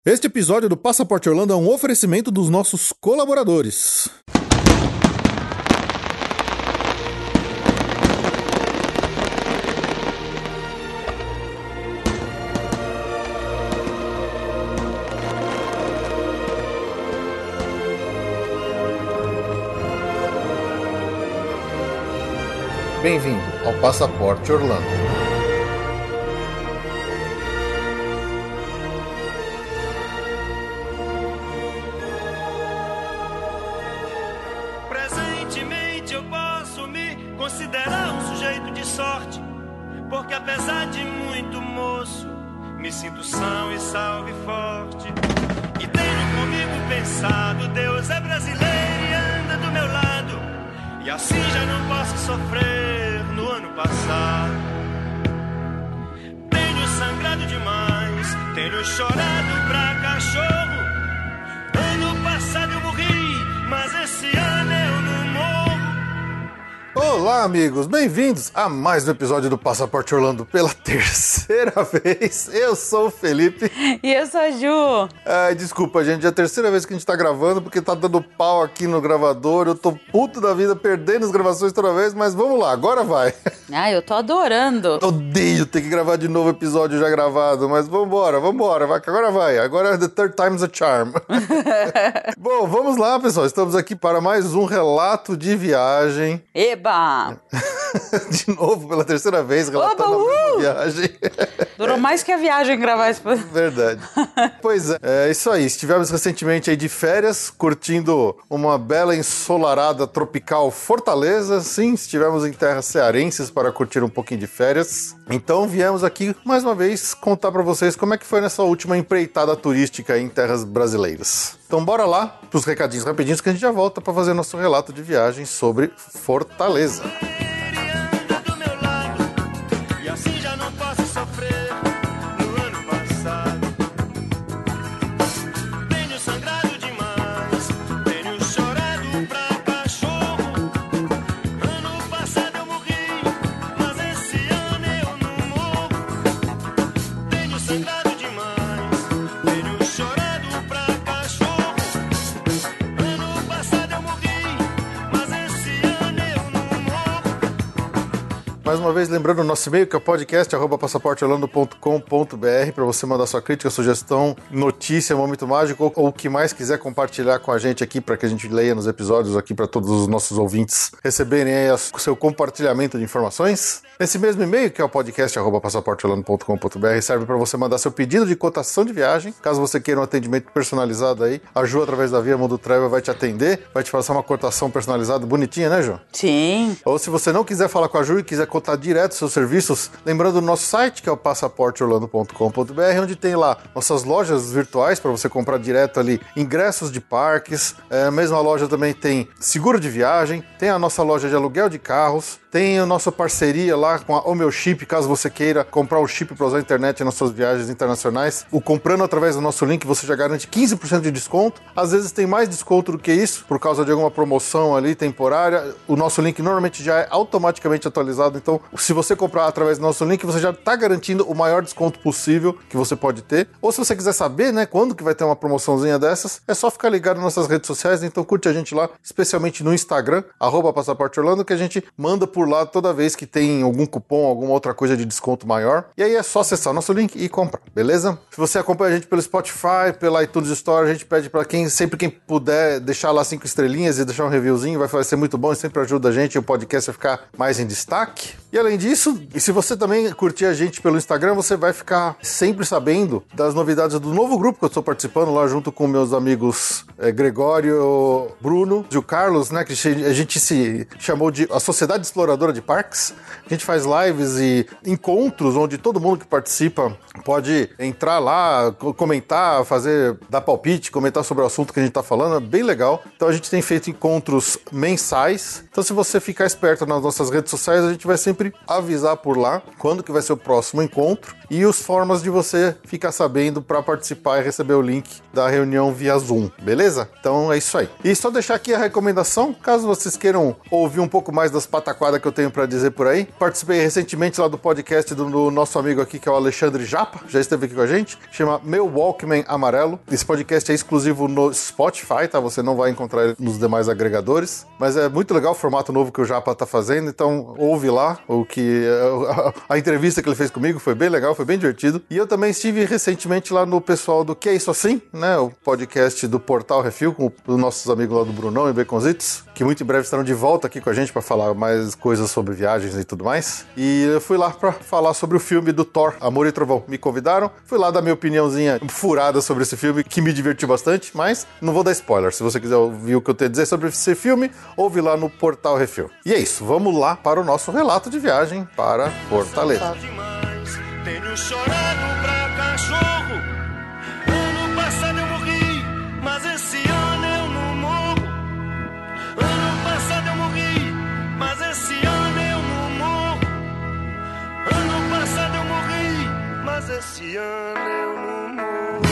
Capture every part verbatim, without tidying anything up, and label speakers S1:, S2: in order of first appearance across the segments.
S1: Este episódio do Passaporte Orlando é um oferecimento dos nossos colaboradores. Bem-vindo ao Passaporte Orlando.
S2: Considerar um sujeito de sorte, porque apesar de muito moço, me sinto são e salvo e forte. E tenho comigo pensado, Deus é brasileiro e anda do meu lado, e assim já não posso sofrer no ano passado. Tenho sangrado demais, tenho chorado pra cachorro. Ano passado eu morri, mas esse ano eu não morro.
S1: Olá, amigos, bem-vindos a mais um episódio do Passaporte Orlando pela terceira vez. Eu sou o Felipe.
S3: E eu sou a Ju.
S1: Ai, desculpa, gente, é a terceira vez que a gente tá gravando porque tá dando pau aqui no gravador. Eu tô puto da vida, perdendo as gravações toda vez, mas vamos lá, agora vai.
S3: Ah, eu tô adorando.
S1: Odeio ter que gravar de novo episódio já gravado, mas vambora, vambora, vai, que agora vai. Agora the third time's a charm. Bom, vamos lá, pessoal, estamos aqui para mais um relato de viagem.
S3: Eba!
S1: De novo, pela terceira vez, relatando
S3: Oba,
S1: a
S3: uh!
S1: viagem.
S3: Durou mais que a viagem gravar esse...
S1: Verdade. Pois é, é isso aí. Estivemos recentemente aí de férias, curtindo uma bela ensolarada tropical Fortaleza. Sim, estivemos em terras cearenses para curtir um pouquinho de férias. Então viemos aqui, mais uma vez, contar para vocês como é que foi nessa última empreitada turística aí em terras brasileiras. Então bora lá pros recadinhos rapidinhos que a gente já volta para fazer nosso relato de viagem sobre Fortaleza. Mais uma vez, lembrando o nosso e-mail, que é o podcast arroba passaporte orlando ponto com ponto b r, para você mandar sua crítica, sugestão, notícia, momento mágico, ou, ou o que mais quiser compartilhar com a gente aqui, para que a gente leia nos episódios aqui, para todos os nossos ouvintes receberem aí o seu compartilhamento de informações. Esse mesmo e-mail, que é o podcast arroba passaporte orlando ponto com ponto b r, serve para você mandar seu pedido de cotação de viagem. Caso você queira um atendimento personalizado aí, a Ju, através da Via Mundo Travel, vai te atender, vai te passar uma cotação personalizada bonitinha, né, Ju?
S3: Sim.
S1: Ou se você não quiser falar com a Ju e quiser cotar direto seus serviços, lembrando do nosso site, que é o passaporte orlando ponto com ponto b r, onde tem lá nossas lojas virtuais para você comprar direto ali ingressos de parques. É, a mesma loja também tem seguro de viagem, tem a nossa loja de aluguel de carros, tem a nossa parceria lá com a O Meu Chip, caso você queira comprar o chip para usar a internet nas suas viagens internacionais. O comprando através do nosso link, você já garante quinze por cento de desconto. Às vezes tem mais desconto do que isso, por causa de alguma promoção ali temporária. O nosso link normalmente já é automaticamente atualizado, então se você comprar através do nosso link, você já está garantindo o maior desconto possível que você pode ter. Ou se você quiser saber, né, quando que vai ter uma promoçãozinha dessas, é só ficar ligado nas nossas redes sociais. Então curte a gente lá, especialmente no Instagram, arroba passaporte orlando, que a gente manda por lá toda vez que tem algum cupom, alguma outra coisa de desconto maior. E aí é só acessar o nosso link e comprar, beleza? Se você acompanha a gente pelo Spotify, pela iTunes Store, a gente pede para quem, sempre quem puder, deixar lá cinco estrelinhas e deixar um reviewzinho, vai ser muito bom e sempre ajuda a gente, o podcast a ficar mais em destaque. E além disso, e se você também curtir a gente pelo Instagram, você vai ficar sempre sabendo das novidades do novo grupo que eu estou participando lá junto com meus amigos é, Gregório, Bruno e o Carlos, né, que a gente se chamou de a Sociedade Exploradora de Parques. A gente faz lives e encontros onde todo mundo que participa pode entrar lá, comentar, fazer, dar palpite, comentar sobre o assunto que a gente está falando, é bem legal. Então a gente tem feito encontros mensais. Então se você ficar esperto nas nossas redes sociais, a gente vai sempre avisar por lá quando que vai ser o próximo encontro. e os formas de você ficar sabendo para participar e receber o link da reunião via Zoom, beleza? Então é isso aí. E só deixar aqui a recomendação, caso vocês queiram ouvir um pouco mais das pataquadas que eu tenho para dizer por aí. Participei recentemente lá do podcast do, do nosso amigo aqui, que é o Alexandre Japa, já esteve aqui com a gente, chama Meu Walkman Amarelo. Esse podcast é exclusivo no Spotify, tá? Você não vai encontrar ele nos demais agregadores, mas é muito legal o formato novo que o Japa tá fazendo, então ouve lá o que a, a entrevista que ele fez comigo, foi bem legal, foi bem divertido. E eu também estive recentemente lá no pessoal do Que É Isso Assim, né? O podcast do Portal Refil, com os nossos amigos lá do Brunão e Baconzitos, que muito em breve estarão de volta aqui com a gente para falar mais coisas sobre viagens e tudo mais. E eu fui lá para falar sobre o filme do Thor, Amor e Trovão. Me convidaram, fui lá dar minha opiniãozinha furada sobre esse filme, que me divertiu bastante, mas não vou dar spoiler. Se você quiser ouvir o que eu tenho a dizer sobre esse filme, ouve lá no Portal Refil. E é isso, vamos lá para o nosso relato de viagem para Fortaleza.
S2: Tenho chorado pra cachorro. Ano passado eu morri, mas esse ano eu não morro. Ano passado eu morri, mas esse ano eu não morro. Ano passado eu morri, mas esse ano eu não morro.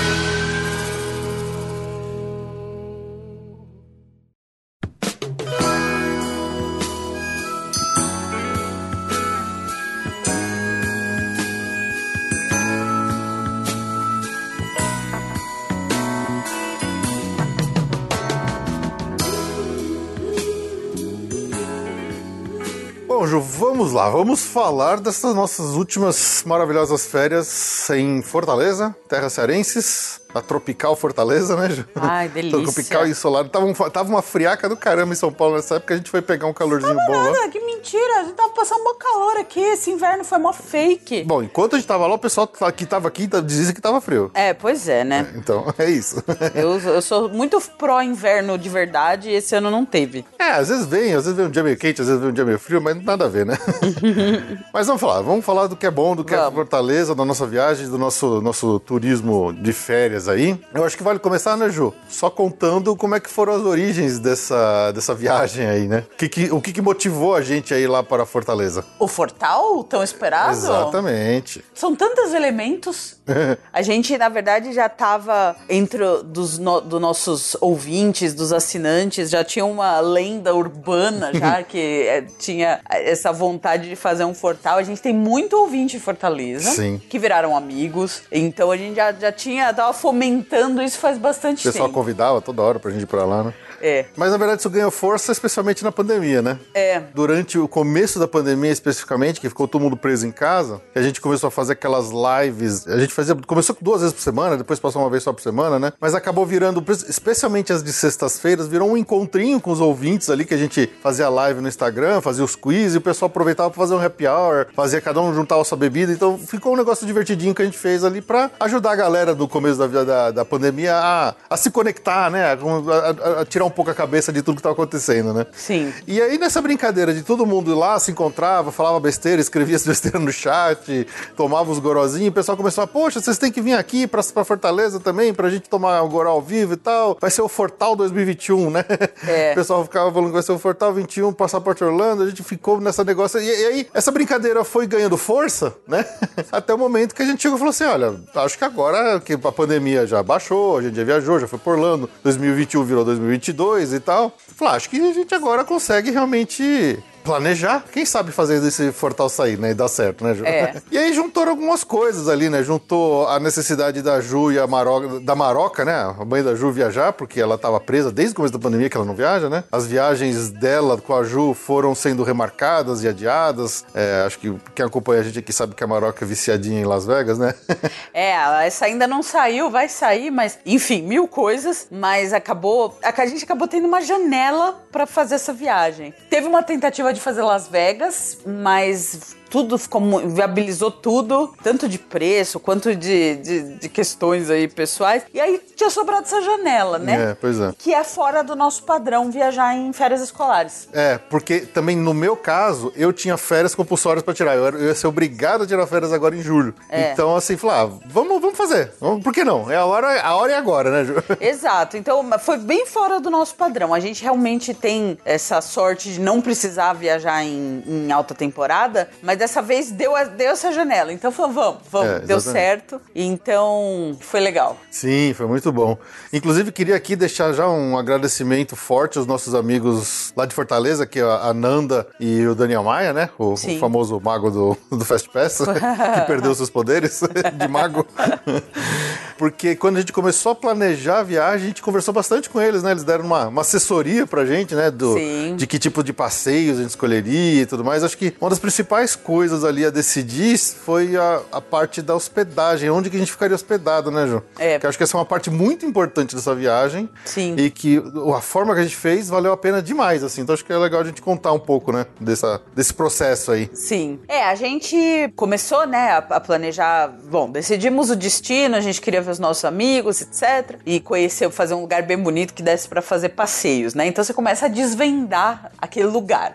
S1: Bom, Ju, vamos lá, vamos falar dessas nossas últimas maravilhosas férias em Fortaleza, terras cearenses, a tropical Fortaleza, né, Ju?
S3: Ai, delícia.
S1: Tropical e ensolado. Tava, um, tava uma friaca do caramba em São Paulo nessa época, a gente foi pegar um calorzinho
S4: Tava
S1: bom
S4: nada,
S1: lá.
S4: que mentira, a gente tava passando um calor aqui, esse inverno foi mó fake.
S1: Bom, enquanto a gente tava lá, o pessoal que tava aqui dizia que tava frio.
S3: É, pois é, né?
S1: Então, é isso.
S3: Eu, eu sou muito pró-inverno de verdade e esse ano não teve.
S1: É, às vezes vem, às vezes vem um dia meio quente, às vezes vem um dia meio frio, mas nada a ver, né? Mas vamos falar, vamos falar do que é bom, do que
S3: Vamos.
S1: é Fortaleza, da nossa viagem, do nosso, nosso turismo de férias aí. Eu acho que vale começar, né, Ju? Só contando como é que foram as origens dessa, dessa viagem aí, né? O que que, o que que motivou a gente a ir lá para Fortaleza?
S4: O Fortal, tão esperado?
S1: Exatamente.
S4: São tantos elementos.
S3: A gente, na verdade, já tava entre dos no, dos nossos ouvintes, dos assinantes, já tinha uma lenda urbana já que é, tinha essa vontade de fazer um Fortal. A gente tem muito ouvinte em Fortaleza,
S1: Sim.
S3: que viraram amigos. Então a gente já, já tinha, tava fomentando isso faz bastante
S1: O pessoal
S3: tempo.
S1: convidava toda hora pra gente ir pra lá, né?
S3: É.
S1: Mas na verdade isso ganhou força especialmente na pandemia, né?
S3: É.
S1: Durante o começo da pandemia especificamente, que ficou todo mundo preso em casa, que a gente começou a fazer aquelas lives, a gente fazia, começou duas vezes por semana, depois passou uma vez só por semana, né? Mas acabou virando, especialmente as de sextas-feiras, virou um encontrinho com os ouvintes ali, que a gente fazia live no Instagram, fazia os quiz, e o pessoal aproveitava pra fazer um happy hour, fazia cada um juntar a sua bebida, então ficou um negócio divertidinho que a gente fez ali pra ajudar a galera do começo da, da, da pandemia a, a se conectar, né? A, a, a tirar um pouco a cabeça de tudo que tava acontecendo, né?
S3: Sim.
S1: E aí, nessa brincadeira de todo mundo ir lá, se encontrava, falava besteira, escrevia as besteiras no chat, tomava os gorozinhos, o pessoal começou a, poxa, vocês têm que vir aqui pra, pra Fortaleza também, pra gente tomar o goró ao vivo e tal. Vai ser o Fortal dois mil e vinte e um, né?
S3: É.
S1: O pessoal ficava falando que vai ser o Fortal vinte e um, Passaporte Orlando, a gente ficou nessa negócio. E, e aí, essa brincadeira foi ganhando força, né? Até o momento que a gente chegou e falou assim, olha, acho que agora que a pandemia já baixou, a gente já viajou, já foi por Orlando, dois mil e vinte e um virou dois mil e vinte e dois e tal. Falei, ah, acho que a gente agora consegue realmente planejar. Quem sabe fazer esse Fortal sair, né? E dar certo, né, Ju?
S3: É.
S1: E aí juntou algumas coisas ali, né? Juntou a necessidade da Ju e a Maroca, da Maroca, né? A mãe da Ju viajar, porque ela estava presa desde o começo da pandemia que ela não viaja, né? As viagens dela com a Ju foram sendo remarcadas e adiadas. É, acho que quem acompanha a gente aqui sabe que a Maroca é viciadinha em Las Vegas, né?
S3: É, essa ainda não saiu, vai sair, mas enfim, mil coisas, mas acabou, a gente acabou tendo uma janela pra fazer essa viagem. Teve uma tentativa de fazer Las Vegas, mas tudo ficou, viabilizou tudo, tanto de preço quanto de, de, de questões aí pessoais. E aí tinha sobrado essa janela, né?
S1: É, pois é.
S3: Que é fora do nosso padrão viajar em férias escolares.
S1: É, porque também no meu caso, eu tinha férias compulsórias pra tirar. Eu, era, eu ia ser obrigado a tirar férias agora em julho.
S3: É.
S1: Então, assim, falar, ah, vamos, vamos fazer. Vamos, por que não? É a hora, a hora é agora, né, Ju?
S3: Exato, então foi bem fora do nosso padrão. A gente realmente tem essa sorte de não precisar viajar em, em alta temporada, mas dessa vez deu, a, deu essa janela. Então falou, vamos, vamos.
S1: É,
S3: deu certo. Então foi legal.
S1: Sim, foi muito bom. Inclusive, queria aqui deixar já um agradecimento forte aos nossos amigos lá de Fortaleza, que é a Nanda e o Daniel Maia, né? O, o famoso mago do, do Fast Pass, que perdeu seus poderes de mago. Porque quando a gente começou a planejar a viagem, a gente conversou bastante com eles, né? Eles deram uma, uma assessoria pra gente, né? Do, de que tipo de passeios a gente escolheria e tudo mais. Acho que uma das principais coisas ali a decidir foi a, a parte da hospedagem. Onde que a gente ficaria hospedado, né, Ju?
S3: É.
S1: Porque eu acho que essa é uma parte muito importante dessa viagem.
S3: Sim.
S1: E que a forma que a gente fez valeu a pena demais, assim. Então acho que é legal a gente contar um pouco, né? Dessa, desse processo aí.
S3: Sim. É, a gente começou, né, a, a planejar... Bom, decidimos o destino, a gente queria ver os nossos amigos, etcétera. E conhecer, fazer um lugar bem bonito que desse pra fazer passeios, né? Então você começa a desvendar aquele lugar.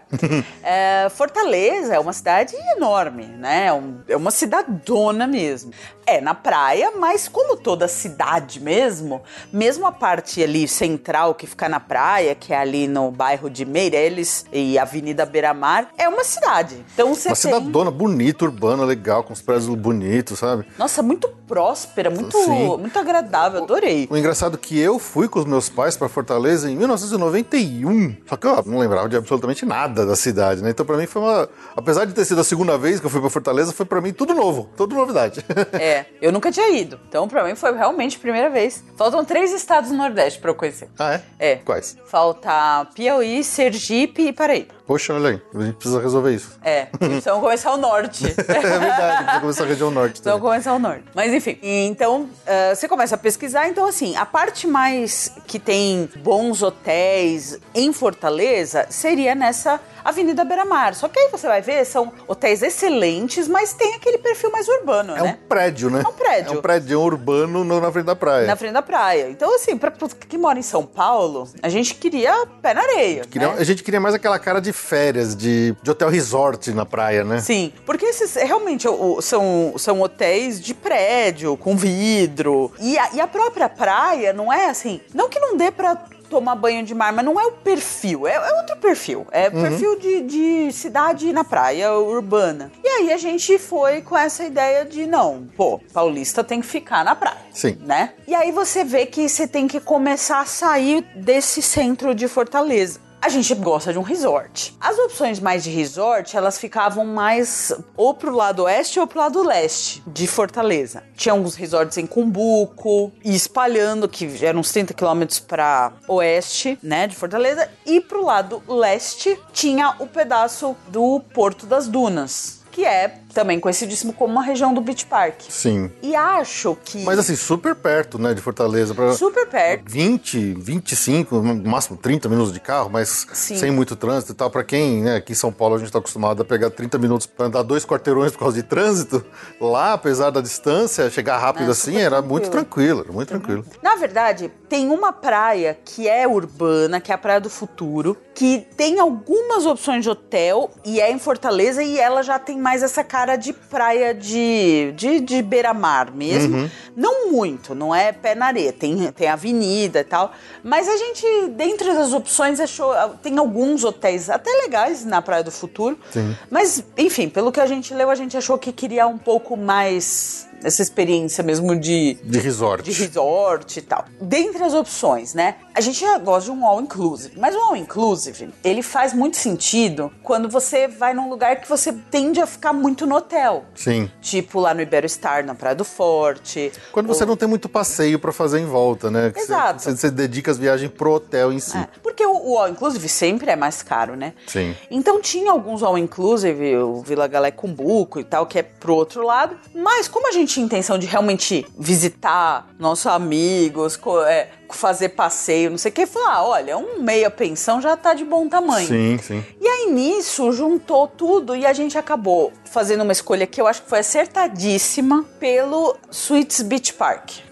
S3: é, Fortaleza é uma cidade enorme, né? É, um, é uma cidadona mesmo. É na praia, mas como toda cidade mesmo, mesmo a parte ali central que fica na praia, que é ali no bairro de Meireles e Avenida Beira-Mar, é uma cidade. Então você
S1: uma
S3: tem...
S1: cidadona bonita, urbana, legal, com os prédios bonitos, sabe?
S3: Nossa, muito próspera, muito, muito agradável, adorei.
S1: O, o engraçado é que eu fui com os meus pais pra Fortaleza em mil novecentos e noventa e um, só que eu não lembrava de absolutamente nada da cidade, né? Então pra mim foi uma... Apesar de ter sido a segunda vez que eu fui pra Fortaleza, foi pra mim tudo novo, tudo novidade.
S3: É, eu nunca tinha ido, então pra mim foi realmente a primeira vez. Faltam três estados do Nordeste pra eu conhecer.
S1: Ah, é?
S3: É.
S1: Quais?
S3: Falta Piauí, Sergipe e Paraíba.
S1: Poxa, olha aí, a gente precisa resolver isso.
S3: É, precisamos começar o norte.
S1: É verdade, precisa começar a região norte.
S3: Precisamos começar o norte. Mas enfim, então uh, você começa a pesquisar, então assim, a parte mais que tem bons hotéis em Fortaleza seria nessa Avenida Beira-Mar. Só que aí você vai ver, são hotéis excelentes, mas tem aquele perfil mais urbano,
S1: é
S3: né?
S1: É um prédio, né?
S3: É um prédio.
S1: É um prédio urbano no, na frente da praia.
S3: Na frente da praia. Então assim, pra quem mora em São Paulo, a gente queria pé na areia,
S1: queria,
S3: né?
S1: A gente queria mais aquela cara de férias, de, de hotel resort na praia, né?
S3: Sim, porque esses realmente o, são, são hotéis de prédio, com vidro. E a, e a própria praia não é assim, não que não dê pra tomar banho de mar, mas não é o perfil, é, é outro perfil. É o uhum. perfil de, de cidade na praia urbana. E aí a gente foi com essa ideia de, não, pô, paulista tem que ficar na praia.
S1: Sim.
S3: Né? E aí você vê que você tem que começar a sair desse centro de Fortaleza. A gente gosta de um resort. As opções mais de resort, elas ficavam mais ou pro lado oeste ou pro lado leste de Fortaleza. Tinha alguns resorts em Cumbuco e espalhando, que eram uns trinta quilômetros para oeste, né, de Fortaleza. E pro lado leste tinha o pedaço do Porto das Dunas, que é também conhecidíssimo como uma região do Beach Park.
S1: Sim.
S3: E acho que...
S1: Mas assim, super perto, né, de Fortaleza. Pra
S3: super perto.
S1: vinte, vinte e cinco, no máximo trinta minutos de carro, mas Sim. sem muito trânsito e tal. Pra quem, né, aqui em São Paulo a gente tá acostumado a pegar trinta minutos pra andar dois quarteirões por causa de trânsito. Lá, apesar da distância, chegar rápido é, assim, era tranquilo. muito tranquilo, era muito uhum. tranquilo.
S3: Na verdade, tem uma praia que é urbana, que é a Praia do Futuro, que tem algumas opções de hotel e é em Fortaleza e ela já tem mais essa cara de praia de, de, de beira-mar mesmo. Uhum. Não muito, não é pé na areia, tem, tem avenida e tal. Mas a gente, dentre as opções, achou, tem alguns hotéis até legais na Praia do Futuro.
S1: Sim.
S3: Mas, enfim, pelo que a gente leu, a gente achou que queria um pouco mais... essa experiência mesmo de...
S1: De resort.
S3: De resort e tal. Dentre as opções, né? A gente já gosta de um all-inclusive. Mas o all-inclusive, ele faz muito sentido quando você vai num lugar que você tende a ficar muito no hotel.
S1: Sim.
S3: Tipo lá no Iberostar, na Praia do Forte.
S1: Quando ou... você não tem muito passeio pra fazer em volta, né? Que
S3: Exato.
S1: Você, você dedica as viagens pro hotel em si.
S3: É, porque o, o all-inclusive sempre é mais caro, né?
S1: Sim.
S3: Então tinha alguns all-inclusive, o Vila Galé Cumbuco e tal, que é pro outro lado. Mas como a gente tinha intenção de realmente visitar nossos amigos, é, fazer passeio, não sei o que, falou, ah, olha, um meia pensão já tá de bom tamanho.
S1: Sim, sim.
S3: E aí nisso juntou tudo e a gente acabou fazendo uma escolha que eu acho que foi acertadíssima pelo Suites Beach Park.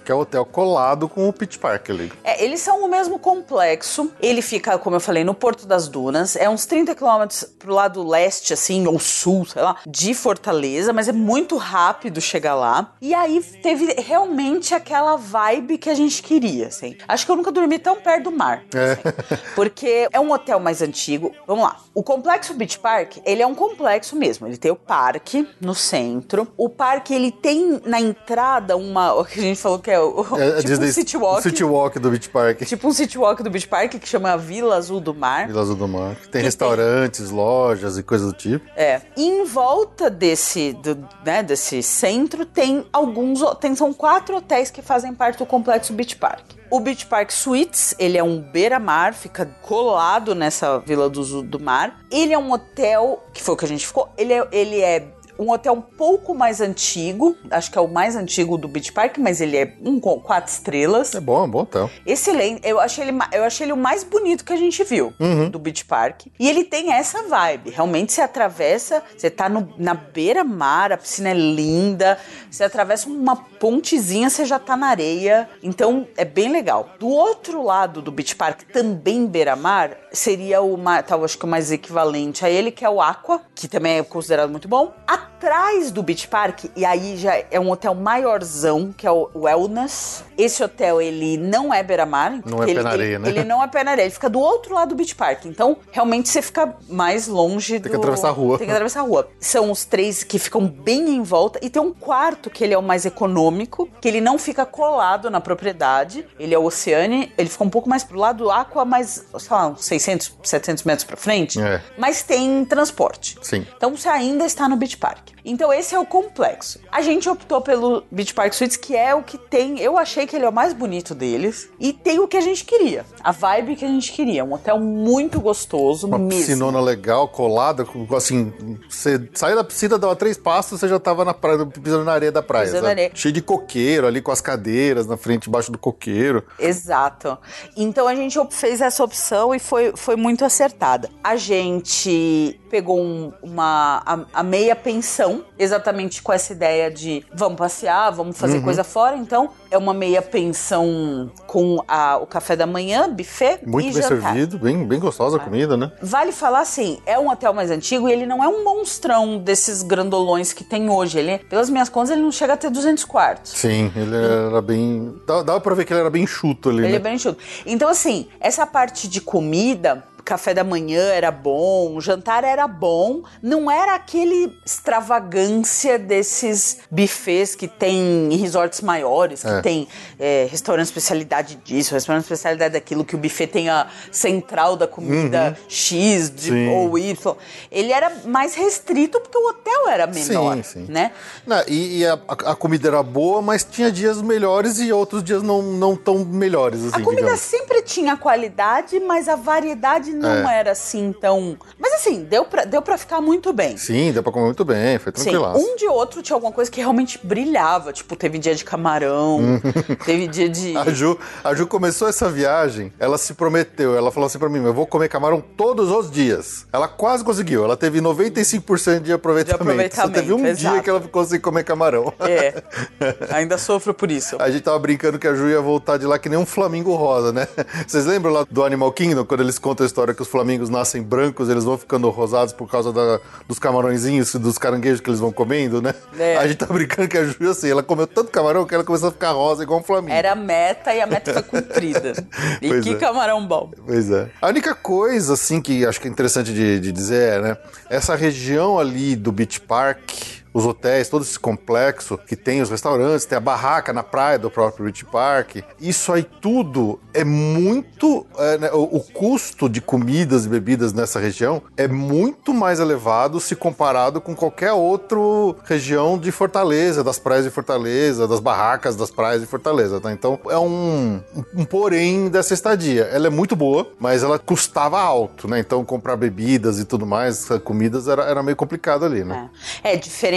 S1: Que é o hotel colado com o Beach Park ali.
S3: É, eles são o mesmo complexo. Ele fica, como eu falei, no Porto das Dunas. É uns trinta quilômetros pro lado leste, assim, ou sul, sei lá, de Fortaleza. Mas é muito rápido chegar lá. E aí teve realmente aquela vibe que a gente queria, assim. Acho que eu nunca dormi tão perto do mar.
S1: É.
S3: Assim, porque é um hotel mais antigo. Vamos lá. O complexo Beach Park, ele é um complexo mesmo. Ele tem o parque no centro. O parque, ele tem na entrada uma... O que a gente falou que é o...
S1: É,
S3: tipo um city walk.
S1: O city walk do Beach Park.
S3: Tipo um city walk do Beach Park, que chama Vila Azul do Mar.
S1: Vila Azul do Mar. Tem
S3: Que
S1: restaurantes, tem... lojas e coisas do tipo.
S3: É. E em volta desse, do, né, desse centro, tem alguns... Tem, são quatro hotéis que fazem parte do complexo Beach Park. O Beach Park Suites, ele é um beira-mar, fica colado nessa Vila do, do Mar. Ele é um hotel, que foi o que a gente ficou, ele é, ele é um hotel um pouco mais antigo, acho que é o mais antigo do Beach Park, mas ele é um com quatro estrelas.
S1: É bom, é um bom hotel.
S3: Excelente, eu achei ele, eu achei ele o mais bonito que a gente viu, uhum, do Beach Park. E ele tem essa vibe, realmente você atravessa, você tá no, na beira-mar, a piscina é linda, você atravessa uma pontezinha, você já tá na areia, então é bem legal. Do outro lado do Beach Park, também beira-mar, seria o, tal, acho que o mais equivalente a ele, que é o Aqua, que também é considerado muito bom. Atrás do Beach Park, e aí já é um hotel maiorzão, que é o Wellness. Esse hotel, ele não é beira-mar.
S1: Não é
S3: ele,
S1: pé na areia,
S3: ele,
S1: né?
S3: Ele não é pé na areia, ele fica do outro lado do Beach Park. Então, realmente, você fica mais longe do...
S1: Tem que atravessar a rua.
S3: Tem que atravessar a rua. São os três que ficam bem em volta. E tem um quarto, que ele é o mais econômico, que ele não fica colado na propriedade. Ele é o Oceane, ele fica um pouco mais pro lado do Aqua, mais, sei lá, uns seiscentos, setecentos metros pra frente.
S1: É.
S3: Mas tem transporte.
S1: Sim.
S3: Então, você ainda está no Beach Park. Então esse é o complexo. A gente optou pelo Beach Park Suites, que é o que tem... Eu achei que ele é o mais bonito deles. E tem o que a gente queria. A vibe que a gente queria. Um hotel muito gostoso,
S1: uma
S3: mesmo.
S1: Piscinona legal, colada. Assim, você saía da piscina, dava três passos, você já tava na praia, pisando na areia da praia.
S3: Pisando na areia.
S1: Cheio de coqueiro ali, com as cadeiras na frente, embaixo do coqueiro.
S3: Exato. Então a gente fez essa opção e foi, foi muito acertada. A gente pegou um, uma, a, a meia pensão, exatamente com essa ideia de vamos passear, vamos fazer uhum. coisa fora. Então, é uma meia pensão com a, o café da manhã, buffet
S1: muito
S3: e
S1: bem
S3: jantar.
S1: servido, bem, bem gostosa a comida, né?
S3: Vale falar assim, é um hotel mais antigo e ele não é um monstrão desses grandolões que tem hoje. Ele, pelas minhas contas, ele não chega a ter duzentos quartos.
S1: Sim, ele era bem... Dava pra ver que ele era bem enxuto ali,
S3: Ele
S1: né?
S3: é bem enxuto. Então, assim, essa parte de comida... Café da manhã era bom, jantar era bom, não era aquele extravagância desses buffets que tem em resorts maiores, que
S1: é.
S3: tem é, restaurante especialidade disso, restaurante especialidade daquilo, que o buffet tem a central da comida uhum. X de, ou Y. Ele era mais restrito porque o hotel era menor,
S1: sim, sim.
S3: né?
S1: Não, e e a, a comida era boa, mas tinha dias melhores e outros dias não, não tão melhores, assim,
S3: a comida
S1: digamos.
S3: sempre tinha qualidade, mas a variedade não é. era assim tão... Mas assim, deu pra, deu pra ficar muito bem.
S1: Sim, deu pra comer muito bem, foi tranquilaço.
S3: Sim, um de outro tinha alguma coisa que realmente brilhava. Tipo, teve dia de camarão, teve dia de...
S1: A Ju, a Ju começou essa viagem, ela se prometeu, ela falou assim pra mim, eu vou comer camarão todos os dias. Ela quase conseguiu, ela teve noventa e cinco por cento de aproveitamento.
S3: De aproveitamento,
S1: Só teve um
S3: exato.
S1: dia que ela ficou sem comer camarão.
S3: É, ainda sofro por isso.
S1: A gente tava brincando que a Ju ia voltar de lá que nem um flamingo rosa, né? Vocês lembram lá do Animal Kingdom, quando eles contam a história que os flamingos nascem brancos, eles vão ficando rosados por causa da, dos camarõezinhos, dos caranguejos que eles vão comendo, né?
S3: É.
S1: A gente tá brincando que a Ju, assim, ela comeu tanto camarão que ela começou a ficar rosa igual um flamingo.
S3: Era a meta e a meta foi cumprida. E
S1: Pois
S3: que
S1: é.
S3: camarão bom.
S1: Pois é. A única coisa, assim, que acho que é interessante de, de dizer é, né? Essa região ali do Beach Park... Os hotéis, todo esse complexo que tem os restaurantes, tem a barraca na praia do próprio Beach Park. Isso aí tudo é muito... É, né, o, o custo de comidas e bebidas nessa região é muito mais elevado se comparado com qualquer outra região de Fortaleza, das praias de Fortaleza, das barracas das praias de Fortaleza, tá? Então é um, um, um porém dessa estadia. Ela é muito boa, mas ela custava alto, né? Então comprar bebidas e tudo mais, comidas, era, era meio complicado ali, né?
S3: É, é diferente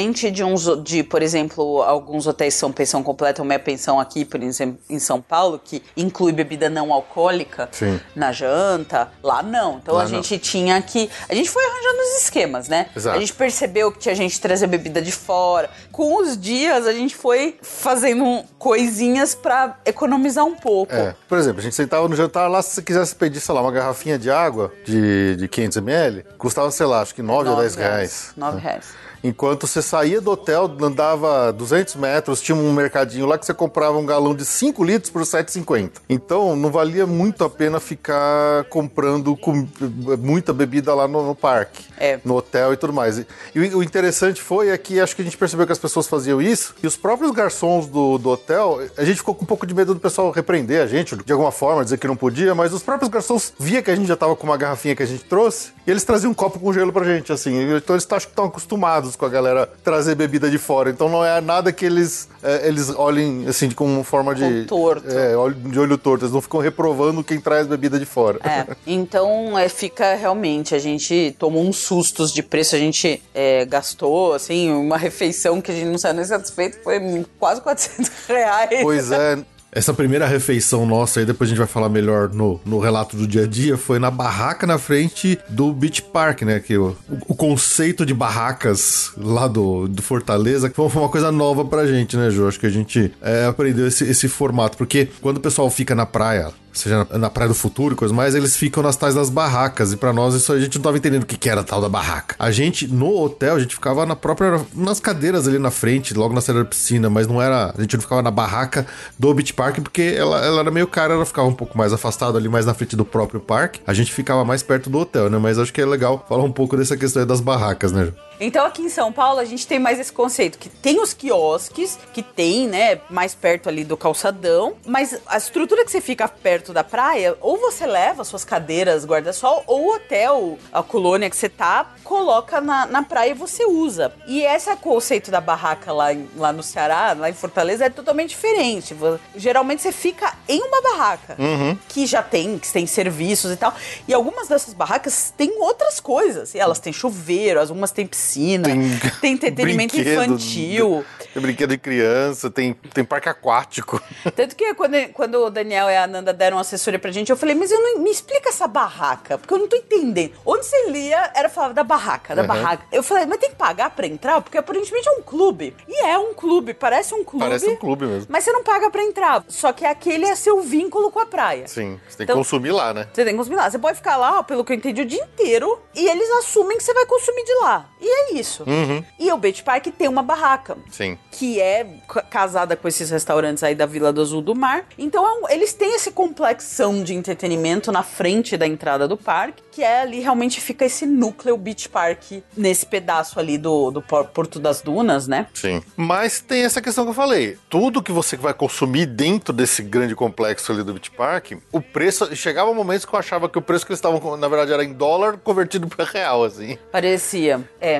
S3: diferente de uns, de, por exemplo, alguns hotéis são pensão completa, ou meia pensão aqui, por exemplo, em São Paulo, que inclui bebida não alcoólica
S1: Sim.
S3: na janta. Lá não. Então
S1: Lá
S3: a
S1: não.
S3: gente tinha que... A gente foi arranjando os esquemas, né?
S1: Exato.
S3: A gente percebeu que tinha gente trazer bebida de fora. Com os dias, a gente foi fazendo coisinhas pra economizar um pouco.
S1: É. Por exemplo, a gente sentava no jantar lá, se você quisesse pedir, sei lá, uma garrafinha de água de, de quinhentos mililitros, custava, sei lá, acho que nove ou dez reais.
S3: nove reais.
S1: Enquanto você saía do hotel, andava duzentos metros, tinha um mercadinho lá que você comprava um galão de cinco litros por sete reais e cinquenta. Então, não valia muito a pena ficar comprando com muita bebida lá no, no parque,
S3: É.
S1: no hotel e tudo mais. E, e o interessante foi é que acho que a gente percebeu que as pessoas faziam isso, e os próprios garçons do, do hotel, a gente ficou com um pouco de medo do pessoal repreender a gente, de alguma forma, dizer que não podia, mas os próprios garçons via que a gente já tava com uma garrafinha que a gente trouxe, e eles traziam um copo com gelo pra gente, assim. Então eles acho que estão acostumados com a galera trazer bebida de fora. Então não é nada que eles, é, eles olhem assim como forma de...
S3: Com torto.
S1: É, olho- de olho torto. Eles não ficam reprovando quem traz bebida de fora.
S3: É, então é, fica realmente, a gente tomou uns sustos de preço, a gente é, gastou, assim, uma refeição que a gente não saiu nem satisfeito, foi quase quatrocentos reais.
S1: Pois é. Essa primeira refeição nossa aí, depois a gente vai falar melhor no, no relato do dia a dia, foi na barraca na frente do Beach Park, né? Que o, o conceito de barracas lá do, do Fortaleza foi uma coisa nova pra gente, né, Jô? Acho que a gente é, aprendeu esse, esse formato, porque quando o pessoal fica na praia, seja na, na Praia do Futuro e coisa mais, eles ficam nas tais das barracas, e pra nós isso a gente não tava entendendo o que que era a tal da barraca. A gente, no hotel, a gente ficava na própria, nas cadeiras ali na frente, logo na saída da piscina, mas não era, a gente não ficava na barraca do Beach Park, porque ela, ela era meio cara, ela ficava um pouco mais afastada ali, mais na frente do próprio parque, a gente ficava mais perto do hotel, né, mas acho que é legal falar um pouco dessa questão aí das barracas, né, Ju?
S3: Então aqui em São Paulo a gente tem mais esse conceito, que tem os quiosques, que tem, né, mais perto ali do calçadão, mas a estrutura que você fica perto da praia, ou você leva suas cadeiras guarda-sol, ou o hotel, a colônia que você tá, coloca na, na praia e você usa. E esse conceito da barraca lá, em- lá no Ceará, lá em Fortaleza, é totalmente diferente. Vo- Geralmente você fica em uma barraca, que já tem, que tem serviços e tal, e algumas dessas barracas têm outras coisas, e elas têm chuveiro, algumas têm piscina, tem, entretenimento
S1: brinquedo,
S3: infantil.
S1: Tem brinquedo de criança, tem, tem parque aquático.
S3: Tanto que quando, quando o Daniel e a Nanda deram assessoria pra gente, eu falei, mas eu não, me explica essa barraca, porque eu não tô entendendo. Onde você lia, era falar da barraca, da
S1: Uhum.
S3: barraca. Eu falei, mas tem que pagar pra entrar? Porque aparentemente é um clube. E é um clube, parece um clube.
S1: Parece um clube mesmo.
S3: Mas você não paga pra entrar. Só que aquele é seu vínculo com a praia.
S1: Sim, você tem
S3: Então-
S1: que consumir lá, né?
S3: Você tem que consumir lá. Você pode ficar lá, ó, pelo que eu entendi, o dia inteiro, e eles assumem que você vai consumir de lá. E é isso.
S1: Uhum.
S3: E o Beach Park tem uma barraca.
S1: Sim.
S3: Que é ca- casada com esses restaurantes aí da Vila do Azul do Mar. Então é um- eles têm esse complexão de entretenimento na frente da entrada do parque, que é ali realmente fica esse núcleo Beach Park nesse pedaço ali do, do Por- Porto das Dunas, né?
S1: Sim. Mas tem essa questão que eu falei. Tudo que você vai consumir dentro desse grande complexo ali do Beach Park, o preço... Chegava momentos que eu achava que o preço que eles estavam, na verdade, era em dólar convertido para real, assim.
S3: Parecia, é.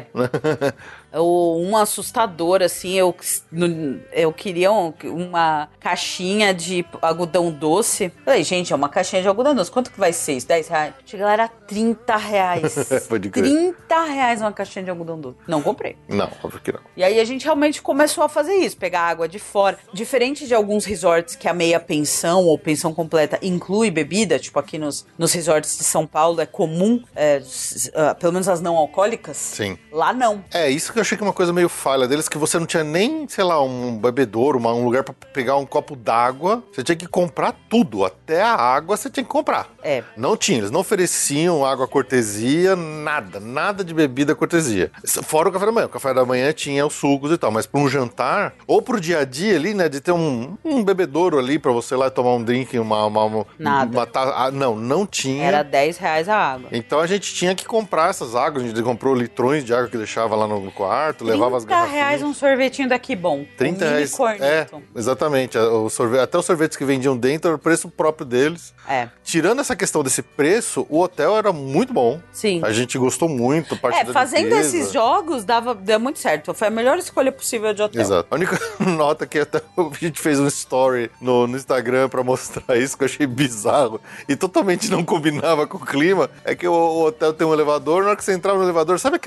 S3: O- um assustador, assim, eu, no- eu queria um- uma caixinha de algodão doce. Falei, gente, é uma caixinha de algodão doce. Quanto que vai ser isso? dez reais? Chega lá, era trinta reais.
S1: Pode crer.
S3: trinta reais uma caixinha de algodão doce. Não comprei.
S1: Não, óbvio que não.
S3: E aí a gente realmente começou a fazer isso, pegar água de fora. Diferente de alguns resorts que a meia pensão ou pensão completa inclui bebida, tipo aqui nos, nos resorts de São Paulo é comum, é, s- ah, pelo menos as não alcoólicas.
S1: Sim.
S3: Lá não.
S1: É, isso que eu achei que é uma coisa meio falha deles, que você não tinha nem, sei lá, um bebedouro, uma- um lugar pra pegar um copo d'água. Você tinha que comprar tudo, até a água você tinha que comprar.
S3: É.
S1: Não tinha, eles não ofereciam água cortesia, nada, nada de bebida cortesia. Fora o café da manhã. O café da manhã tinha os sucos e tal, mas pra um jantar, ou pro dia a dia ali, né, de ter um, um bebedouro ali pra você ir lá tomar um drink, uma... uma, uma
S3: Nada.
S1: uma ta- ah, não, não tinha.
S3: Era dez reais a água.
S1: Então a gente tinha que comprar essas águas, a gente comprou litrões de água que deixava lá no quarto, levava as
S3: trinta
S1: garrafinhas.
S3: reais um sorvetinho daqui bom.
S1: trinta
S3: um mini
S1: reais.
S3: cornito.
S1: É, exatamente. O sorvete, até os sorvetes que vendiam dentro era o preço próprio deles.
S3: É.
S1: Tirando essa questão desse preço, o hotel era muito bom.
S3: Sim.
S1: A gente gostou muito. Parte
S3: É,
S1: da
S3: fazendo
S1: limpeza.
S3: esses jogos dava, deu muito certo. Foi a melhor escolha possível de hotel.
S1: Exato. A única nota que até a gente fez um story no, no Instagram pra mostrar isso, que eu achei bizarro e totalmente não combinava com o clima, é que o, o hotel tem um elevador, na hora que você entrava no elevador, sabe aquela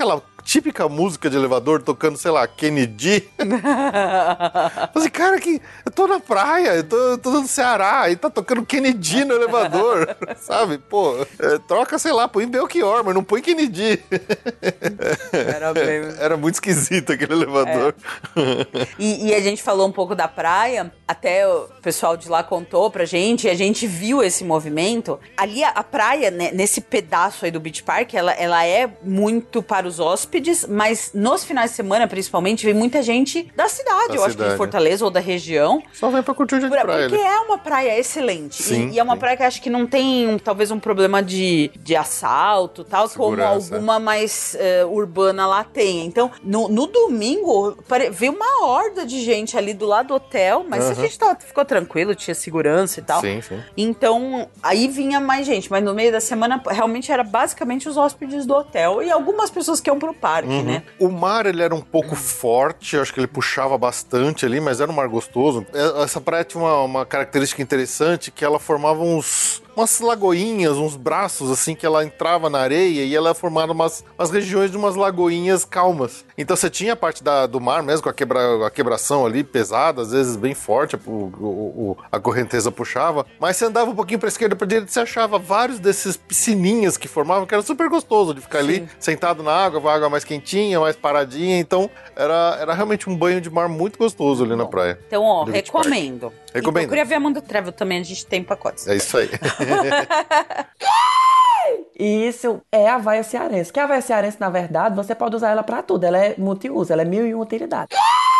S1: típica música de elevador tocando, sei lá, Kennedy. Assim, cara, que eu tô na praia, eu tô, eu tô no Ceará e tá tocando Kennedy no elevador, sabe? Pô, é, troca, sei lá, põe Belchior, mas não põe Kennedy.
S3: Era, bem...
S1: Era muito esquisito aquele elevador.
S3: É. E, e a gente falou um pouco da praia, até o pessoal de lá contou pra gente, e a gente viu esse movimento. Ali a, a praia, né, nesse pedaço aí do Beach Park, ela, ela é muito para os hóspedes, mas nos finais de semana, principalmente, vem muita gente da cidade,
S1: da
S3: eu
S1: cidade.
S3: acho que de Fortaleza ou da região.
S1: Só vem pra curtir o dia de praia.
S3: Porque
S1: ali.
S3: é uma praia excelente.
S1: Sim,
S3: e, e é uma
S1: sim.
S3: praia que acho que não tem um, talvez um problema de, de assalto, tal,
S1: Segurança.
S3: como alguma mais uh, urbana lá tem. Então, no, no domingo, pare... veio uma horda de gente ali do lado do hotel, mas
S1: Uhum.
S3: a gente tava, ficou tranquilo, tinha segurança e tal.
S1: Sim, sim.
S3: Então, aí vinha mais gente, mas no meio da semana realmente era basicamente os hóspedes do hotel e algumas pessoas que iam pro parque,
S1: Uhum.
S3: né?
S1: O mar, ele era um pouco forte, eu acho que ele puxava bastante ali, mas era um mar gostoso. Essa praia tinha uma, uma característica interessante, que ela formava uns... umas lagoinhas, uns braços, assim, que ela entrava na areia e ela formava umas, umas regiões de umas lagoinhas calmas. Então você tinha a parte da, do mar mesmo, com a, quebra, a quebração ali, pesada, às vezes bem forte, o, o, o, a correnteza puxava, mas você andava um pouquinho pra esquerda, pra direita, você achava vários desses piscininhas que formavam, que era super gostoso de ficar
S3: Sim.
S1: ali, sentado na água, a água mais quentinha, mais paradinha, então era, era realmente um banho de mar muito gostoso ali
S3: Bom,
S1: na praia.
S3: Então, ó,
S1: Do Beach Park.
S3: recomendo.
S1: Recomendo.
S3: E procure a Via Mundo Travel também, a gente tem pacotes.
S1: É isso aí.
S5: E isso é a vaia cearense. Que a vaia cearense, na verdade, você pode usar ela pra tudo. Ela é multiuso, ela é mil e uma utilidade.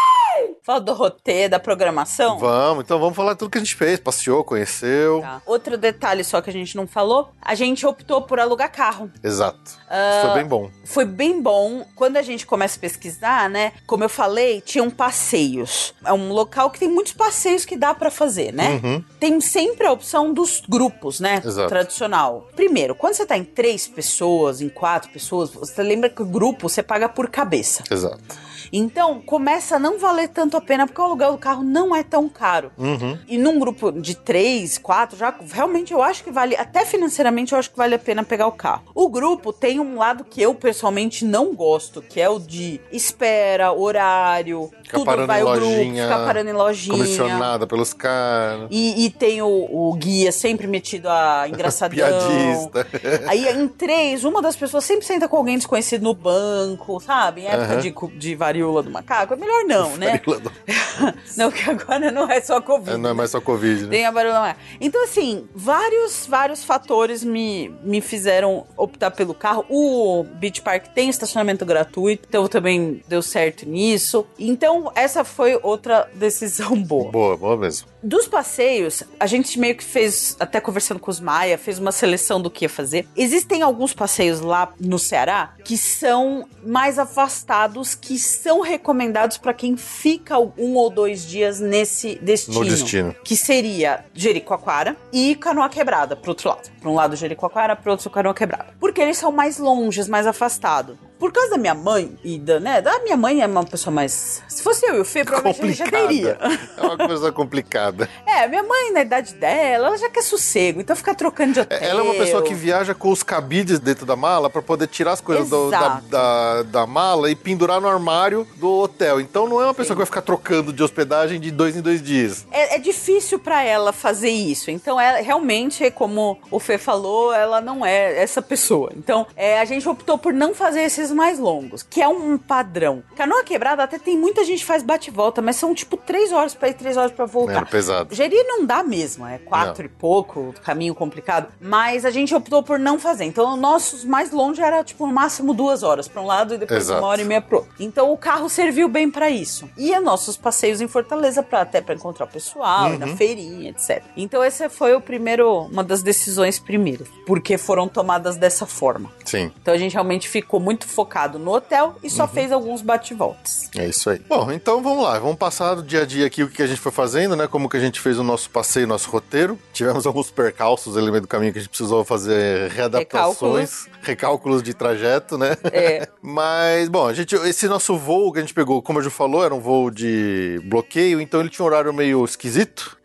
S3: Fala do roteiro, da programação.
S1: Vamos, então vamos falar tudo que a gente fez, passeou, conheceu.
S3: Tá. Outro detalhe só que a gente não falou, a gente optou por alugar carro.
S1: Exato. Isso foi bem bom.
S3: Foi bem bom. Quando a gente começa a pesquisar, né? Como eu falei, tinham passeios. É um local que tem muitos passeios que dá pra fazer, né?
S1: Uhum.
S3: Tem sempre a opção dos grupos, né?
S1: Exato.
S3: Tradicional. Primeiro, quando você tá em três pessoas, em quatro pessoas, você lembra que o grupo você paga por cabeça.
S1: Exato.
S3: Então, começa a não valer tanto a pena, porque o aluguel do carro não é tão caro.
S1: Uhum.
S3: E num grupo de três, quatro, já realmente eu acho que vale, até financeiramente eu acho que vale a pena pegar o carro. O grupo tem um lado que eu pessoalmente não gosto, que é o de espera, horário,
S1: Ficar
S3: tudo
S1: parando
S3: vai
S1: em
S3: o grupo,
S1: lojinha,
S3: ficar parando em lojinha.
S1: Comissionada pelos caras.
S3: E, e tem o, o guia sempre metido a engraçadão.
S1: Piadista.
S3: Aí em três, uma das pessoas sempre senta com alguém desconhecido no banco, sabe? Em época
S1: Uhum.
S3: de, cu- de varíola do macaco. É melhor não, né?
S1: Varíola do-
S3: Não, que agora não é só Covid.
S1: É, não é mais só Covid, né?
S3: Tem a varíola do macaco. Então, assim, vários, vários fatores me, me fizeram optar pelo carro. O Beach Park tem estacionamento gratuito, então também deu certo nisso. Então, essa foi outra decisão boa.
S1: Boa, boa mesmo.
S3: Dos passeios, a gente meio que fez, até conversando com os Maia, fez uma seleção do que ia fazer. Existem alguns passeios lá no Ceará que são mais afastados, que são recomendados para quem fica um ou dois dias nesse destino.
S1: No destino.
S3: Que seria Jericoacoara e Canoa Quebrada, pro outro lado. Para um lado Jericoacoara, pro outro Canoa Quebrada. Porque eles são mais longes, mais afastados. Por causa da minha mãe e da, né, da minha mãe é uma pessoa mais... Se fosse eu e o Fê, provavelmente a gente já teria.
S1: É uma coisa complicada.
S3: É, minha mãe, na idade dela, ela já quer sossego, então ficar trocando de hotel.
S1: Ela é uma pessoa que viaja com os cabides dentro da mala pra poder tirar as coisas do- da,
S3: Exato.
S1: da, da mala e pendurar no armário do hotel. Então não é uma pessoa
S3: Sim.
S1: que vai ficar trocando de hospedagem de dois em dois dias.
S3: É, é difícil pra ela fazer isso. Então, ela realmente, como o Fê falou, ela não é essa pessoa. Então, é, a gente optou por não fazer esses mais longos, que é um padrão. Canoa Quebrada até tem muita gente que faz bate-volta, mas são tipo três horas pra ir, três horas pra voltar.
S1: É pesado.
S3: Jeri não dá mesmo, é quatro
S1: Não.
S3: e pouco, caminho complicado. Mas a gente optou por não fazer. Então, nossos mais longe era tipo no máximo duas horas pra um lado e depois
S1: Exato.
S3: uma hora e meia pro outro. Então, o carro serviu bem pra isso. E os nossos passeios em Fortaleza pra, até pra encontrar o pessoal,
S1: Uhum.
S3: ir na feirinha, etcétera. Então, essa foi o primeiro, uma das decisões primeiras, porque foram tomadas dessa forma.
S1: Sim,
S3: Então, a gente realmente ficou muito focado no hotel e
S1: Uhum.
S3: só fez alguns bate-voltas.
S1: é isso aí. Bom, então vamos lá. Vamos passar do dia a dia aqui o que a gente foi fazendo, né? Como que a gente fez o nosso passeio, nosso roteiro. Tivemos alguns percalços ali no meio do caminho que a gente precisou fazer readaptações, recálculos, recálculos de trajeto, né?
S3: É.
S1: Mas, bom, a gente, esse nosso voo que a gente pegou, como a Ju falou, era um voo de bloqueio, então ele tinha um horário meio esquisito.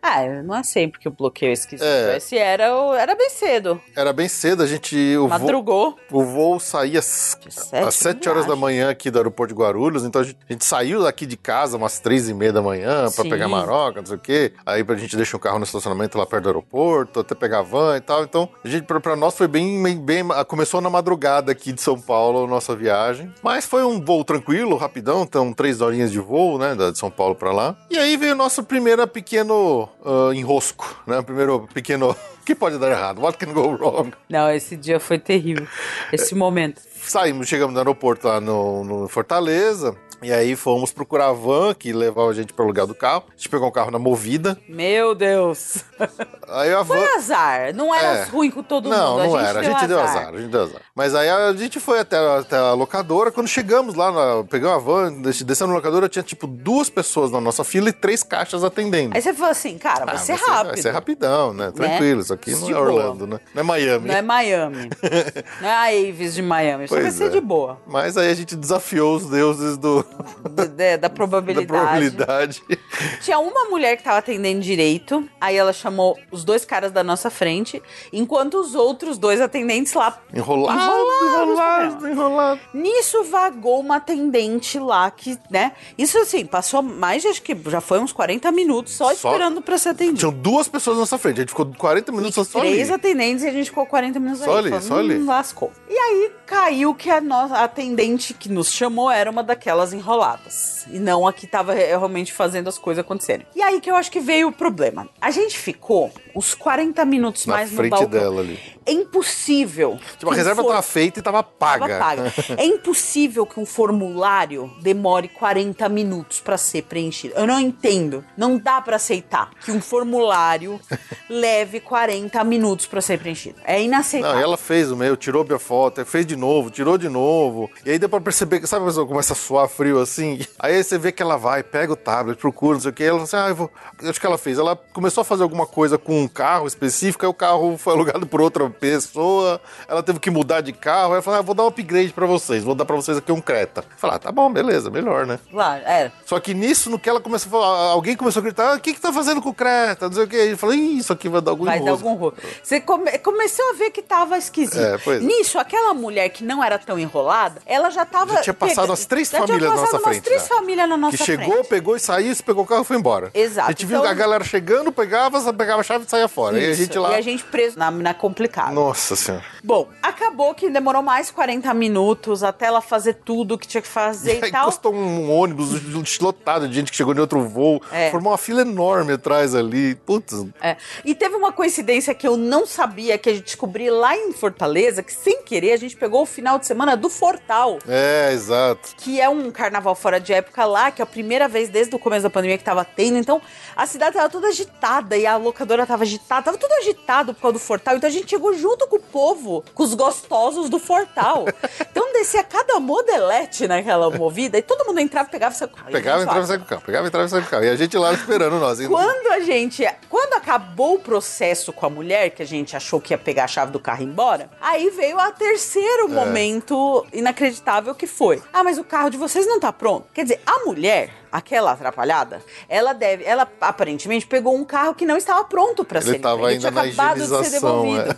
S3: Ah, não é sempre que o bloqueio é esquisito.
S1: É.
S3: Esse era, o- era bem cedo.
S1: Era bem cedo, a gente... O voo,
S3: Madrugou.
S1: o voo saía às
S3: sete,
S1: às sete horas da manhã aqui do aeroporto de Guarulhos, então a gente, a gente saiu daqui de casa umas três e meia da manhã pra
S3: Sim.
S1: pegar Maroca, não sei o quê. Aí a gente deixa o carro no estacionamento lá perto do aeroporto, até pegar a van e tal. Então, a gente, pra, pra nós foi bem, bem, bem... Começou na madrugada aqui de São Paulo, a nossa viagem. Mas foi um voo tranquilo, rapidão, então três horinhas de voo, né, da- de São Paulo pra lá. E aí veio o nosso primeiro pequeno ah, enrosco, né, o primeiro pequeno... O que pode dar errado? What can go wrong?
S3: Não, esse dia foi terrível. Esse momento.
S1: Saímos, chegamos no aeroporto lá no, no Fortaleza. E aí fomos procurar a van que levava a gente para o lugar do carro. A gente pegou um carro na Movida.
S3: Meu Deus.
S1: Aí a van...
S3: Foi azar. Não era
S1: É.
S3: ruim com todo
S1: Não,
S3: mundo. A
S1: não
S3: gente
S1: era. A
S3: deu
S1: gente deu
S3: azar.
S1: azar. A gente deu azar. Mas aí a gente foi até, até a locadora. Quando chegamos lá, na, pegamos a van, des- descemos na locadora, tinha tipo duas pessoas na nossa fila e três caixas atendendo.
S3: Aí você falou assim, cara, vai
S1: Ah,
S3: ser
S1: vai
S3: rápido.
S1: Vai ser rapidão, né? Tranquilo. Isso aqui não
S3: De
S1: é
S3: boa.
S1: Orlando, né? Não é Miami.
S3: Não é Miami. Não é a Avis de Miami. Isso vai
S1: Pois
S3: ser
S1: é.
S3: de boa.
S1: Mas aí a gente desafiou os deuses do...
S3: Da, da- da probabilidade.
S1: da probabilidade.
S3: Tinha uma mulher que tava atendendo direito, aí ela chamou os dois caras da nossa frente, enquanto os outros dois atendentes lá
S1: Enrolado,
S3: Enrolados,
S1: enrolado, enrolado.
S3: Nisso vagou uma atendente lá que, né? Isso assim, passou mais de, acho que já foi uns quarenta minutos só,
S1: Só-
S3: esperando pra ser atendido.
S1: Tinham duas pessoas na nossa frente. A gente ficou quarenta minutos só
S3: Três
S1: ali.
S3: atendentes e a gente ficou quarenta minutos
S1: Só
S3: aí.
S1: ali,
S3: Falando,
S1: só ali.
S3: "Hum, lascou. E aí caiu que a nossa a atendente que nos chamou era uma daquelas enroladas. E não a que tava realmente fazendo as coisas acontecerem. E aí que eu acho que veio o problema. A gente ficou uns quarenta minutos
S1: Na
S3: mais no
S1: frente
S3: balcão.
S1: dela ali.
S3: É impossível.
S1: Tipo, a
S3: que um
S1: reserva
S3: for-
S1: tava feita e tava paga.
S3: Tava paga. É impossível que um formulário demore quarenta minutos pra ser preenchido. Eu não entendo. Não dá pra aceitar que um formulário leve quarenta minutos pra ser preenchido. É
S1: Não,
S3: inaceitável.
S1: e ela fez o meu, tirou a foto, fez de novo, tirou de novo. E aí deu pra perceber que, sabe, a pessoa começa a suar frio assim? Aí você vê que ela vai, pega o tablet, procura, não sei o que. Ela fala assim, ah, eu vou... Acho que ela fez. Ela começou a fazer alguma coisa com um carro específico, aí o carro foi alugado por outra pessoa. Ela teve que mudar de carro. Aí ela falou, ah, vou dar um upgrade pra vocês, vou dar pra vocês aqui um Creta. Eu falei, ah, tá bom, beleza, melhor, né?
S3: Lá, era.
S1: Só que nisso, no que ela começou a falar, alguém começou a gritar, ah, o que que tá fazendo com o Creta? Não sei o que. Eu falei, "Ih, isso aqui vai dar algum
S3: Vai dar
S1: enrosco."
S3: algum rolo. Você come- começou a ver que tava esquisito.
S1: É, pois é.
S3: Nisso, aquela mulher que não era tão enrolada, ela já tava...
S1: Já tinha passado
S3: pega-
S1: as três
S3: já
S1: famílias
S3: tinha
S1: na
S3: passado
S1: nossa
S3: umas
S1: frente.
S3: três
S1: já.
S3: famílias na nossa
S1: Que chegou,
S3: frente.
S1: pegou e saiu, se pegou o carro e foi embora.
S3: Exato.
S1: A gente viu
S3: Então-
S1: a galera chegando, pegava, pegava a chave e saía fora. E a
S3: Isso.
S1: gente lá...
S3: E a gente preso na, na complicada.
S1: Nossa senhora.
S3: Bom, acabou que demorou mais quarenta minutos até ela fazer tudo o que tinha que fazer e
S1: Aí
S3: tal.
S1: custou um ônibus lotado de gente que chegou em outro voo.
S3: É.
S1: Formou uma fila enorme atrás ali. Putz.
S3: É. E teve uma coincidência que eu não sabia, que a gente descobriu lá em Fortaleza, que sem querer a gente pegou o final de semana do Fortal,
S1: É, exato.
S3: que é um carnaval fora de época lá, que é a primeira vez desde o começo da pandemia que tava tendo. Então a cidade tava toda agitada e a locadora tava agitada, tava tudo agitado por causa do Fortal. Então a gente chegou junto com o povo, com os gostosos do Fortal. Então descia cada modelete naquela movida e todo mundo entrava, pegava e saia com o carro.
S1: Pegava,
S3: E
S1: entrava e
S3: gente,
S1: saia com o carro. Pegava, entrava e saia com o carro. E a gente lá esperando nós.
S3: Quando a gente. Quando acabou o processo com a mulher, que a gente achou que ia pegar a chave do carro e ir embora, aí veio a terceiro momento inacreditável que foi. Ah, mas o carro de vocês não tá pronto. Quer dizer, a mulher, aquela atrapalhada, ela deve. Ela aparentemente pegou um carro que não estava pronto pra
S1: Ele
S3: ser
S1: tava
S3: entregue.
S1: ainda na
S3: Ele tinha acabado de ser
S1: higienização,
S3: devolvido.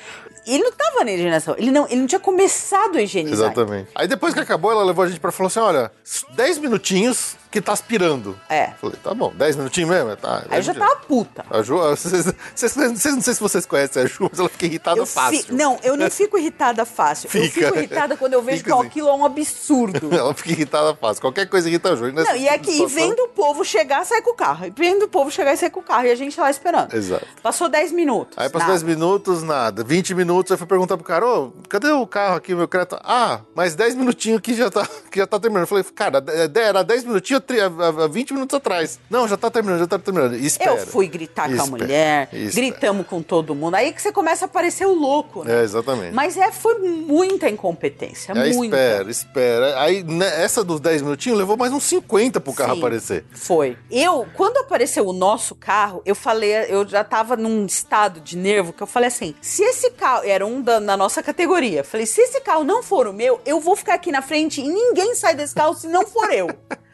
S3: Ele não tava na higienização. Ele não, ele não tinha começado a higienizar.
S1: Exatamente. Aí depois que acabou, ela levou a gente pra falou assim: olha, dez minutinhos que tá aspirando.
S3: É.
S1: Falei, tá bom, dez minutinhos mesmo? Tá.
S3: Aí eu já tava puta.
S1: A Ju, vocês, vocês, vocês- não sei se vocês conhecem a Ju, mas ela fica irritada
S3: Eu
S1: fácil.
S3: fi- Não, eu não fico irritada fácil. Eu
S1: Fica.
S3: fico irritada quando eu vejo
S1: Fica
S3: que
S1: assim.
S3: aquilo é um absurdo.
S1: Ela fica irritada fácil. Qualquer coisa irrita a Ju.
S3: Não, e aqui, e vendo o povo chegar, sai com o carro. E vendo o povo chegar e sair com o carro. E a gente lá esperando.
S1: Exato.
S3: Passou dez minutos.
S1: Aí passou
S3: nada.
S1: dez minutos, nada. vinte minutos, aí fui perguntar pro cara, ô, cadê o carro aqui, meu Creta? Ah, mas dez minutinhos que já tá, que já tá terminando. Eu falei, cara, era dez minutinhos há vinte minutos atrás. Não, já tá terminando, já tá terminando. E espera.
S3: Eu fui gritar com a
S1: Espera.
S3: mulher,
S1: Espera.
S3: gritamos com todo mundo. Aí que você começa a parecer o louco, né?
S1: É, exatamente.
S3: Mas é, foi muita incompetência,
S1: Aí
S3: muita.
S1: espera, espera. Aí né, essa dos dez minutinhos levou mais uns cinquenta pro carro
S3: Sim,
S1: aparecer.
S3: Foi. Eu, quando apareceu o nosso carro, eu falei, eu já tava num estado de nervo que eu falei assim: se esse carro, era um da, na nossa categoria, falei, se esse carro não for o meu, eu vou ficar aqui na frente e ninguém sai desse carro se não for eu.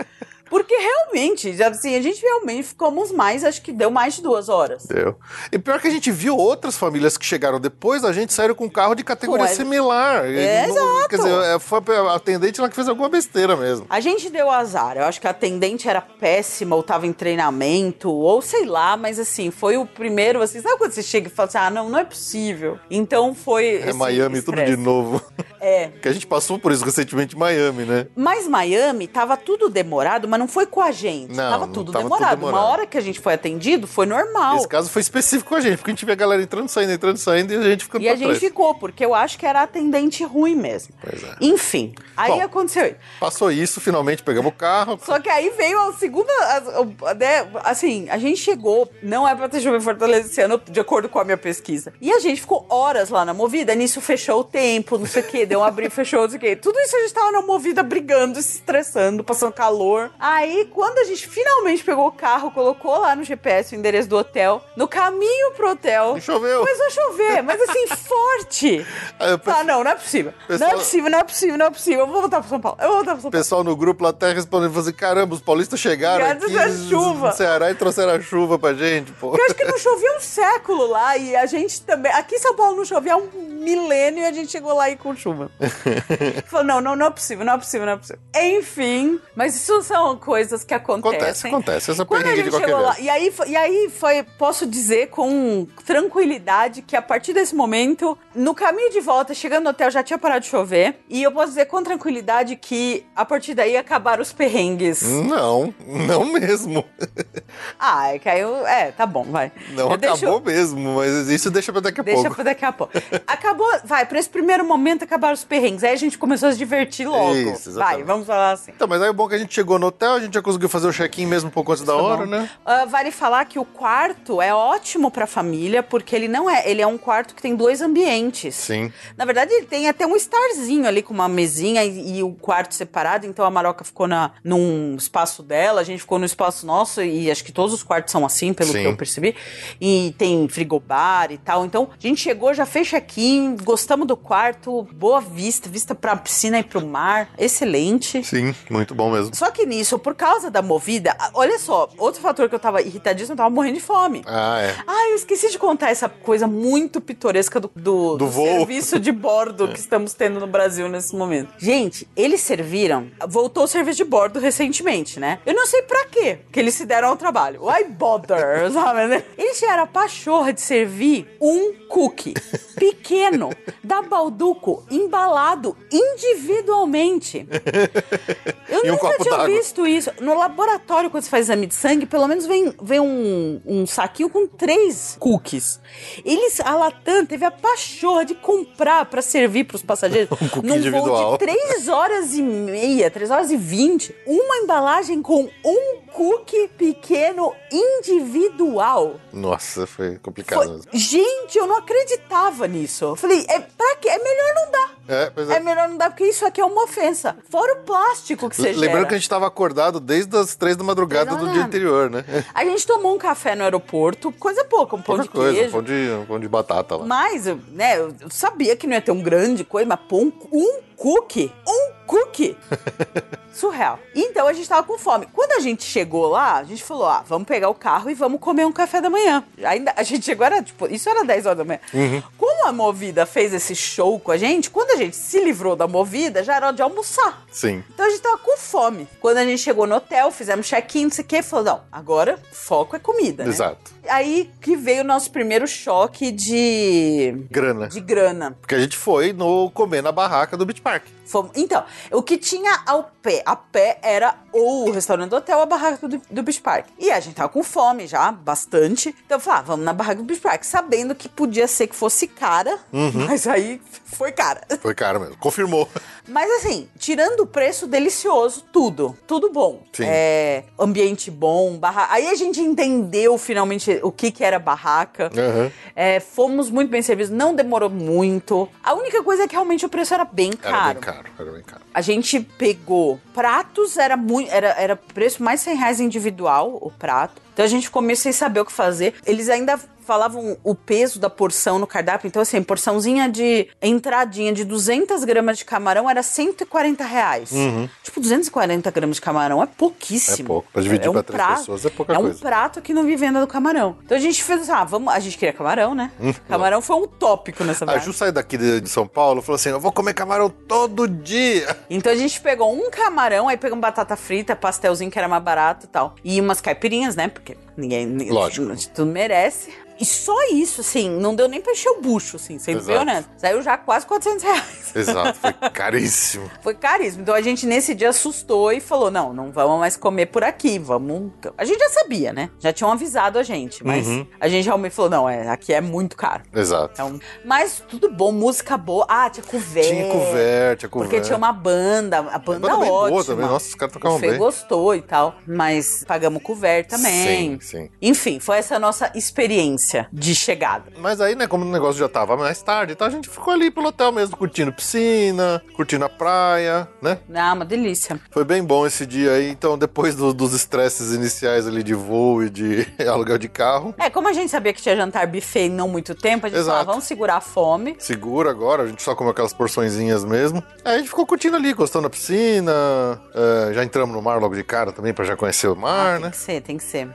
S3: Porque realmente, assim, a gente realmente ficamos mais, acho que deu mais de duas horas.
S1: Deu. E pior que a gente viu outras famílias que chegaram depois da gente saíram com carro de categoria
S3: Pô, é-
S1: similar.
S3: É,
S1: Não-
S3: exato.
S1: Quer dizer, é, foi a atendente lá que fez alguma besteira mesmo.
S3: A gente deu azar. Eu acho que a atendente era péssima, ou tava em treinamento, ou sei lá, mas assim, foi o primeiro, assim, sabe quando você chega e fala assim, ah, não, não é possível. Então foi
S1: É
S3: esse
S1: Miami tudo
S3: estresse.
S1: de novo.
S3: É.
S1: Que a gente passou por isso recentemente em Miami, né?
S3: Mas Miami tava tudo demorado, mas não foi com a gente.
S1: Não,
S3: tava
S1: não
S3: tudo
S1: tava
S3: demorado.
S1: tudo demorado.
S3: Uma hora que a gente foi atendido, foi normal.
S1: Esse caso foi específico com a gente, porque a gente vê a galera entrando, saindo, entrando, saindo e a gente ficando
S3: E a
S1: pra
S3: gente
S1: trás.
S3: ficou, porque eu acho que era atendente ruim mesmo.
S1: Pois é.
S3: Enfim, aí
S1: Bom.
S3: aconteceu isso.
S1: Passou isso, finalmente pegamos o carro.
S3: Só que aí veio a segunda. a- a- né, assim, a gente chegou, não é pra ter chover em Fortaleza esse ano, de acordo com a minha pesquisa. E a gente ficou horas lá na Movida, nisso fechou o tempo, não sei o quê, deu um abrir, fechou, não sei o quê. Tudo isso a gente tava na Movida brigando, se estressando, passando calor. Aí, quando a gente finalmente pegou o carro, colocou lá no G P S o endereço do hotel, no caminho pro hotel.
S1: E choveu.
S3: Começou a chover, mas assim, forte.
S1: Aí o
S3: Ah, não, não é possível.
S1: Pessoal-
S3: Não é possível, não é possível, não é possível. Eu vou voltar pro São Paulo. Eu vou voltar pro São
S1: O
S3: Paulo.
S1: pessoal no grupo lá até respondendo, falando assim, caramba, os paulistas chegaram
S3: Graças
S1: aqui
S3: à chuva.
S1: no Ceará e trouxeram a chuva pra gente, pô.
S3: Eu acho que não chovia um século lá e a gente também. Aqui em São Paulo não chovia há um milênio e a gente chegou lá aí com chuva. Falou, não, não, não é possível, não é possível, não é possível. Enfim, mas isso são coisas que acontecem.
S1: Acontece, acontece. Essa
S3: Quando a
S1: perrengue de
S3: gente
S1: qualquer
S3: chegou lá,
S1: vez.
S3: e aí, foi- e aí foi, posso dizer com tranquilidade que a partir desse momento, no caminho de volta, chegando no hotel, já tinha parado de chover. E eu posso dizer com tranquilidade que a partir daí acabaram os perrengues.
S1: Não, não mesmo.
S3: Ah, é que aí eu. É, tá bom, vai.
S1: Não
S3: Eu deixo-
S1: acabou mesmo, mas isso deixa pra daqui a
S3: Deixa
S1: pouco.
S3: pra daqui a pouco. Acabou, vai, pra esse primeiro momento acabaram os perrengues. Aí a gente começou a se divertir logo.
S1: Isso,
S3: vai,
S1: exatamente.
S3: vamos falar assim.
S1: Então, mas aí o bom é que a gente chegou no hotel, a gente já conseguiu fazer o check-in mesmo um pouco antes da
S3: Tá
S1: hora,
S3: bom.
S1: né?
S3: Ah, vale falar que o quarto é ótimo pra família, porque ele não é. Ele é um quarto que tem dois ambientes.
S1: Sim.
S3: Na verdade, ele tem até um estarzinho ali com uma mesinha e, e o quarto separado. Então a Maroca ficou na, num espaço dela, a gente ficou no espaço nosso, e acho que todos os quartos são assim, pelo
S1: Sim.
S3: que eu percebi. E tem frigobar e tal. Então a gente chegou, já fez check-in, gostamos do quarto, boa vista, vista pra piscina e pro mar. Excelente.
S1: Sim, muito bom mesmo.
S3: Só que nisso, por causa da Movida, a- olha só, outro fator que eu tava irritadíssima, eu tava morrendo de fome.
S1: Ah, é.
S3: Ah, eu esqueci de contar essa coisa muito pitoresca do, do,
S1: Do voo.
S3: serviço de bordo que estamos tendo no Brasil nesse momento. Gente, eles serviram, voltou o serviço de bordo recentemente, né? Eu não sei pra quê que eles se deram ao trabalho. Why bother, sabe, né? Eles tiveram a pachorra de servir um cookie pequeno da Balduco, embalado individualmente. Eu
S1: E um
S3: nunca
S1: copo
S3: tinha
S1: d'água.
S3: visto isso. No laboratório, quando você faz exame de sangue, pelo menos vem, vem um, um saquinho com três cookies. Eles, a Latam teve a pachorra de comprar pra servir pros passageiros
S1: Um cookie
S3: num
S1: individual.
S3: voo de três horas e meia, três horas e vinte, uma embalagem com um cookie pequeno individual.
S1: Nossa, foi complicado
S3: Foi-
S1: mesmo.
S3: Gente, eu não acreditava nisso. Eu falei, é pra quê? É melhor não dar.
S1: É, pois
S3: É
S1: é.
S3: melhor não dar, porque isso aqui é uma ofensa. Fora o plástico que você
S1: Lembrando
S3: gera.
S1: que a gente tava acordado desde as três da madrugada
S3: Três da
S1: do dia
S3: manhã.
S1: anterior, né?
S3: A gente tomou um café no aeroporto, coisa pouca, um pão
S1: Pouca
S3: de
S1: coisa,
S3: queijo.
S1: um pão de, um pão de batata lá.
S3: Mas, eu, né, eu sabia que não ia ter um grande coisa, mas pô, um, um cookie, um cookie. Surreal. Então a gente tava com fome. Quando a gente chegou lá, a gente falou, ah, vamos pegar o carro e vamos comer um café da manhã. Ainda, a gente chegou, era tipo, isso era dez horas da manhã.
S1: Uhum.
S3: Como a Movida fez esse show com a gente, quando a gente se livrou da Movida, já era hora de almoçar.
S1: Sim.
S3: Então a gente tava com fome. Quando a gente chegou no hotel, fizemos check-in, não sei o quê, falou, não, agora foco é comida, né?
S1: Exato.
S3: Aí que veio o nosso primeiro choque de...
S1: Grana.
S3: de grana.
S1: Porque a gente foi no comer na barraca do Beach Park.
S3: Fomos- Então, o que tinha ao pé, a pé era ou o restaurante do hotel ou a barraca do, do Beach Park. E a gente tava com fome já, bastante. Então eu falei, ah, vamos na barraca do Beach Park, sabendo que podia ser que fosse cara, mas aí foi cara.
S1: Foi caro mesmo. Confirmou.
S3: Mas assim, tirando o preço, delicioso, tudo. Tudo bom.
S1: Sim.
S3: É, ambiente bom, barraca. Aí a gente entendeu finalmente o que que era barraca.
S1: Aham.
S3: É, fomos muito bem servidos, não demorou muito. A única coisa é que realmente o preço era bem caro.
S1: Era bem caro, era bem caro.
S3: A gente pegou pratos, era muito, era, era preço mais cem reais individual o prato. Então a gente ficou meio sem saber o que fazer. Eles ainda falavam o peso da porção no cardápio. Então, assim, porçãozinha de entradinha de duzentas gramas de camarão era cento e quarenta reais.
S1: Uhum.
S3: Tipo, duzentos e quarenta gramas de camarão é pouquíssimo.
S1: É pouco. Pra dividir
S3: é um
S1: pra três
S3: prato,
S1: pessoas é pouca
S3: é
S1: coisa.
S3: É um prato que não vive venda do camarão. Então a gente fez, ah, vamos... A gente queria camarão, né? Camarão foi um tópico nessa
S1: A
S3: viagem.
S1: Ju saiu daqui de, de São Paulo e falou assim, eu vou comer camarão todo dia.
S3: Então a gente pegou um camarão, aí pegamos batata frita, pastelzinho que era mais barato e tal. E umas caipirinhas, né? Porque ninguém...
S1: Lógico.
S3: Tudo merece. E só isso, assim, não deu nem pra encher o bucho, assim, sendo bem honesto. Saiu já quase quatrocentos reais.
S1: Exato, foi caríssimo.
S3: Foi caríssimo. Então a gente nesse dia assustou e falou, não, não vamos mais comer por aqui, vamos... A gente já sabia, né? Já tinham avisado a gente, mas
S1: uhum.
S3: a gente realmente falou, não, é, aqui é muito caro.
S1: Exato.
S3: Então, mas tudo bom, música boa. Ah, tinha couvert.
S1: Tinha couvert, tinha couvert.
S3: Porque tinha uma banda, a banda,
S1: a banda
S3: ótima.
S1: boa também, nossa, os caras tocavam
S3: o Fê
S1: bem.
S3: gostou e tal, mas pagamos couvert também.
S1: Sim, sim.
S3: Enfim, foi essa a nossa experiência de chegada.
S1: Mas aí, né, como o negócio já tava mais tarde, então a gente ficou ali pelo hotel mesmo, curtindo piscina, curtindo a praia, né?
S3: Ah, uma delícia.
S1: Foi bem bom esse dia aí, então depois do, dos estresses iniciais ali de voo e de aluguel de carro.
S3: É, como a gente sabia que tinha jantar buffet em não muito tempo, a gente
S1: Exato.
S3: falava, vamos segurar a fome.
S1: Segura agora, a gente só comeu aquelas porçõezinhas mesmo. Aí a gente ficou curtindo ali, gostando da piscina, é, já entramos no mar logo de cara também pra já conhecer o mar,
S3: ah,
S1: né?
S3: Tem que ser, tem que ser.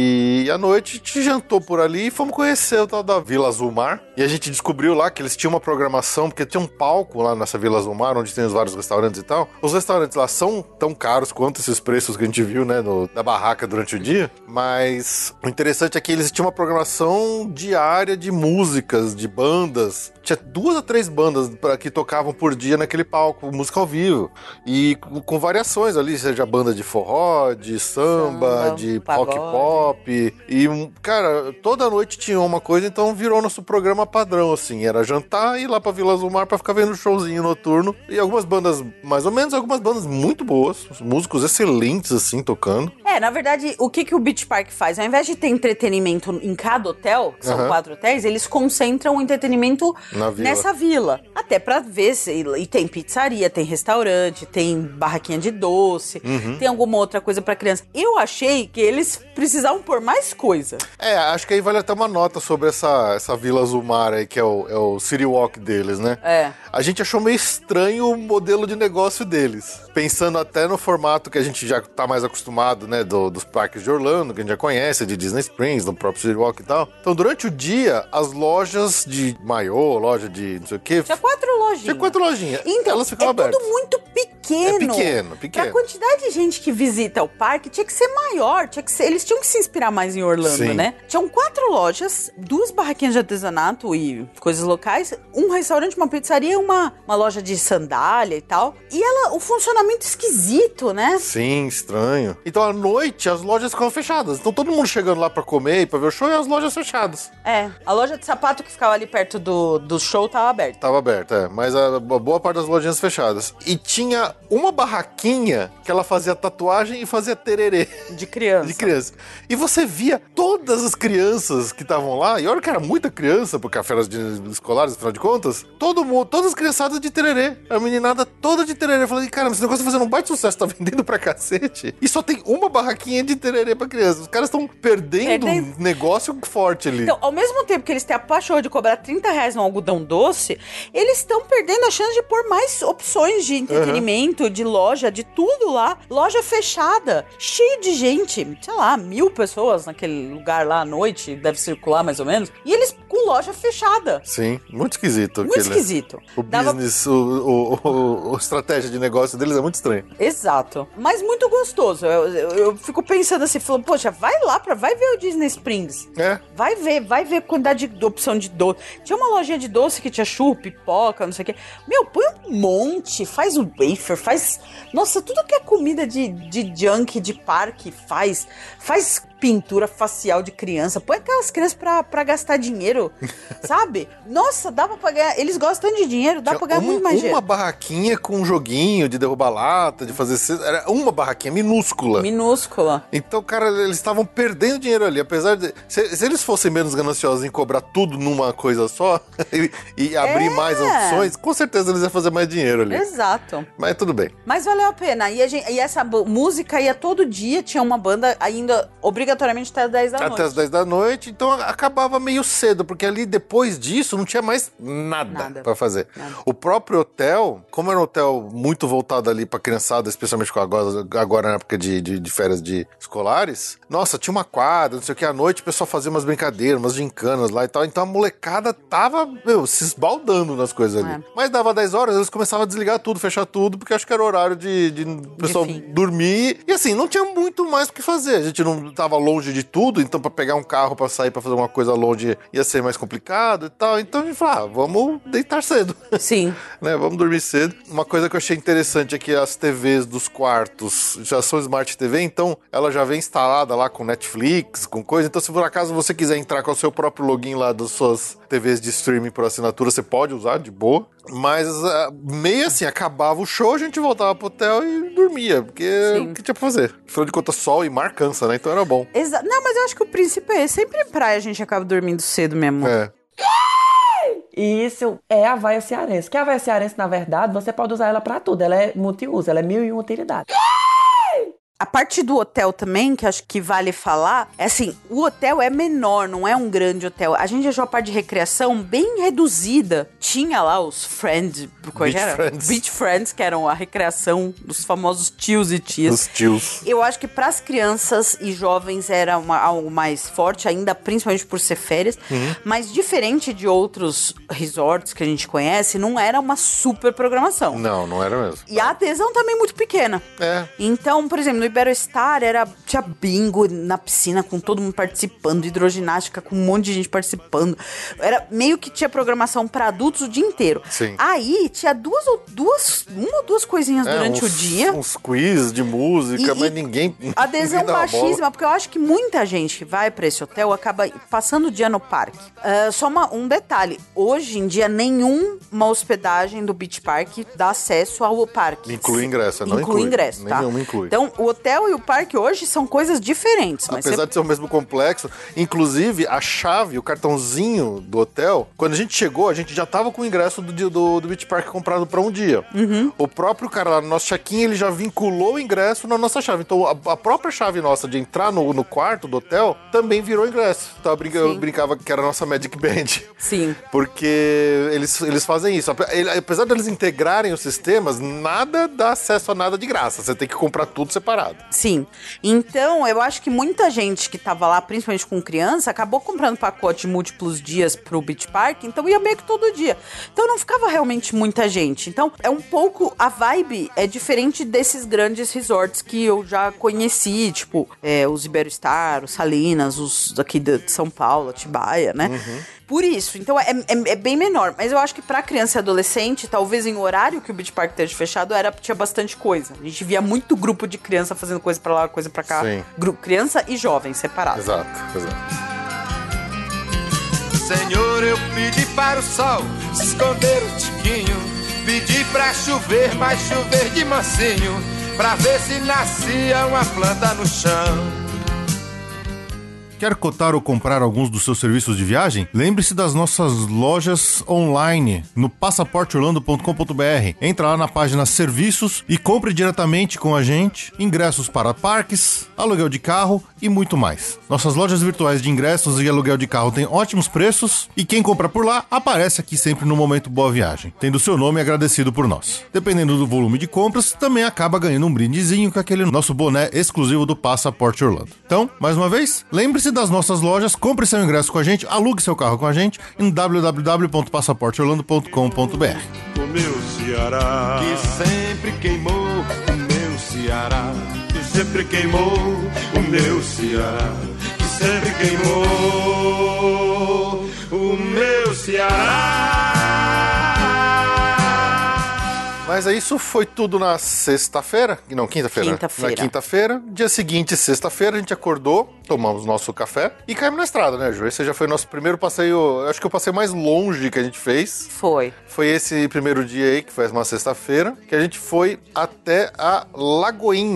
S1: E à noite a gente jantou por ali e fomos conhecer o tal da Vila Azul Mar. E a gente descobriu lá que eles tinham uma programação, porque tinha um palco lá nessa Vila Azul Mar, onde tem os vários restaurantes e tal. Os restaurantes lá são tão caros quanto esses preços que a gente viu, né, no, da barraca durante o dia. Mas o interessante é que eles tinham uma programação diária de músicas, de bandas. Tinha duas ou três bandas que tocavam por dia naquele palco, música ao vivo. E com, com variações ali, seja banda de forró, de samba,
S3: Samba,
S1: de
S3: pagode.
S1: rock pop. E, cara, toda noite tinha uma coisa, então virou nosso programa padrão, assim. Era jantar e ir lá pra Vila Azul Mar pra ficar vendo showzinho noturno. E algumas bandas mais ou menos, algumas bandas muito boas. Músicos excelentes, assim, tocando.
S3: É, na verdade, o que, que o Beach Park faz? Ao invés de ter entretenimento em cada hotel, que são
S1: Uhum.
S3: quatro hotéis, eles concentram o entretenimento
S1: Na vila.
S3: nessa vila. Até pra ver se... E tem pizzaria, tem restaurante, tem barraquinha de doce,
S1: Uhum.
S3: tem alguma outra coisa pra criança. Eu achei que eles precisavam pôr mais coisa.
S1: É, acho que aí vale até uma nota sobre essa, essa Vila Azul Mar aí, que é o, é o City Walk deles, né?
S3: É.
S1: A gente achou meio estranho o modelo de negócio deles. Pensando até no formato que a gente já tá mais acostumado, né? Do, dos parques de Orlando, que a gente já conhece, de Disney Springs, do próprio City Walk e tal. Então, durante o dia, as lojas de maiô, loja de não sei o quê...
S3: Tinha quatro lojinhas.
S1: Tinha quatro lojinhas.
S3: Então,
S1: elas ficam
S3: é
S1: abertas.
S3: tudo muito pequeno.
S1: É pequeno, pequeno.
S3: Pra quantidade de gente que visita o parque, tinha que ser maior. Tinha que ser, eles tinham que se inspirar mais em Orlando,
S1: Sim.
S3: né? Tinham quatro lojas, duas barraquinhas de artesanato e coisas locais, um restaurante, uma pizzaria, uma, uma loja de sandália e tal. E ela, o funcionamento esquisito, né?
S1: Sim, estranho. Então, à noite, as lojas ficam fechadas. Então, todo mundo chegando lá pra comer e pra ver o show e as lojas fechadas.
S3: É, a loja de sapato que ficava ali perto do, do show tava aberta.
S1: Tava aberta, é. Mas a, a boa parte das lojinhas fechadas. E tinha uma barraquinha que ela fazia tatuagem e fazia tererê.
S3: De criança.
S1: De criança. E você via todas as crianças que estavam lá, e olha que era muita criança, porque a férias de escolares, afinal de contas, todo mundo, todas as criançadas de tererê. A meninada toda de tererê. Eu falei, cara, esse negócio tá fazendo um baita sucesso, tá vendendo pra cacete. E só tem uma barraquinha de tererê pra criança. Os caras estão perdendo
S3: Perdendo.
S1: um negócio forte ali.
S3: Então, ao mesmo tempo que eles têm a pachorra de cobrar trinta reais no algodão doce, eles estão perdendo a chance de pôr mais opções de entretenimento, uhum. de loja, de tudo lá. Loja fechada, cheio de gente, sei lá, mil pessoas naquele lugar lá à noite, deve circular mais ou menos, e eles com loja fechada.
S1: Sim, muito esquisito.
S3: Muito
S1: aquele,
S3: esquisito.
S1: O
S3: Dava...
S1: business, o, o, o, o estratégia de negócio deles é muito estranho.
S3: Exato. Mas muito gostoso. Eu, eu, eu fico pensando assim, falando, poxa, vai lá, pra, vai ver o Disney Springs.
S1: É.
S3: Vai ver, vai ver a quantidade de opção de doce. Tinha uma lojinha de doce que tinha churro, pipoca, não sei o quê. Meu, põe um monte, faz o wafer, faz... Nossa, tudo que é comida de, de junk, de parque, faz. Faz pintura facial de criança. Põe aquelas crianças pra, pra gastar dinheiro, sabe? Nossa, dá pra pagar... Eles gostam de dinheiro, dá
S1: Tinha
S3: pra ganhar
S1: uma,
S3: muito mais
S1: uma
S3: dinheiro.
S1: Uma barraquinha com um joguinho de derrubar lata, de fazer... Era uma barraquinha minúscula.
S3: Minúscula.
S1: Então, cara, eles estavam perdendo dinheiro ali. Apesar de... Se, se eles fossem menos gananciosos em cobrar tudo numa coisa só e, e abrir
S3: É.
S1: mais opções, com certeza eles iam fazer mais dinheiro ali.
S3: Exato.
S1: Mas tudo bem.
S3: Mas valeu a pena. E, a gente, e essa b- música ia todo dia, tinha uma banda ainda obrigatória obrigatoriamente até as dez da noite.
S1: Até as dez da noite, então acabava meio cedo, porque ali depois disso não tinha mais nada,
S3: Nada.
S1: pra fazer.
S3: Nada.
S1: O próprio hotel, como era um hotel muito voltado ali pra criançada, especialmente com agora, agora na época de, de, de férias de escolares, nossa, tinha uma quadra, não sei o que, à noite o pessoal fazia umas brincadeiras, umas gincanas lá e tal, então a molecada tava, meu, se esbaldando nas coisas ali.
S3: É.
S1: Mas dava dez horas, eles começavam a desligar tudo, fechar tudo, porque acho que era horário de, de o pessoal
S3: fim.
S1: dormir. E assim, não tinha muito mais o que fazer. A gente não tava longe de tudo, então pra pegar um carro pra sair pra fazer uma coisa longe ia ser mais complicado e tal. Então a gente falou, ah, vamos deitar cedo.
S3: Sim.
S1: né? Vamos dormir cedo. Uma coisa que eu achei interessante é que as T Vs dos quartos já são Smart T V, então ela já vem instalada lá com Netflix, com coisa. Então se por acaso você quiser entrar com o seu próprio login lá das suas T Vs de streaming por assinatura, você pode usar de boa. Mas uh, meio assim, acabava o show, a gente voltava pro hotel e dormia, porque
S3: Sim.
S1: o que tinha pra fazer? Afinal de contas, sol e mar cansa, né? Então era bom.
S3: Exa- Não, mas eu acho que o princípio é esse. Sempre em praia a gente acaba dormindo cedo mesmo.
S1: É.
S5: E isso é a vaia cearense. Que a vaia cearense, na verdade, você pode usar ela pra tudo. Ela é multiuso, ela é mil e uma utilidades.
S3: A parte do hotel também, que acho que vale falar, é assim, o hotel é menor, não é um grande hotel. A gente achou a parte de recreação bem reduzida. Tinha lá os Friends, qual
S1: Beach
S3: era?
S1: Friends.
S3: Beach Friends, que eram a recreação dos famosos tios e tias.
S1: Os tios.
S3: Eu acho que para as crianças e jovens era uma, algo mais forte, ainda principalmente por ser férias.
S1: Uhum.
S3: Mas diferente de outros resorts que a gente conhece, não era uma super programação.
S1: Não, não era mesmo.
S3: E a adesão também muito pequena.
S1: É.
S3: Então, por exemplo, no Iberostar era, tinha bingo na piscina com todo mundo participando, hidroginástica com um monte de gente participando. Era meio que tinha programação para adultos o dia inteiro.
S1: Sim.
S3: Aí tinha duas ou duas, uma ou duas coisinhas
S1: É,
S3: durante
S1: uns,
S3: o dia.
S1: Uns quiz de música,
S3: E-
S1: mas
S3: e
S1: ninguém.
S3: Adesão
S1: ninguém dava bola.
S3: baixíssima, porque eu acho que muita gente que vai pra esse hotel acaba passando o dia no parque. Ah, só uma- um detalhe: hoje em dia, nenhuma hospedagem do Beach Park dá acesso ao parque.
S1: Inclui ingresso, não
S3: inclui
S1: inclui.
S3: ingresso, tá?
S1: Nenhuma inclui.
S3: Então, o hotel e o parque hoje são coisas diferentes. Mas
S1: Apesar
S3: você-
S1: de ser o mesmo complexo, inclusive a chave, o cartãozinho do hotel, quando a gente chegou, a gente já tava com o ingresso do, dia- do, do Beach Park comprado pra um dia.
S3: Uhum.
S1: O próprio cara lá no nosso check-in, ele já vinculou o ingresso na nossa chave. Então a, a própria chave nossa de entrar no, no quarto do hotel também virou ingresso. Então eu, brinca- eu
S3: Sim.
S1: brincava que era a nossa Magic Band.
S3: Sim.
S1: Porque eles, eles fazem isso. Ape- ele- Apesar deles integrarem os sistemas, nada dá acesso a nada de graça. Você tem que comprar tudo separado.
S3: Sim. Então, eu acho que muita gente que tava lá, principalmente com criança, acabou comprando pacote de múltiplos dias pro Beach Park, então ia meio que todo dia. Então não ficava realmente muita gente. Então, é um pouco... A vibe é diferente desses grandes resorts que eu já conheci, tipo, é, os Iberostar, os Salinas, os aqui de de São Paulo, Atibaia, né? Por isso, então é, é, é bem menor. Mas eu acho que pra criança e adolescente, talvez em horário que o Beach Park esteja fechado, era, tinha bastante coisa. A gente via muito grupo de criança fazendo coisa pra lá, coisa pra cá.
S1: Sim.
S3: Gru- criança e jovem, separado.
S1: Exato, exato.
S2: Senhor, eu pedi para o sol se esconder o tiquinho. Pedi pra chover, mas chover de mansinho, pra ver se nascia uma planta no chão.
S1: Quer cotar ou comprar alguns dos seus serviços de viagem? Lembre-se das nossas lojas online no passaporte orlando ponto com ponto b r. Entra lá na página Serviços e compre diretamente com a gente ingressos para parques, aluguel de carro e muito mais. Nossas lojas virtuais de ingressos e aluguel de carro têm ótimos preços e quem compra por lá aparece aqui sempre no Momento Boa Viagem, tendo seu nome agradecido por nós. Dependendo do volume de compras, também acaba ganhando um brindezinho com aquele nosso boné exclusivo do Passaporte Orlando. Então, mais uma vez, lembre-se das nossas lojas, compre seu ingresso com a gente, alugue seu carro com a gente em w w w ponto passaporte orlando ponto com ponto b r.
S2: O meu Ceará, que sempre queimou o meu Ceará, que sempre queimou o meu Ceará, que sempre queimou o meu Ceará.
S1: Mas aí isso foi tudo na sexta-feira, não, quinta-feira.
S3: Quinta-feira.
S1: Na quinta-feira, dia seguinte, sexta-feira, a gente acordou, tomamos nosso café e caímos na estrada, né, Ju? Esse já foi nosso primeiro passeio, acho que o passeio mais longe que a gente fez.
S3: Foi.
S1: Foi esse primeiro dia aí, que foi uma sexta-feira, que a gente foi até a Lagoinha.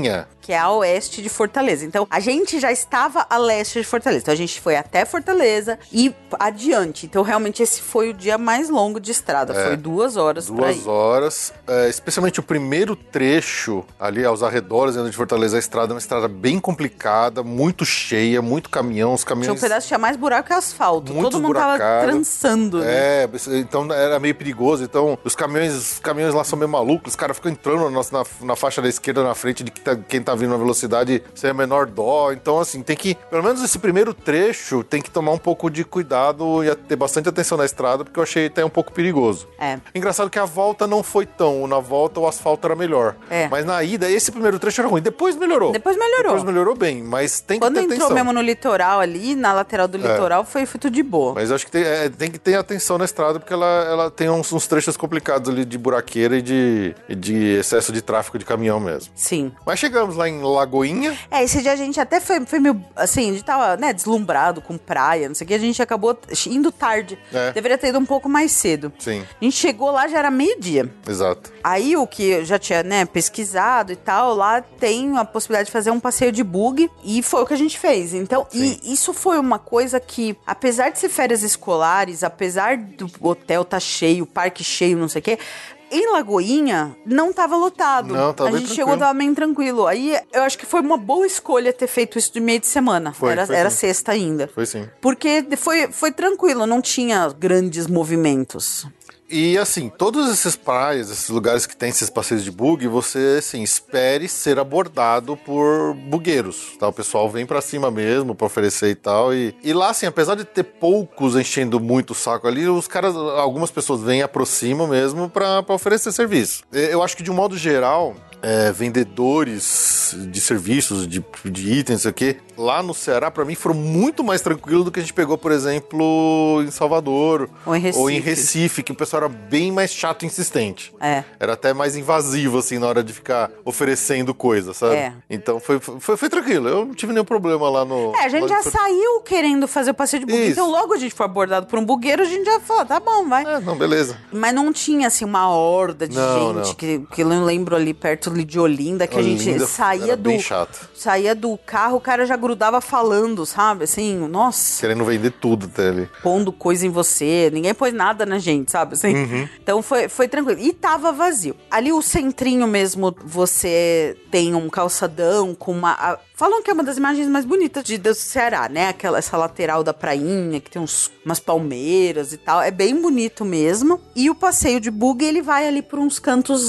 S3: que é a oeste de Fortaleza. Então, a gente já estava a leste de Fortaleza. Então, a gente foi até Fortaleza e adiante. Então, realmente, esse foi o dia mais longo de estrada. É, foi duas horas pra ir.
S1: Duas horas. É, especialmente o primeiro trecho ali aos arredores de Fortaleza, a estrada é uma estrada bem complicada, muito cheia, muito caminhão. Os caminhões...
S3: Tinha um pedaço que tinha mais buraco que asfalto.
S1: Muito
S3: Todo mundo
S1: buracado.
S3: tava trançando. Né?
S1: É, então era meio perigoso. Então, os caminhões, os caminhões lá são meio malucos. Os caras ficam entrando na, na, na faixa da esquerda, na frente de que tá, quem tá vindo na velocidade sem a menor dó. Então, assim, tem que, pelo menos esse primeiro trecho, tem que tomar um pouco de cuidado e ter bastante atenção na estrada, porque eu achei até um pouco perigoso.
S3: É.
S1: Engraçado que a volta não foi tão. Na volta o asfalto era melhor.
S3: É.
S1: Mas na ida, esse primeiro trecho era ruim. Depois melhorou.
S3: Depois melhorou.
S1: Depois melhorou bem, mas tem que
S3: Quando
S1: ter
S3: entrou
S1: atenção.
S3: mesmo no litoral ali, na lateral do litoral, é. foi, foi tudo de boa.
S1: Mas eu acho que tem, é, tem que ter atenção na estrada, porque ela, ela tem uns, uns trechos complicados ali de buraqueira e de, e de excesso de tráfego de caminhão mesmo.
S3: Sim.
S1: Mas chegamos lá em Lagoinha.
S3: É, esse dia a gente até foi, foi meio, assim, a gente tava, né, deslumbrado com praia, não sei o que, a gente acabou indo tarde.
S1: É.
S3: Deveria ter ido um pouco mais cedo.
S1: Sim.
S3: A gente chegou lá, já era meio-dia.
S1: Exato.
S3: Aí o que eu já tinha, né, pesquisado e tal, lá tem a possibilidade de fazer um passeio de buggy e foi o que a gente fez. Então, e isso foi uma coisa que, apesar de ser férias escolares, apesar do hotel tá cheio, parque cheio, não sei o quê, em Lagoinha, não tava lotado.
S1: Não, tava
S3: A
S1: bem
S3: gente
S1: tranquilo.
S3: chegou, tava bem tranquilo. Aí, eu acho que foi uma boa escolha ter feito isso de meio de semana.
S1: Foi,
S3: era
S1: foi
S3: era
S1: sim.
S3: sexta ainda.
S1: Foi sim.
S3: Porque foi, foi tranquilo, não tinha grandes movimentos.
S1: E assim, todos esses praias, esses lugares que tem esses passeios de bug, você, assim, espere ser abordado por bugueiros, tá? O pessoal vem pra cima mesmo pra oferecer e tal. E, e lá, assim, apesar de ter poucos enchendo muito o saco ali, os caras, algumas pessoas vêm e aproximam mesmo pra, pra oferecer serviço. Eu acho que, de um modo geral, é, vendedores de serviços, de, de itens, não sei o quê, lá no Ceará, pra mim, foram muito mais tranquilos do que a gente pegou, por exemplo, em Salvador.
S3: Ou em Recife.
S1: Ou em Recife, que o pessoal era bem mais chato e insistente.
S3: É.
S1: Era até mais invasivo, assim, na hora de ficar oferecendo coisa, sabe?
S3: É.
S1: Então foi, foi, foi tranquilo. Eu não tive nenhum problema lá no...
S3: É, a gente
S1: lá
S3: já
S1: de...
S3: saiu querendo fazer o passeio de bug.
S1: Isso.
S3: Então, logo a gente foi abordado por um bugueiro, a gente já falou, tá bom, vai.
S1: É, não, beleza.
S3: Mas não tinha, assim, uma horda de
S1: Não,
S3: gente,
S1: não.
S3: Que, que eu lembro ali perto ali de Olinda, que a gente
S1: Olinda
S3: saía
S1: era
S3: do...
S1: bem chato.
S3: Saía do carro, o cara já grudava falando, sabe? Assim, nossa,
S1: Querendo vender tudo até ali.
S3: pondo coisa em você. Ninguém pôs nada na gente, sabe? Assim.
S1: Uhum.
S3: Então foi, foi tranquilo. E tava vazio. Ali o centrinho mesmo, você tem um calçadão com uma... a- Falam que é uma das imagens mais bonitas de, do Ceará, né? Aquela, essa lateral da prainha, que tem uns, umas palmeiras e tal. É bem bonito mesmo. E o passeio de buggy, ele vai ali por uns cantos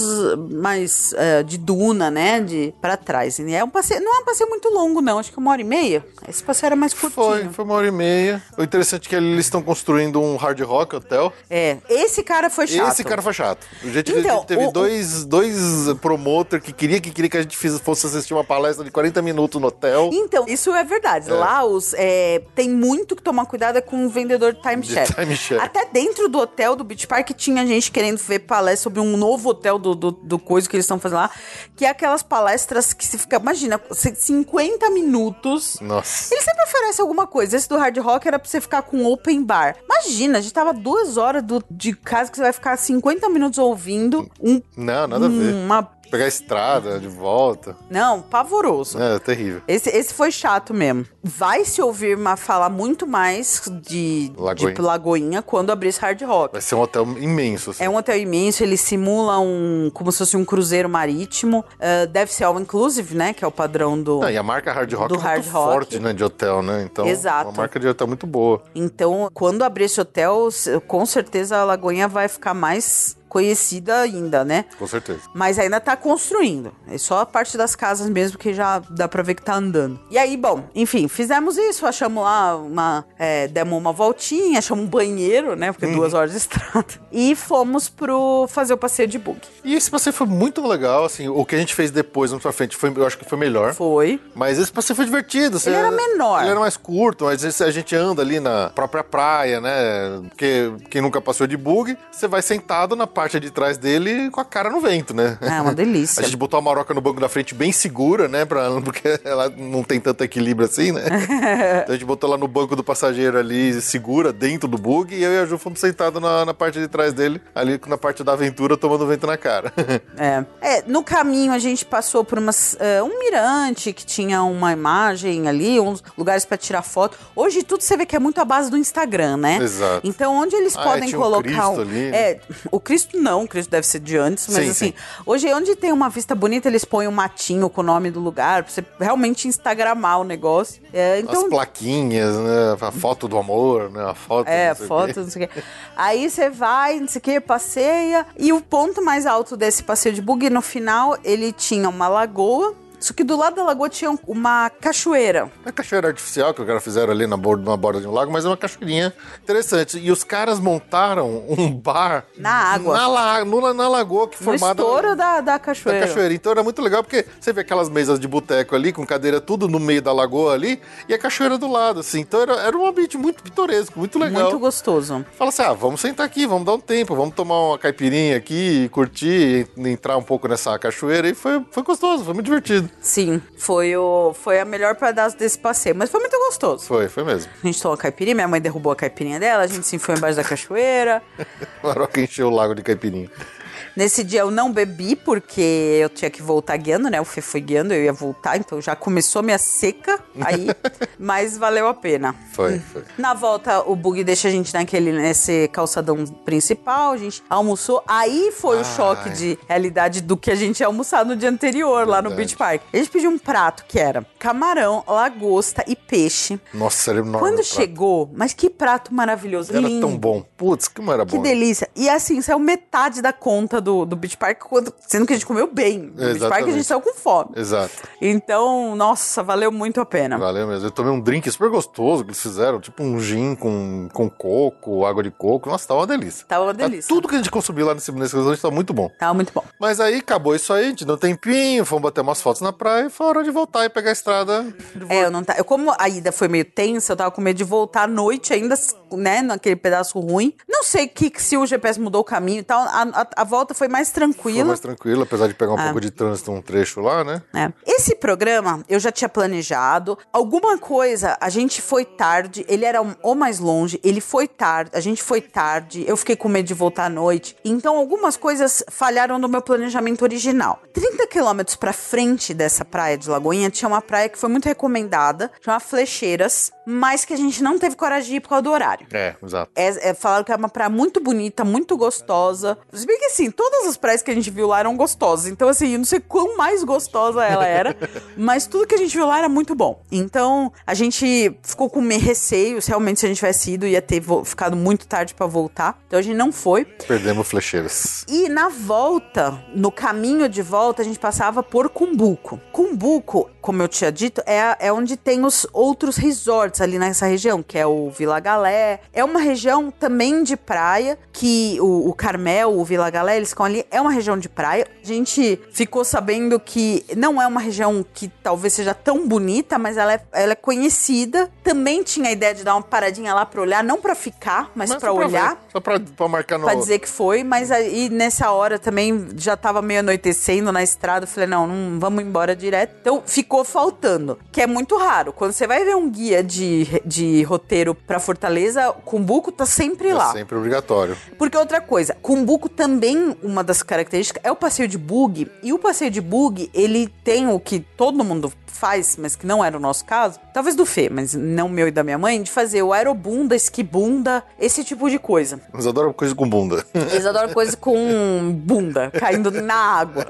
S3: mais eh, de duna, né? De, pra trás. E é um passeio, não é um passeio muito longo, não. Acho que uma hora e meia. Esse passeio era mais curtinho.
S1: Foi, foi uma hora e meia. O interessante é que eles estão construindo um Hard Rock Hotel.
S3: É, esse cara foi chato.
S1: Esse cara foi chato. O jeito
S3: Então,
S1: que teve
S3: o-
S1: dois, dois promotor que queria que queria que a gente fiz- fosse assistir uma palestra de quarenta minutos no hotel.
S3: Então, isso é verdade. Lá os, é, tem muito que tomar cuidado é com o vendedor de timeshare.
S1: De timeshare.
S3: Até dentro do hotel do Beach Park tinha gente querendo ver palestra sobre um novo hotel do, do, do coisa que eles estão fazendo lá, que é aquelas palestras que se fica, imagina, cinquenta minutos.
S1: Nossa.
S3: Ele sempre oferece alguma coisa. Esse do Hard Rock era pra você ficar com open bar. Imagina, a gente tava duas horas do, de casa que você vai ficar cinquenta minutos ouvindo um,
S1: Não, nada a ver.
S3: uma...
S1: Pegar a estrada de volta.
S3: Não, pavoroso.
S1: É, terrível.
S3: Esse, esse foi chato mesmo. Vai se ouvir uma, falar muito mais de
S1: Lagoinha.
S3: de Lagoinha quando abrir esse Hard Rock.
S1: Vai ser um hotel imenso, assim.
S3: É um hotel imenso, ele simula um como se fosse um cruzeiro marítimo. Uh, deve ser all inclusive, né? Que é o padrão do.
S1: Não, e a marca Hard Rock
S3: do
S1: é muito
S3: Hard Rock.
S1: forte, né, de hotel, né? Então,
S3: Exato.
S1: uma marca de hotel muito boa.
S3: Então, quando abrir esse hotel, c- com certeza a Lagoinha vai ficar mais conhecida ainda, né?
S1: Com certeza.
S3: Mas ainda tá construindo. É só a parte das casas mesmo que já dá pra ver que tá andando. E aí, bom, enfim, fizemos isso. Achamos lá uma... É, demos uma voltinha, achamos um banheiro, né? Porque duas horas de estrada. E fomos pro fazer o passeio de bug.
S1: E esse passeio foi muito legal, assim. O que a gente fez depois, vamos pra frente, foi, eu acho que foi melhor.
S3: Foi.
S1: Mas esse passeio foi divertido. Você-
S3: Ele era menor.
S1: Ele era mais curto, mas esse- a gente anda ali na própria praia, né? Porque quem nunca passou de bug, você vai sentado na parte parte de trás dele com a cara no vento, né?
S3: É uma delícia.
S1: A gente botou a Maroca no banco da frente bem segura, né? Pra, porque ela não tem tanto equilíbrio assim, né? Então a gente botou ela no banco do passageiro ali, segura, dentro do bug, e eu e a Ju fomos sentados na, na parte de trás dele, ali na parte da aventura, tomando vento na cara.
S3: É. É, no caminho a gente passou por umas, uh, um mirante que tinha uma imagem ali, uns lugares pra tirar foto. Hoje tudo você vê que é muito a base do Instagram, né?
S1: Exato.
S3: Então onde eles
S1: ah,
S3: podem
S1: tinha
S3: colocar...
S1: Um Cristo
S3: um,
S1: ali, né?
S3: É, o Cristo não, o Cristo deve ser de antes, mas
S1: sim,
S3: assim,
S1: sim.
S3: Hoje onde tem uma vista bonita, eles põem um matinho com o nome do lugar, pra você realmente instagramar o negócio. É, então...
S1: As plaquinhas, né? A foto do amor, né? A foto...
S3: É,
S1: não sei
S3: foto, não sei o quê. Aí você vai, não sei o que, passeia. E o ponto mais alto desse passeio de buggy, no final, ele tinha uma lagoa. Só que do lado da lagoa tinha uma cachoeira.
S1: É uma cachoeira artificial que os caras fizeram ali na borda, na borda de um lago, mas é uma cachoeirinha interessante. E os caras montaram um bar...
S3: Na água.
S1: Na, la, no, na lagoa que
S3: No
S1: formada...
S3: estouro da, da cachoeira.
S1: Da cachoeira. Então era muito legal, porque você vê aquelas mesas de boteco ali, com cadeira tudo no meio da lagoa ali, e a cachoeira do lado, assim. Então era, era um ambiente muito pitoresco, muito legal.
S3: Muito gostoso.
S1: Fala assim, ah, vamos sentar aqui, vamos dar um tempo, vamos tomar uma caipirinha aqui, curtir, entrar um pouco nessa cachoeira. E foi, foi gostoso, foi muito divertido.
S3: Sim, foi, o, foi a melhor pedaço desse passeio, mas foi muito gostoso.
S1: Foi, foi mesmo.
S3: A gente tomou a caipirinha, minha mãe derrubou a caipirinha dela, a gente se enfiou embaixo da cachoeira.
S1: Maroca encheu o lago de caipirinha.
S3: Nesse dia eu não bebi, porque eu tinha que voltar guiando, né? O Fê foi guiando, eu ia voltar, então já começou a minha seca aí, mas valeu a pena.
S1: Foi, foi.
S3: Na volta, o bug deixa a gente naquele, nesse calçadão principal, a gente almoçou, aí foi Ai. o choque de realidade do que a gente ia almoçar no dia anterior, Verdade. lá no Beach Park. A gente pediu um prato que era camarão, lagosta e peixe.
S1: Nossa, era enorme.
S3: Quando chegou, mas que prato maravilhoso,
S1: era
S3: lindo.
S1: tão bom. Putz, que era bom.
S3: Que delícia. E assim, saiu metade da conta do, do Beach Park, quando, sendo que a gente comeu bem. No Beach Park a gente saiu com fome.
S1: Exato.
S3: Então, nossa, valeu muito a pena.
S1: Valeu mesmo. Eu tomei um drink super gostoso que eles fizeram, tipo um gin com, com coco, água de coco. Nossa, tava uma delícia.
S3: Tava uma delícia.
S1: Tá, tudo que a gente consumiu lá nesse, nesse restaurante tava muito bom.
S3: Tava muito bom.
S1: Mas aí acabou isso aí, a gente deu um tempinho, fomos bater umas fotos na praia e foi hora de voltar e pegar a estrada.
S3: É, eu não tá. Eu, como a ida foi meio tensa, eu tava com medo de voltar à noite ainda, né, naquele pedaço ruim. Não sei que, se o G P S mudou o caminho e tal. A, a, a volta foi mais tranquila.
S1: Foi mais tranquila, apesar de pegar um
S3: ah.
S1: pouco de trânsito, um trecho lá, né?
S3: É. Esse programa eu já tinha planejado. Alguma coisa, a gente foi tarde, ele era o mais longe, ele foi tarde, a gente foi tarde, eu fiquei com medo de voltar à noite. Então algumas coisas falharam no meu planejamento original. trinta quilômetros pra frente dessa praia de Lagoinha tinha uma praia que foi muito recomendada, chama Flecheiras, mas que a gente não teve coragem de ir por causa do horário.
S1: É, exato.
S3: É, é, falaram que é uma praia muito bonita, muito gostosa. Se bem que assim, todas as praias que a gente viu lá eram gostosas. Então assim, eu não sei quão mais gostosa ela era, mas tudo que a gente viu lá era muito bom. Então a gente ficou com meio receio, se realmente se a gente tivesse ido, ia ter ficado muito tarde pra voltar. Então a gente não foi.
S1: Perdemos Flecheiras.
S3: E na volta, no caminho de volta, a gente passava por Cumbuco. Cumbuco, como eu tinha dito, é, é onde tem os outros resorts ali nessa região, que é o Vila Galé. É uma região também de praia, que o, o Carmel, o Vila Galé, eles ficam ali, é uma região de praia. A gente ficou sabendo que não é uma região que talvez seja tão bonita, mas ela é, ela é conhecida. Também tinha a ideia de dar uma paradinha lá pra olhar, não pra ficar, mas, mas pra
S1: só
S3: olhar.
S1: Pra ver, só pra, pra marcar no...
S3: Pra dizer que foi, mas aí nessa hora também já tava meio anoitecendo na estrada. Eu falei, não, não vamos embora direto. Então ficou faltando, que é muito raro. Quando você vai ver um guia de, de roteiro pra Fortaleza, Cumbuco tá sempre
S1: é
S3: lá.
S1: É sempre obrigatório.
S3: Porque outra coisa, Cumbuco também, uma das características é o passeio de buggy. E o passeio de buggy, ele tem o que todo mundo faz, mas que não era o nosso caso, talvez do Fê, mas não meu e da minha mãe, de fazer o aerobunda, esquibunda, esse tipo de coisa.
S1: Eles adoram coisa com bunda.
S3: Eles adoram coisa com bunda, caindo na água.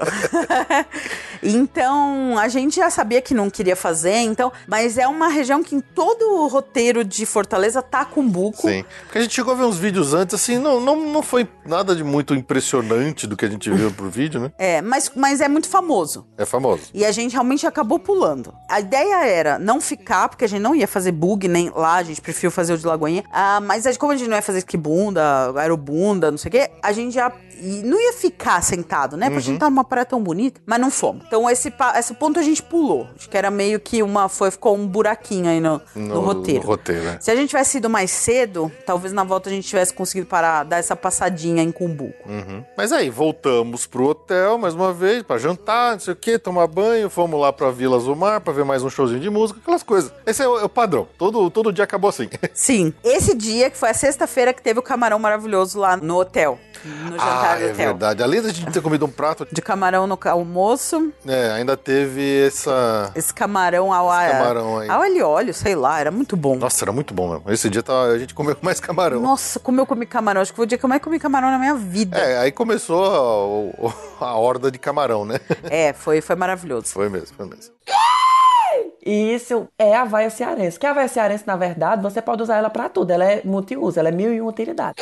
S3: Então, a gente já sabia que não queria fazer, então, mas é uma região que em todo o roteiro de Fortaleza tá Cumbuco.
S1: Sim, porque a gente chegou a ver uns vídeos antes, assim, não, não, não foi nada de muito impressionante do que a gente viu pro vídeo, né?
S3: É, mas, mas é muito famoso.
S1: É famoso.
S3: E a gente realmente acabou pulando. A ideia era não ficar, porque a gente não ia fazer bug nem lá, a gente preferiu fazer o de Lagoinha. Ah, mas como a gente não ia fazer esquibunda, aerobunda, não sei o quê, a gente já e não ia ficar sentado, né? Porque uhum. a gente tá numa praia tão bonita, mas não fomos. Então esse, esse ponto a gente pulou. Acho que era meio que uma... Foi, ficou um buraquinho aí no, no, no roteiro.
S1: No roteiro, né?
S3: Se a gente tivesse ido mais cedo, talvez na volta a gente tivesse conseguido parar, dar essa passadinha em Cumbuco.
S1: Uhum. Mas aí, voltamos pro hotel mais uma vez, pra jantar, não sei o que, tomar banho, fomos lá pra Vila Azulmar pra ver mais um showzinho de música, aquelas coisas. Esse é o, é o padrão. Todo, todo dia acabou assim.
S3: Sim. Esse dia, que foi a sexta-feira, que teve o camarão maravilhoso lá no hotel. No jantar
S1: ah,
S3: do
S1: é
S3: hotel.
S1: verdade. Além da gente ter comido um prato...
S3: De camarão no almoço.
S1: É, ainda teve essa...
S3: Esse camarão ao
S1: Esse
S3: ar.
S1: camarão aí.
S3: Ao alho e óleo, sei lá, era muito bom.
S1: Nossa, era muito bom mesmo. Esse dia tava, a gente comeu mais camarão.
S3: Nossa, como eu comi camarão. Acho que foi o dia que eu mais comi camarão na minha vida.
S1: É, aí começou a, a horda de camarão, né?
S3: É, foi, foi maravilhoso.
S1: Foi mesmo, foi mesmo.
S5: E isso é a Havaiana cearense. Que a Havaiana cearense, na verdade, você pode usar ela pra tudo. Ela é multiuso, ela é mil e uma utilidades.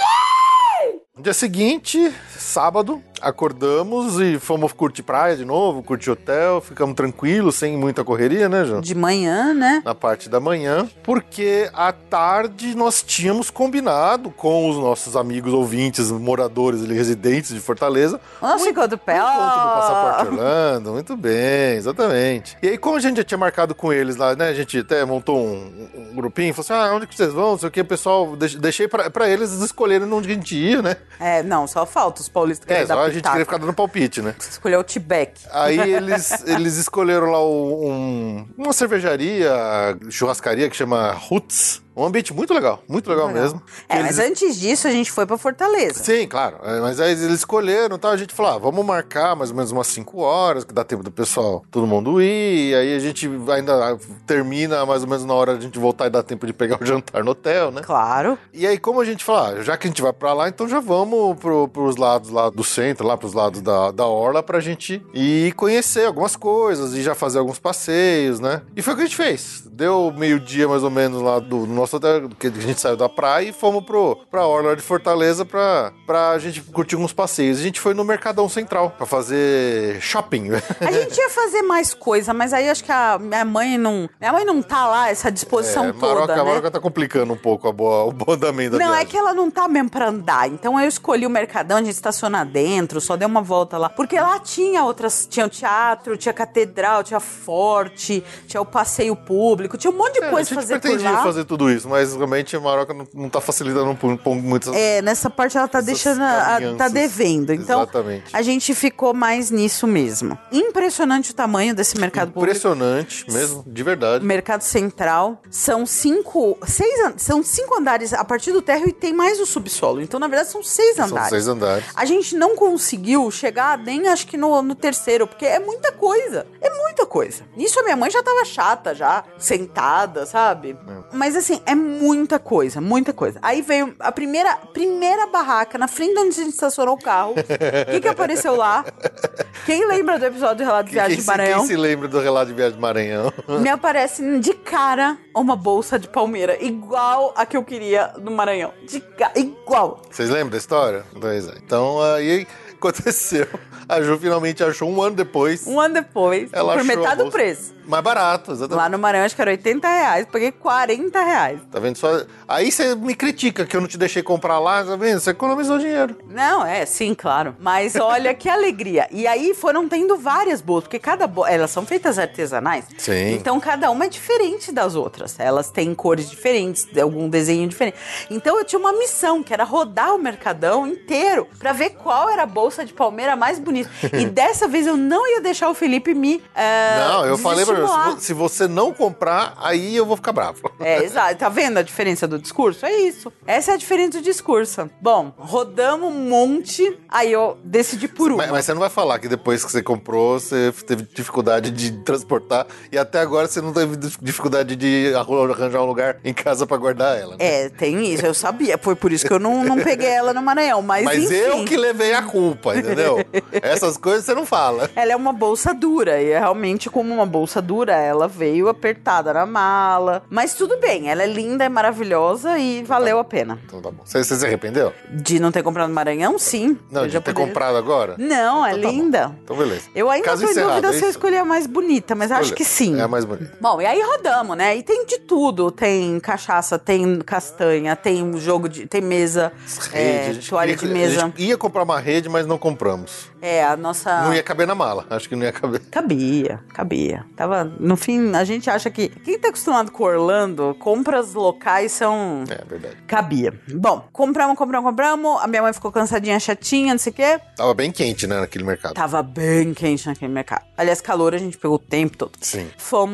S1: No dia seguinte, sábado, acordamos e fomos curtir praia de novo, curtir hotel, ficamos tranquilos, sem muita correria, né, João?
S3: De manhã, né?
S1: Na parte da manhã, porque à tarde nós tínhamos combinado com os nossos amigos ouvintes, moradores e residentes de Fortaleza.
S3: Nossa, ficou do pé.
S1: O encontro do Passaporte Orlando, muito bem, exatamente. E aí, como a gente já tinha marcado com eles lá, né, a gente até montou um, um grupinho, falou assim, ah, onde que vocês vão, não sei o que, o pessoal, deixei pra, pra eles escolherem onde a gente ia, né?
S3: É, não, só falta os paulistas
S1: É,
S3: querem
S1: só
S3: dar
S1: a gente
S3: pitaco.
S1: queria ficar dando palpite, né?
S3: Você escolheu o Tibek.
S1: Aí eles, eles escolheram lá um, uma cervejaria, churrascaria que chama Roots. Um ambiente muito legal, muito legal,
S3: Legal.
S1: mesmo.
S3: É,
S1: Eles-
S3: mas antes disso a gente foi pra Fortaleza.
S1: Sim, claro. É, mas aí eles escolheram, então a gente falou, ah, vamos marcar mais ou menos umas cinco horas, que dá tempo do pessoal, todo mundo ir, e aí a gente ainda termina mais ou menos na hora de a gente voltar e dá tempo de pegar o jantar no hotel, né?
S3: Claro.
S1: E aí, como a gente fala, ah, já que a gente vai pra lá, então já vamos pro, pros lados lá do centro, lá pros lados da, da orla, pra gente ir conhecer algumas coisas e já fazer alguns passeios, né? E foi o que a gente fez. Deu meio-dia mais ou menos lá do, do nosso hotel, que a gente saiu da praia e fomos pro, pra orla de Fortaleza pra, pra gente curtir uns passeios. A gente foi no Mercadão Central pra fazer shopping.
S3: A gente ia fazer mais coisa, mas aí acho que a minha mãe não... Minha mãe não tá lá, essa disposição
S1: É,
S3: toda,
S1: Maroca,
S3: né?
S1: a Maroca tá complicando um pouco a boa, o bom andamento da
S3: Não,
S1: viagem.
S3: é que ela não tá mesmo pra andar. Então eu escolhi o Mercadão, a gente estaciona dentro, só dei uma volta lá. Porque lá tinha outras... Tinha o teatro, tinha a catedral, tinha Forte, tinha o passeio público, tinha um monte de
S1: É,
S3: coisa
S1: a
S3: pra
S1: gente
S3: fazer por
S1: pretendia
S3: lá.
S1: fazer tudo isso, mas realmente a Maroca não, não tá facilitando um pouco muito essas
S3: É, nessa parte ela tá
S1: essas
S3: deixando, a- tá
S1: caminhanças.
S3: devendo. Então,
S1: Exatamente.
S3: a gente ficou mais nisso mesmo. Impressionante o tamanho desse mercado público.
S1: Impressionante mesmo, de verdade.
S3: Mercado Central. São cinco, seis, an- são cinco andares a partir do térreo e tem mais o subsolo. Então, na verdade, são seis
S1: São
S3: andares.
S1: seis andares.
S3: A gente não conseguiu chegar nem acho que no, no terceiro, porque é muita coisa. É muita coisa. Nisso a minha mãe já tava chata, já sentada, sabe? Mas assim, é muita coisa, muita coisa. Aí veio a primeira, primeira barraca na frente de onde a gente estacionou o carro. O que que apareceu lá? Quem lembra do episódio do Relato de Viagem
S1: Quem
S3: de
S1: se,
S3: Maranhão?
S1: quem se lembra do relato de viagem de Maranhão?
S3: Me aparece de cara uma bolsa de palmeira, igual a que eu queria no Maranhão. De ca... Igual.
S1: Vocês lembram da história? Pois é. Então aí aconteceu. A Ju finalmente achou um ano depois.
S3: Um ano depois,
S1: Ela
S3: por
S1: achou a
S3: metade do
S1: bolsa.
S3: preço.
S1: Mais barato, exatamente.
S3: Lá no Maranhão acho que era oitenta reais, paguei quarenta reais.
S1: Tá vendo só? Aí você me critica que eu não te deixei comprar lá, tá vendo? Você economizou dinheiro.
S3: Não, é, sim, claro. Mas olha que alegria. E aí foram tendo várias bolsas, porque cada bolsa, elas são feitas artesanais.
S1: Sim.
S3: Então cada uma é diferente das outras. Elas têm cores diferentes, algum desenho diferente. Então eu tinha uma missão, que era rodar o Mercadão inteiro pra ver qual era a bolsa de palmeira mais bonita. E dessa vez eu não ia deixar o Felipe me é,
S1: Não, eu falei pra
S3: desestimular.
S1: você, se você não comprar, aí eu vou ficar bravo.
S3: É, exato. Tá vendo a diferença do discurso? É isso. Essa é a diferença do discurso. Bom, rodamos um monte, aí eu decidi por uma.
S1: Mas, mas você não vai falar que depois que você comprou, você teve dificuldade de transportar e até agora você não teve dificuldade de arranjar um lugar em casa pra guardar ela, né?
S3: É, tem isso, eu sabia. Foi por isso que eu não, não peguei ela no Maranhão. Mas,
S1: Mas
S3: enfim,
S1: eu que levei a culpa, entendeu? Essas coisas você não fala.
S3: ela é uma bolsa dura. E é realmente, como uma bolsa dura, ela veio apertada na mala. Mas tudo bem, ela é linda, é maravilhosa e valeu a pena.
S1: Então tá bom. Você, você se arrependeu?
S3: De não ter comprado no Maranhão, sim.
S1: Não,
S3: Eu
S1: de
S3: já
S1: ter
S3: poderia-
S1: comprado agora?
S3: Não, é
S1: Então tá bom.
S3: linda.
S1: Então beleza.
S3: Eu ainda
S1: Caso
S3: tô em
S1: encerrado,
S3: dúvida
S1: é
S3: se eu
S1: isso?
S3: escolhi a mais bonita, mas acho
S1: Escolha.
S3: que sim.
S1: É a mais bonita.
S3: Bom, e aí rodamos, né? E tem de tudo. Tem cachaça, tem castanha, tem um jogo de... Tem mesa,
S1: Rede,
S3: é,
S1: a gente
S3: toalha
S1: queria-
S3: de mesa.
S1: A gente ia comprar uma rede, mas não compramos.
S3: É, a nossa...
S1: Não ia caber na mala. Acho que não ia caber.
S3: Cabia, cabia. Tava tava, no fim, a gente acha que quem tá acostumado com Orlando, compras locais são...
S1: É, verdade.
S3: Cabia. Bom, compramos, compramos, compramos. A minha mãe ficou cansadinha, chatinha, não sei o quê.
S1: Tava bem quente, né, naquele mercado.
S3: Tava bem quente naquele mercado. Aliás, calor a gente pegou o tempo todo.
S1: Sim.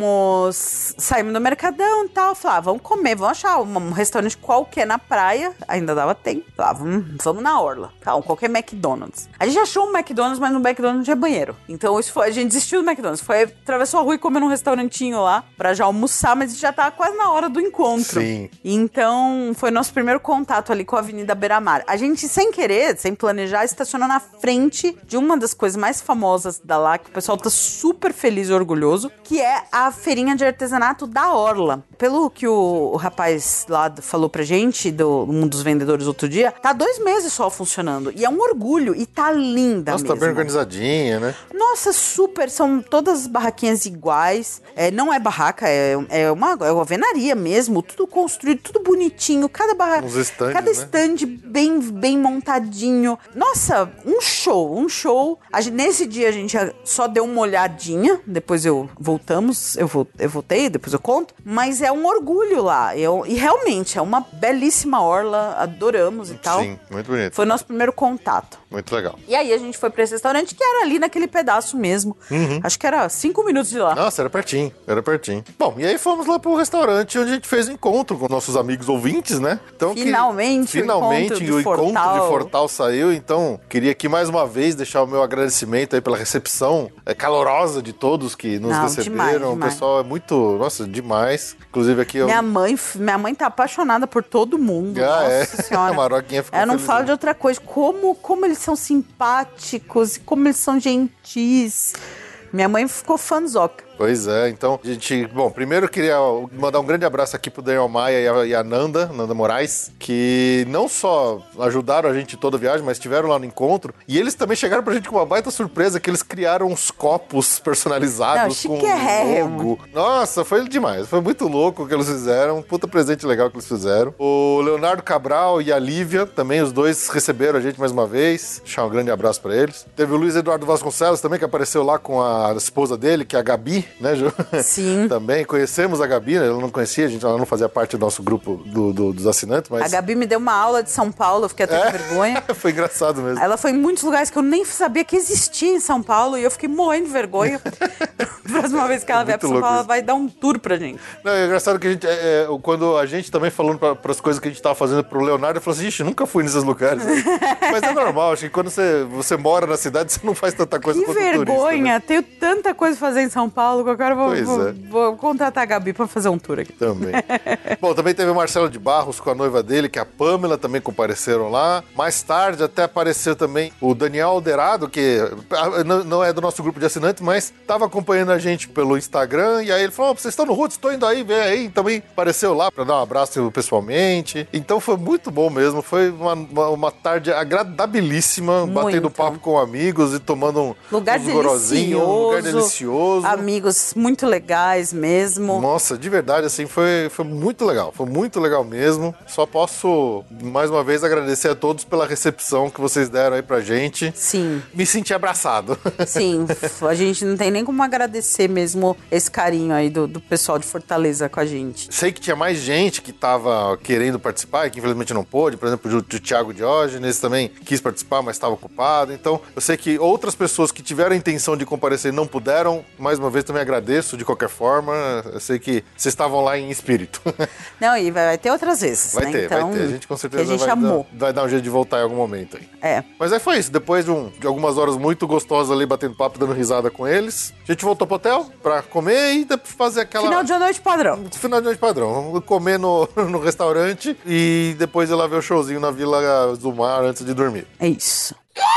S3: Fomos, saímos do mercadão e tal. Falava, ah, vamos comer, vamos achar um, um restaurante qualquer na praia. Ainda dava tempo. Falava, vamos, vamos na orla. Tá, um qualquer McDonald's. A gente achou um McDonald's, mas no McDonald's não tinha banheiro. Então isso foi, a gente desistiu do McDonald's. Foi, atravessou a rua e comeu num restaurantinho lá pra já almoçar, mas já tava quase na hora do encontro.
S1: Sim.
S3: Então foi nosso primeiro contato ali com a Avenida Beira-Mar. A gente, sem querer, sem planejar, estacionou na frente de uma das coisas mais famosas da lá, que o pessoal tá super feliz e orgulhoso, que é a feirinha de artesanato da Orla. Pelo que o, o rapaz lá falou pra gente, do, um dos vendedores outro dia, tá dois meses só funcionando. E é um orgulho. E tá linda
S1: Nossa,
S3: mesmo.
S1: tá bem organizadinha, né?
S3: Nossa, super. São todas barraquinhas iguais. É, não é barraca, é, é, uma, é uma alvenaria mesmo. Tudo construído, tudo bonitinho. Cada barraca.
S1: Uns estandes,
S3: Cada
S1: né?
S3: estande bem, bem montadinho. Nossa, um show, um show. A gente, nesse dia a gente só deu uma olhadinha. Depois eu voltamos. Eu, eu voltei, depois eu conto. Mas é um orgulho lá. Eu, e realmente é uma belíssima orla. Adoramos e tal.
S1: Sim, muito bonito.
S3: Foi nosso primeiro contato.
S1: Muito legal.
S3: E aí a gente foi pra esse restaurante que era ali naquele pedaço mesmo.
S1: Uhum.
S3: Acho que era cinco minutos de lá.
S1: Nossa, era pertinho, era pertinho. Bom, e aí fomos lá pro restaurante onde a gente fez o encontro com nossos amigos ouvintes, né? Então,
S3: Finalmente,
S1: que, finalmente
S3: o encontro de
S1: o encontro
S3: Fortal.
S1: de Fortal saiu. Então, queria aqui mais uma vez deixar o meu agradecimento aí pela recepção é, calorosa de todos que nos
S3: Não,
S1: receberam.
S3: demais,
S1: O
S3: demais.
S1: pessoal é muito, nossa, demais. Inclusive aqui eu...
S3: Minha mãe, minha mãe tá apaixonada por todo mundo.
S1: Ah,
S3: Nossa
S1: é.
S3: senhora.
S1: A Maroquinha ficou
S3: Eu não
S1: feliz,
S3: falo
S1: né?
S3: de outra coisa. Como, como eles são simpáticos e como eles são gentis. Minha mãe ficou fanzoca.
S1: Pois é, então, a gente... Bom, primeiro eu queria mandar um grande abraço aqui pro Daniel Maia e a, e a Nanda, Nanda Moraes, que não só ajudaram a gente toda a viagem, mas estiveram lá no encontro. E eles também chegaram pra gente com uma baita surpresa, que eles criaram uns copos personalizados
S3: Não,
S1: com
S3: chiquérrimo.
S1: logo. Nossa, foi demais. Foi muito louco o que eles fizeram. Um puta presente legal que eles fizeram. O Leonardo Cabral e a Lívia, também os dois receberam a gente mais uma vez. Deixar um grande abraço pra eles. Teve o Luiz Eduardo Vasconcelos também, que apareceu lá com a esposa dele, que é a Gabi, né, Ju?
S3: Sim.
S1: Também conhecemos a Gabi, né? Ela não conhecia, a gente, ela não fazia parte do nosso grupo do, do- dos assinantes, mas...
S3: A Gabi me deu uma aula de São Paulo, eu fiquei até com
S1: É.
S3: vergonha.
S1: Foi engraçado mesmo.
S3: Ela foi em muitos lugares que eu nem sabia que existia em São Paulo e eu fiquei morrendo de vergonha. Próxima vez que ela vier
S1: Muito
S3: pra São
S1: louco
S3: Paulo, ela
S1: isso.
S3: vai dar um tour pra gente.
S1: Não, é engraçado que a gente, é, é, quando a gente também falando para as coisas que a gente tava fazendo pro Leonardo, ele falou assim, ixi, nunca fui nesses lugares. Mas é normal, acho que quando você, você mora na cidade, você não faz tanta coisa
S3: Que
S1: quanto turista,
S3: vergonha!
S1: né?
S3: Tenho tanta coisa pra fazer em São Paulo que agora eu vou,
S1: Pois
S3: vou,
S1: é.
S3: vou contratar a Gabi pra fazer um tour aqui.
S1: Também. Bom, também teve o Marcelo de Barros com a noiva dele, que é a Pamela, também compareceram lá. Mais tarde até apareceu também o Daniel Alderado, que ah, não não é do nosso grupo de assinantes, mas estava acompanhando a gente pelo Instagram. E aí ele falou, oh, vocês estão no Roots? Estou indo aí, vem aí. Também apareceu lá para dar um abraço pessoalmente. Então foi muito bom mesmo. Foi uma, uma, uma tarde agradabilíssima,
S3: Muito.
S1: batendo papo com amigos e tomando um,
S3: Lugar
S1: uns gorozinhos, um lugar
S3: delicioso.
S1: delicioso.
S3: Amigos muito legais mesmo.
S1: Nossa, de verdade, assim, foi, foi muito legal. Foi muito legal mesmo. Só posso, mais uma vez, agradecer a todos pela recepção que vocês deram aí pra gente.
S3: Sim,
S1: Me senti abraçado.
S3: sim. A gente não tem nem como agradecer mesmo esse carinho aí do, do pessoal de Fortaleza com a gente.
S1: Sei que tinha mais gente que tava querendo participar e que infelizmente não pôde. Por exemplo, o, o Thiago Diógenes também quis participar, mas estava ocupado. Então, eu sei que outras pessoas que tiveram a intenção de comparecer e não puderam. Mais uma vez, também agradeço de qualquer forma. Eu sei que vocês estavam lá em espírito.
S3: Não, e vai, vai ter outras vezes,
S1: Vai
S3: né?
S1: ter,
S3: Então,
S1: vai ter. A gente com certeza
S3: que a gente
S1: vai,
S3: amou.
S1: dar, vai dar um jeito de voltar em algum momento aí.
S3: É.
S1: Mas aí foi isso. Depois de, um- de algumas horas muito gostosas ali, batendo papo, dando risada com eles, a gente voltou pro hotel pra comer e depois fazer aquela...
S3: Final de noite padrão.
S1: Final de noite padrão. Comer no, no restaurante e depois ir lá ver o showzinho na Vila do Mar antes de dormir.
S3: É isso.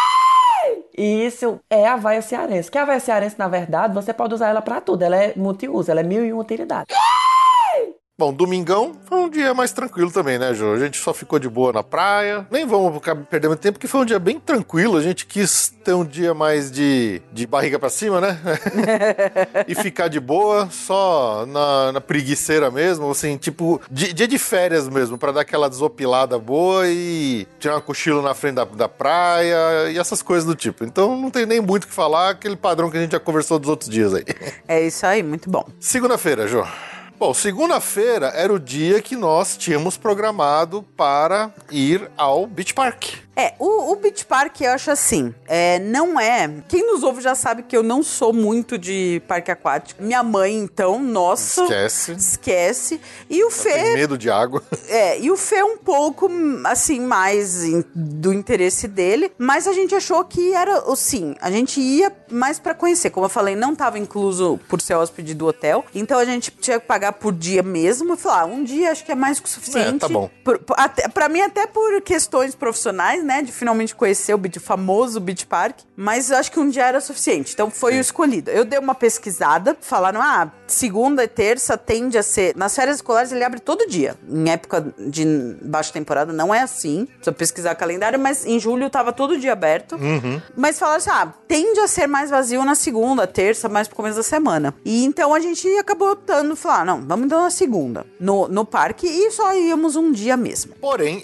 S5: E isso é a vaia cearense. Que a vaia cearense, na verdade, você pode usar ela pra tudo. Ela é multiuso, ela é mil e uma utilidade.
S1: Bom, domingão foi um dia mais tranquilo também, né, Jô? A gente só ficou de boa na praia. Nem vamos perder muito tempo, porque foi um dia bem tranquilo. A gente quis ter um dia mais de, de barriga pra cima, né? E ficar de boa, só na, na preguiceira mesmo, assim, tipo, dia, dia de férias mesmo, pra dar aquela desopilada boa e tirar um cochilo na frente da, da praia e essas coisas do tipo. Então não tem nem muito o que falar, aquele padrão que a gente já conversou dos outros dias aí.
S3: É isso aí, muito bom.
S1: Segunda-feira, Jô. Bom, segunda-feira era o dia que nós tínhamos programado para ir ao Beach Park.
S3: É, o, o Beach Park, eu acho assim, é, não é... Quem nos ouve já sabe que eu não sou muito de parque aquático. Minha mãe, então, nossa...
S1: Esquece.
S3: Esquece. E o Fê...
S1: Tem medo de água.
S3: É, e o Fê é um pouco, assim, mais in, do interesse dele. Mas a gente achou que era, sim, a gente ia mais pra conhecer. Como eu falei, não tava incluso por ser hóspede do hotel. Então a gente tinha que pagar por dia mesmo. Eu falei, ah, um dia acho que é mais que o suficiente.
S1: É, tá bom.
S3: Por, por, até, pra mim, até por questões profissionais, né, de finalmente conhecer o beach, famoso Beach Park, mas eu acho que um dia era suficiente, então foi Sim. o escolhido. Eu dei uma pesquisada, falaram, ah, segunda e terça tende a ser, nas férias escolares ele abre todo dia, em época de baixa temporada não é assim, precisa pesquisar o calendário, mas em julho tava todo dia aberto,
S1: uhum.
S3: mas falaram assim, ah, tende a ser mais vazio na segunda, terça, mais pro começo da semana, e então a gente acabou optando, falar, ah, não, vamos então na segunda, no, no parque, e só íamos um dia mesmo.
S1: Porém,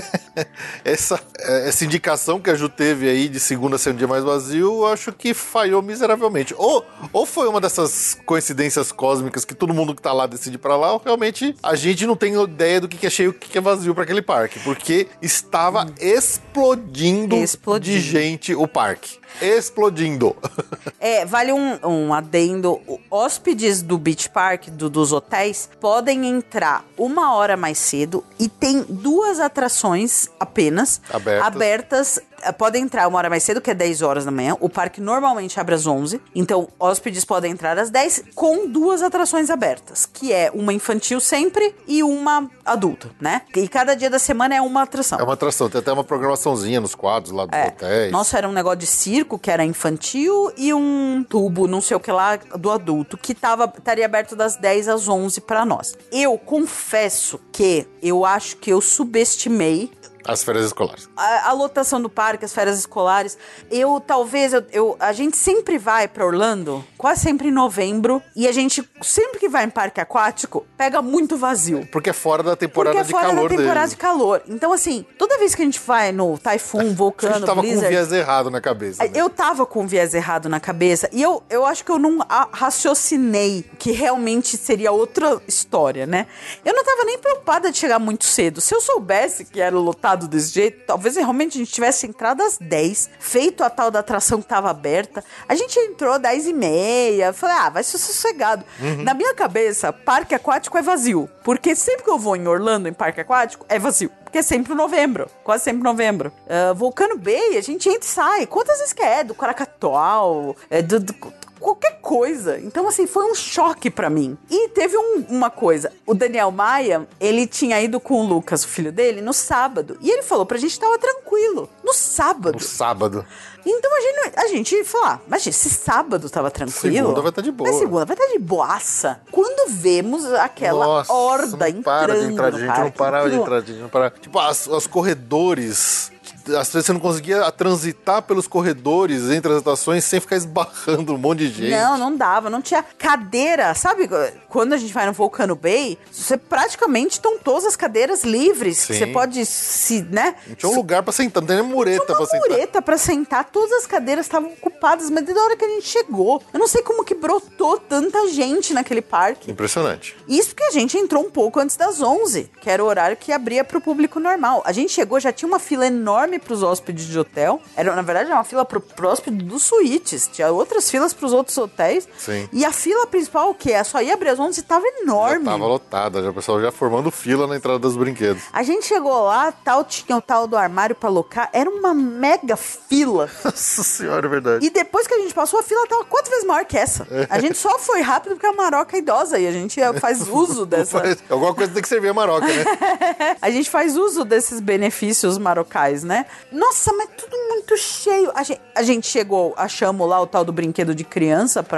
S1: essa essa indicação que a Ju teve aí de segunda ser um dia mais vazio, eu acho que falhou miseravelmente. Ou, ou foi uma dessas coincidências cósmicas que todo mundo que tá lá decide pra lá, ou realmente a gente não tem ideia do que é cheio e o que é vazio pra aquele parque, porque estava explodindo, explodindo. de gente o parque. Explodindo.
S3: É, vale um, um adendo. Hóspedes do Beach Park, do, dos hotéis, podem entrar uma hora mais cedo e tem duas atrações apenas
S1: abertas.
S3: abertas. Podem entrar uma hora mais cedo, que é dez horas da manhã. O parque normalmente abre às onze. Então, hóspedes podem entrar às dez com duas atrações abertas, que é uma infantil sempre e uma adulta, né? E cada dia da semana é uma atração.
S1: É uma atração. Tem até uma programaçãozinha nos quadros lá dos
S3: é.
S1: hotéis.
S3: Nossa, era um negócio de circo, que era infantil, e um tubo, não sei o que lá, do adulto, que tava, estaria aberto das dez às onze pra nós. Eu confesso que eu acho que eu subestimei
S1: as férias escolares.
S3: A, a lotação do parque, as férias escolares. Eu, talvez, eu, eu, a gente sempre vai pra Orlando, quase sempre em novembro, e a gente, sempre que vai em parque aquático, pega muito vazio.
S1: Porque é fora da temporada
S3: Porque é
S1: de
S3: fora
S1: calor
S3: da temporada
S1: deles.
S3: de calor. Então, assim, toda vez que a gente vai no Typhoon, Vulcano,
S1: a gente tava
S3: Blizzard...
S1: com um viés errado na cabeça. Né?
S3: Eu tava com um viés errado na cabeça, e eu, eu acho que eu não raciocinei que realmente seria outra história, né? Eu não tava nem preocupada de chegar muito cedo. Se eu soubesse que era lotado desse jeito, talvez realmente a gente tivesse entrado às dez, feito a tal da atração que tava aberta. A gente entrou às dez e meia, falei, ah, vai ser sossegado. Uhum. Na minha cabeça, parque aquático é vazio, porque sempre que eu vou em Orlando, em parque aquático, é vazio. Porque é sempre novembro, quase sempre novembro. Uh, Vulcano Bay, a gente entra e sai. Quantas vezes que é? Do Krakatoa, é do... do qualquer coisa. Então, assim, foi um choque pra mim. E teve um, uma coisa. O Daniel Maia, ele tinha ido com o Lucas, o filho dele, no sábado. E ele falou pra gente que tava tranquilo. No sábado.
S1: No sábado.
S3: Então, a gente, a gente falou, ah, mas esse sábado tava tranquilo.
S1: Segunda vai estar de boa.
S3: Mas segunda vai estar de boaça. Quando vemos aquela
S1: Nossa,
S3: horda
S1: não para de entrar
S3: no
S1: gente,
S3: parque.
S1: não parava de entrar gente, não parava. Tipo, as, os corredores... Às vezes você não conseguia transitar pelos corredores entre as atrações sem ficar esbarrando um monte de gente.
S3: Não, não dava. Não tinha cadeira. Sabe quando a gente vai no Vulcano Bay, você praticamente estão todas as cadeiras livres.
S1: Sim.
S3: Você pode se, né?
S1: Não tinha um lugar pra sentar, não tem nem mureta
S3: tinha uma
S1: pra sentar.
S3: mureta pra sentar. Todas as cadeiras estavam ocupadas, mas desde a hora que a gente chegou. Eu não sei como que brotou tanta gente naquele parque.
S1: Impressionante.
S3: Isso porque a gente entrou um pouco antes das onze, que era o horário que abria pro público normal. A gente chegou, já tinha uma fila enorme pros hóspedes de hotel. Era, na verdade, era uma fila pro, pro hóspede dos suítes. Tinha outras filas pros outros hotéis.
S1: Sim.
S3: E a fila principal, o quê? Só ia abrir às onze e tava enorme.
S1: Já tava lotada, já o pessoal já formando fila na entrada dos brinquedos.
S3: A gente chegou lá, tal, tinha o tal do armário pra alocar. Era uma mega fila.
S1: Nossa senhora, é verdade.
S3: E depois que a gente passou, a fila tava quatro vezes maior que essa. A gente só foi rápido porque a Maroca é idosa e a gente faz uso dessa...
S1: Alguma coisa tem que servir a Maroca, né?
S3: A gente faz uso desses benefícios marocais, né? Nossa, mas tudo muito cheio. A gente, a gente chegou, achamos lá o tal do brinquedo de criança pra, pra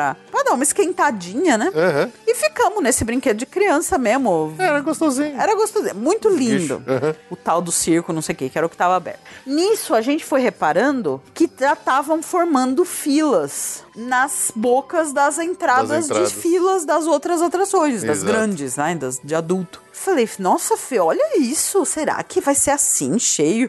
S3: dar uma esquentadinha, né?
S1: Uhum.
S3: E ficamos nesse brinquedo de criança mesmo.
S1: Era gostosinho.
S3: Era gostosinho, muito lindo.
S1: Uhum.
S3: O tal do circo, não sei o que, que era o que tava aberto. Nisso, a gente foi reparando que já estavam formando filas nas bocas das entradas,
S1: Das entradas.
S3: de filas das outras atrações, das
S1: Exato.
S3: grandes, né? Das de adulto. Falei, nossa, Fê, olha isso. Será que vai ser assim, cheio?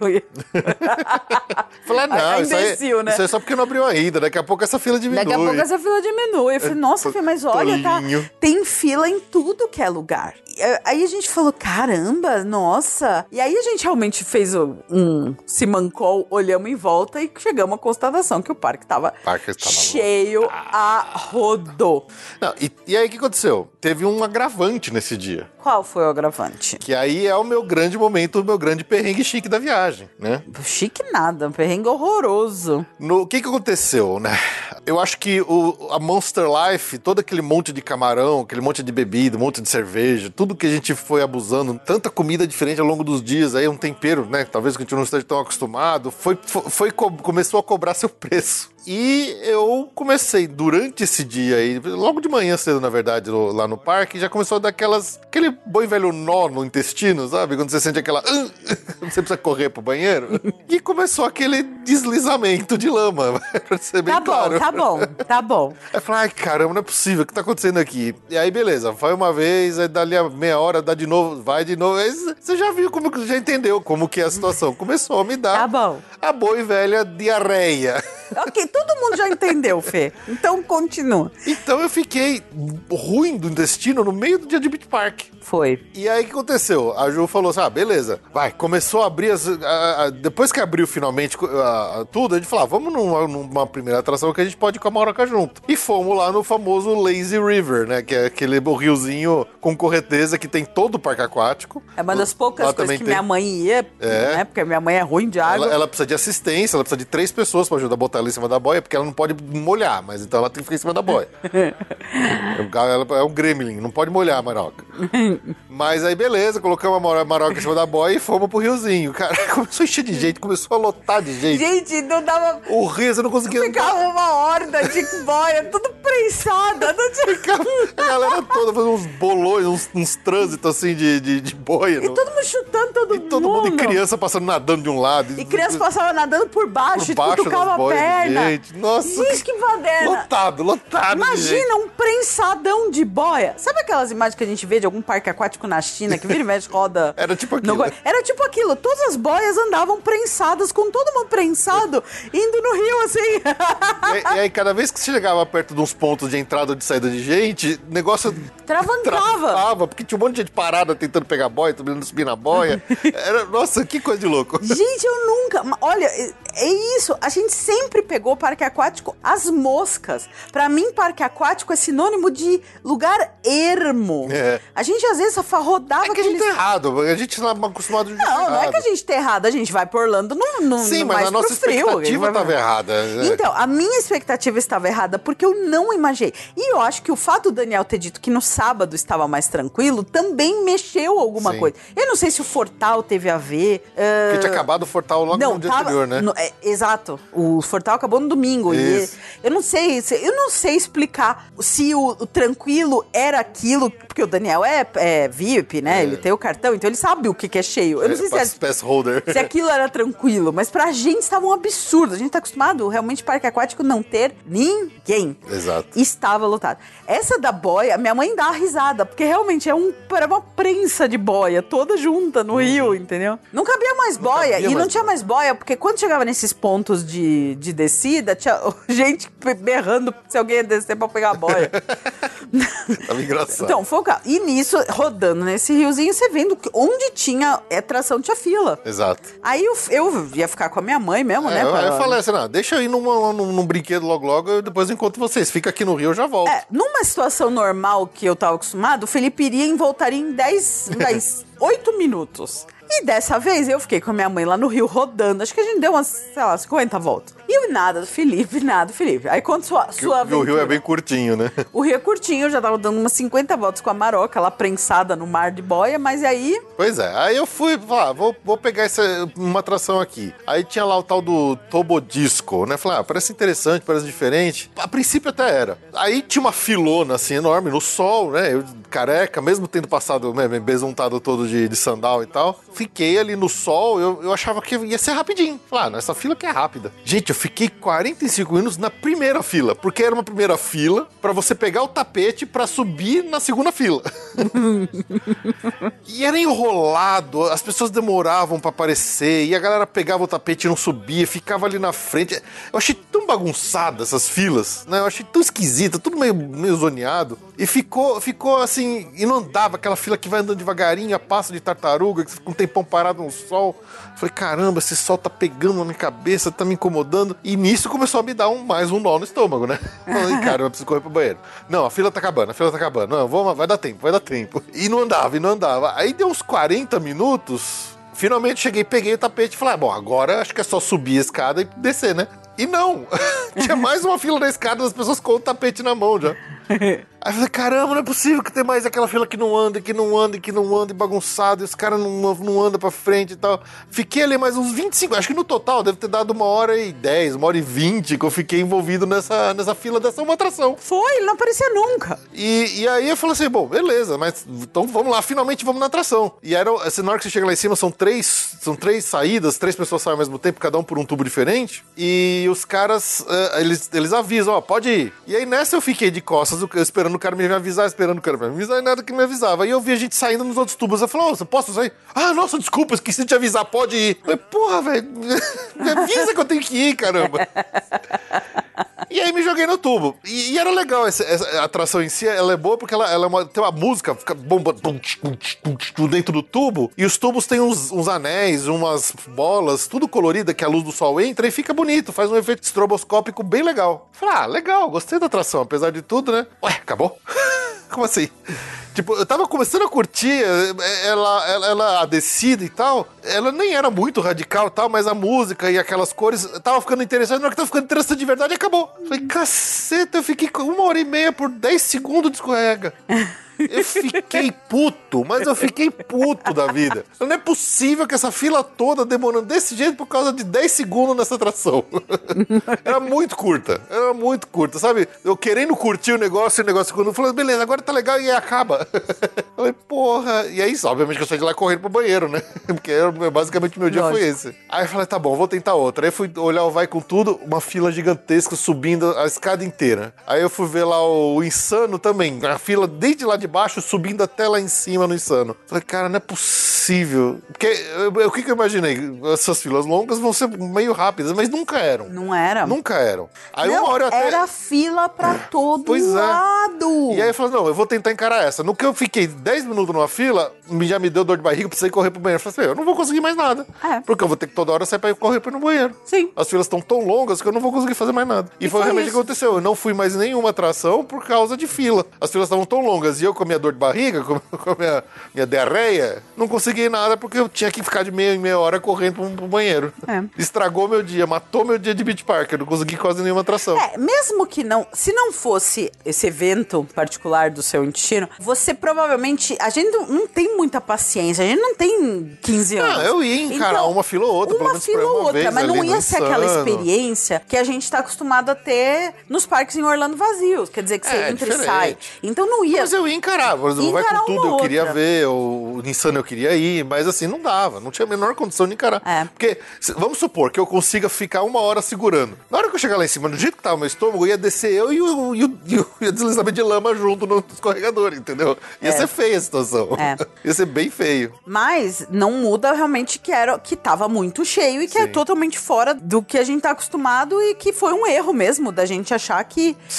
S1: Falei, ah, não,
S3: A-
S1: isso, aí,
S3: imbecil, né?
S1: isso aí é só porque não abriu ainda. Daqui a pouco essa fila diminui.
S3: Daqui a pouco essa fila diminui. Eu falei, nossa, Fê, mas olha, tá,
S1: Tolinho.
S3: tem fila em tudo que é lugar. E, eh, Aí a gente falou, caramba, nossa. E aí a gente realmente fez o- um simancol, olhamos em volta e chegamos à constatação que o parque tava,
S1: parque estava
S3: cheio a rodô.
S1: Não, e, e aí o que aconteceu? Teve um agravante nesse dia.
S3: Qual foi o agravante?
S1: Que aí é o meu grande momento, o meu grande perrengue chique da viagem, né?
S3: Chique nada, um perrengue horroroso.
S1: No, o que que aconteceu, né? Eu acho que o, a Monster Life, todo aquele monte de camarão, aquele monte de bebida, um monte de cerveja, tudo que a gente foi abusando, tanta comida diferente ao longo dos dias, aí um tempero, né? Talvez que a gente não esteja tão acostumado, foi, foi, foi co- começou a cobrar seu preço. E eu comecei, durante esse dia aí, logo de manhã cedo, na verdade, no- lá no parque, já começou a dar aquelas, aquele bom e velho nó no intestino, sabe? Quando você sente aquela... você precisa correr pro banheiro. E começou aquele deslizamento de lama, pra ser bem
S3: Tá bom,
S1: claro.
S3: tá bom, tá bom.
S1: Aí eu falei, ai caramba, não é possível, o que tá acontecendo aqui? E aí, beleza, foi uma vez, aí dali a meia hora, dá de novo, vai de novo. Aí você já viu, como que já entendeu como que é a situação. Começou a me dar
S3: Tá bom.
S1: a boa e velha diarreia.
S3: Ok, todo mundo já entendeu, Fê. Então continua.
S1: Então eu fiquei ruim do intestino no meio do dia de Beach Park.
S3: Foi.
S1: E aí o que aconteceu? A Ju falou assim: ah, beleza, vai, começou a abrir as. a- a- depois que abriu finalmente a- a- tudo, a gente falou: ah, vamos numa, numa primeira atração que a gente pode ir com a Maroca junto. E fomos lá no famoso Lazy River, né? Que é aquele riozinho com correnteza que tem todo o parque aquático.
S3: É uma das poucas
S1: Lá
S3: coisas
S1: também
S3: que
S1: tem-
S3: minha mãe ia,
S1: É.
S3: né? Porque minha mãe é ruim de água.
S1: Ela, ela precisa de assistência, ela precisa de três pessoas pra ajudar a botar ela em cima da boia, porque ela não pode molhar, mas então ela tem que ficar em cima da boia. Ela é um gremlin, não pode molhar a maroca. Mas aí beleza, colocamos a maro- maroca em cima da boia e fomos pro riozinho. Cara, começou a encher de gente, começou a lotar de gente.
S3: Gente, não dava...
S1: O rio, você não conseguia...
S3: Ficava uma horda de boia, tudo prensada. Não tinha...
S1: Ficava a galera toda fazendo uns bolões, uns, uns trânsitos assim de, de, de boia.
S3: E
S1: no-
S3: todo mundo chutando todo
S1: e todo mundo, e
S3: mundo.
S1: criança passando nadando de um lado.
S3: E criança passava nadando por baixo,
S1: por
S3: e
S1: baixo
S3: cutucava
S1: das
S3: a
S1: boias de
S3: perna.
S1: gente. Nossa,
S3: Gente, que baderna.
S1: lotado, lotado de gente.
S3: Imagina um prensadão de boia. Sabe aquelas imagens que a gente vê de algum parque aquático na China, que vira e mexe roda?
S1: Era tipo
S3: no
S1: aquilo.
S3: go- Era tipo aquilo. Todas as boias andavam prensadas, com todo mundo prensado, indo no rio assim.
S1: E, e aí, cada vez que você chegava perto de uns pontos de entrada ou de saída de gente, o negócio
S3: Travancava.
S1: travava, porque tinha um monte de gente parada tentando pegar boia, tentando subir na boia. Era, nossa, que coisa de louco.
S3: Gente, eu nunca... ma- Olha, é é isso. A gente sempre pegou parque aquático às moscas. Pra mim, parque aquático é sinônimo de lugar ermo.
S1: É.
S3: A gente, às vezes, só rodava
S1: É que a gente
S3: aqueles...
S1: tá errado, a gente não é acostumado a jeito
S3: Não, não é
S1: errado.
S3: que a gente tá errado. A gente vai por Orlando no, no,
S1: Sim,
S3: no
S1: mas
S3: mais
S1: a nossa
S3: pro frio.
S1: expectativa
S3: Vai-
S1: estava errada. né?
S3: Então, a minha expectativa estava errada porque eu não imaginei. E eu acho que o fato do Daniel ter dito que no sábado estava mais tranquilo também mexeu alguma
S1: Sim.
S3: coisa. Eu não sei se o Fortal teve a ver. ah,
S1: Porque tinha acabado o Fortal logo
S3: não,
S1: no dia
S3: tava,
S1: anterior, né?
S3: no- é, exato. O Fortal acabou no domingo. E
S1: Isso.
S3: eu não sei, se- eu não sei explicar se o, o tranquilo era aquilo, porque o Daniel é, é V I P, né?
S1: É.
S3: Ele tem o cartão, então ele sabe o que, que é cheio. Eu não sei se
S1: Pass,
S3: é
S1: pass holder.
S3: se aquilo era tranquilo, mas pra gente estava um absurdo. A gente tá acostumado realmente parque aquático não ter ninguém.
S1: Exato.
S3: Estava lotado. Essa da boia, minha mãe dá uma risada, porque realmente é um, era uma prensa de boia, toda junta no rio, entendeu? Não cabia mais boia,
S1: cabia
S3: e não
S1: mais
S3: tinha
S1: boia.
S3: mais boia, porque quando chegava nesses pontos de, de descida, tinha gente berrando se alguém ia descer pra pegar a boia.
S1: Tava engraçado.
S3: Então, foi o carro. E nisso, rodando nesse riozinho, você vendo que onde tinha atração tinha fila.
S1: Exato.
S3: Aí eu, eu ia ficar com a minha mãe mesmo,
S1: É,
S3: né?
S1: eu,
S3: pra-
S1: eu falei assim, não, deixa eu ir numa, num, num brinquedo logo logo, eu depois encontro vocês. Fica aqui no Rio, eu já volto.
S3: É, numa situação normal que eu tava acostumado, o Felipe iria e voltaria em dez, dez, oito minutos. E dessa vez eu fiquei com a minha mãe lá no Rio rodando. Acho que a gente deu umas, sei lá, cinquenta voltas. E nada do Felipe, nada do Felipe. Aí quando sua, sua
S1: o, o Rio é bem curtinho, né?
S3: O Rio é curtinho, eu já tava dando umas cinquenta voltas com a Maroca, lá prensada no mar de boia, mas aí...
S1: Pois é, aí eu fui, ah, vou, vou pegar essa, uma atração aqui. Aí tinha lá o tal do Tobodisco, né? Falei, ah, parece interessante, parece diferente. A princípio até era. Aí tinha uma filona, assim, enorme, no sol, né? Eu, careca, mesmo tendo passado, né, besuntado todo de, de sandal e tal, fiquei ali no sol, eu, eu achava que ia ser rapidinho. Falei, ah, nessa fila que é rápida. Gente, eu fiquei quarenta e cinco minutos na primeira fila, porque era uma primeira fila pra você pegar o tapete pra subir na segunda fila. E era enrolado, as pessoas demoravam pra aparecer, e a galera pegava o tapete e não subia, ficava ali na frente. Eu achei tão bagunçada essas filas, né? Eu achei tão esquisita, tudo meio, meio zoneado. E ficou, ficou assim, e não andava, aquela fila que vai andando devagarinho, a passo de tartaruga, que fica um tempão parado no sol. Falei, caramba, esse sol tá pegando na minha cabeça, tá me incomodando. E nisso começou a me dar um, mais um nó no estômago, né? Falei, caramba, eu preciso correr pro banheiro. Não, a fila tá acabando, a fila tá acabando. Não, vou, vai dar tempo, vai dar tempo. E não andava, e não andava. Aí deu uns quarenta minutos, finalmente cheguei, peguei o tapete e falei, ah, bom, agora acho que é só subir a escada e descer, né? E não! Tinha mais uma fila na escada, as pessoas com o tapete na mão já. Aí eu falei, caramba, não é possível que tem mais aquela fila que não anda, que não anda, que não anda, e bagunçado, e os caras não, não andam pra frente e tal. Fiquei ali mais uns vinte e cinco, acho que no total deve ter dado uma hora e dez, uma hora e vinte que eu fiquei envolvido nessa, nessa fila dessa uma atração.
S3: Foi, ele não aparecia nunca.
S1: E, e aí eu falei assim, bom, beleza, mas então vamos lá, finalmente vamos na atração. E era, assim, na hora que você chega lá em cima, são três, são três saídas, três pessoas saem ao mesmo tempo, cada um por um tubo diferente, e os caras, uh, eles, eles avisam, ó, pode ir. E aí nessa eu fiquei de costas, esperando o cara me avisar, esperando o cara me avisar, e nada que me avisava. Aí eu vi a gente saindo nos outros tubos. Eu falei, ô, você posso sair? Ah, nossa, desculpa, esqueci de te avisar, pode ir. Eu falei, porra, velho, me avisa que eu tenho que ir, caramba. E aí me joguei no tubo. E, e era legal, essa, essa atração em si, ela é boa porque ela, ela é uma, tem uma música, fica bomba dentro do tubo, e os tubos têm uns, uns anéis, umas bolas, tudo colorida, que a luz do sol entra e fica bonito, faz um efeito estroboscópico bem legal. Falei, ah, legal, gostei da atração, apesar de tudo, né? Ué, acabou? Como assim? Tipo, eu tava começando a curtir ela, ela, ela, a descida e tal, ela nem era muito radical e tal, mas a música e aquelas cores tava ficando interessante, na hora que tava ficando interessante de verdade, acabou. Falei, caceta, eu fiquei com uma hora e meia por dez segundos de escorrega. Eu fiquei puto, mas eu fiquei puto da vida. Não é possível que essa fila toda demorando desse jeito por causa de dez segundos nessa atração. Era muito curta, era muito curta, sabe? Eu querendo curtir o negócio, e o negócio quando eu falei, beleza, agora tá legal, e aí acaba. Eu falei, porra. E aí, obviamente que eu saí de lá correndo pro banheiro, né? Porque basicamente meu dia Lógico. Foi esse. Aí eu falei, tá bom, vou tentar outra. Aí fui olhar o Vai Com Tudo, uma fila gigantesca subindo a escada inteira. Aí eu fui ver lá o Insano também, a fila desde lá de baixo, subindo até lá em cima no Insano. Falei, cara, não é possível. Porque o que, que eu imaginei? Essas filas longas vão ser meio rápidas, mas nunca eram.
S3: Não era?
S1: Nunca eram. Aí
S3: não,
S1: uma hora eu até...
S3: era fila pra todo
S1: pois
S3: lado.
S1: É. E aí eu falei, não, eu vou tentar encarar essa. No que eu fiquei dez minutos numa fila, já me deu dor de barriga, precisei correr pro banheiro. Eu falei assim, eu não vou conseguir mais nada. É. Porque eu vou ter que toda hora sair pra ir correr pra ir no banheiro.
S3: Sim.
S1: As filas estão tão longas que eu não vou conseguir fazer mais nada. E, e foi, foi realmente o que aconteceu. Eu não fui mais em nenhuma atração por causa de fila. As filas estavam tão longas e eu com a minha dor de barriga, com a minha, minha diarreia, não consegui nada porque eu tinha que ficar de meia em meia hora correndo pro, pro banheiro. É. Estragou meu dia, matou meu dia de Beach Park. Eu não consegui quase nenhuma atração.
S3: É, mesmo que não... Se não fosse esse evento particular do seu intestino, você provavelmente... A gente não, não tem muita paciência. A gente não tem quinze anos.
S1: Não, eu ia encarar então, uma fila ou outra.
S3: Uma fila ou outra, mas não ia ser aquela experiência que a gente tá acostumado a ter nos parques em Orlando vazios. Quer dizer, que você é, entra diferente. E sai. Então não ia...
S1: Mas eu ia encarar. Por exemplo, Vai Com Tudo, eu queria ver. O Insano eu queria ir. Mas assim, não dava. Não tinha a menor condição de encarar. É. Porque, vamos supor que eu consiga ficar uma hora segurando. Na hora que eu chegar lá em cima, do jeito que tava o meu estômago, ia descer eu e o, e o, e o, e o deslizamento de lama junto no escorregador, entendeu? Ia é. ser feia a situação. É. Ia ser bem feio.
S3: Mas não muda realmente que, era, que tava muito cheio e que Sim. é totalmente fora do que a gente tá acostumado e que foi um erro mesmo da gente achar que,
S1: Sim.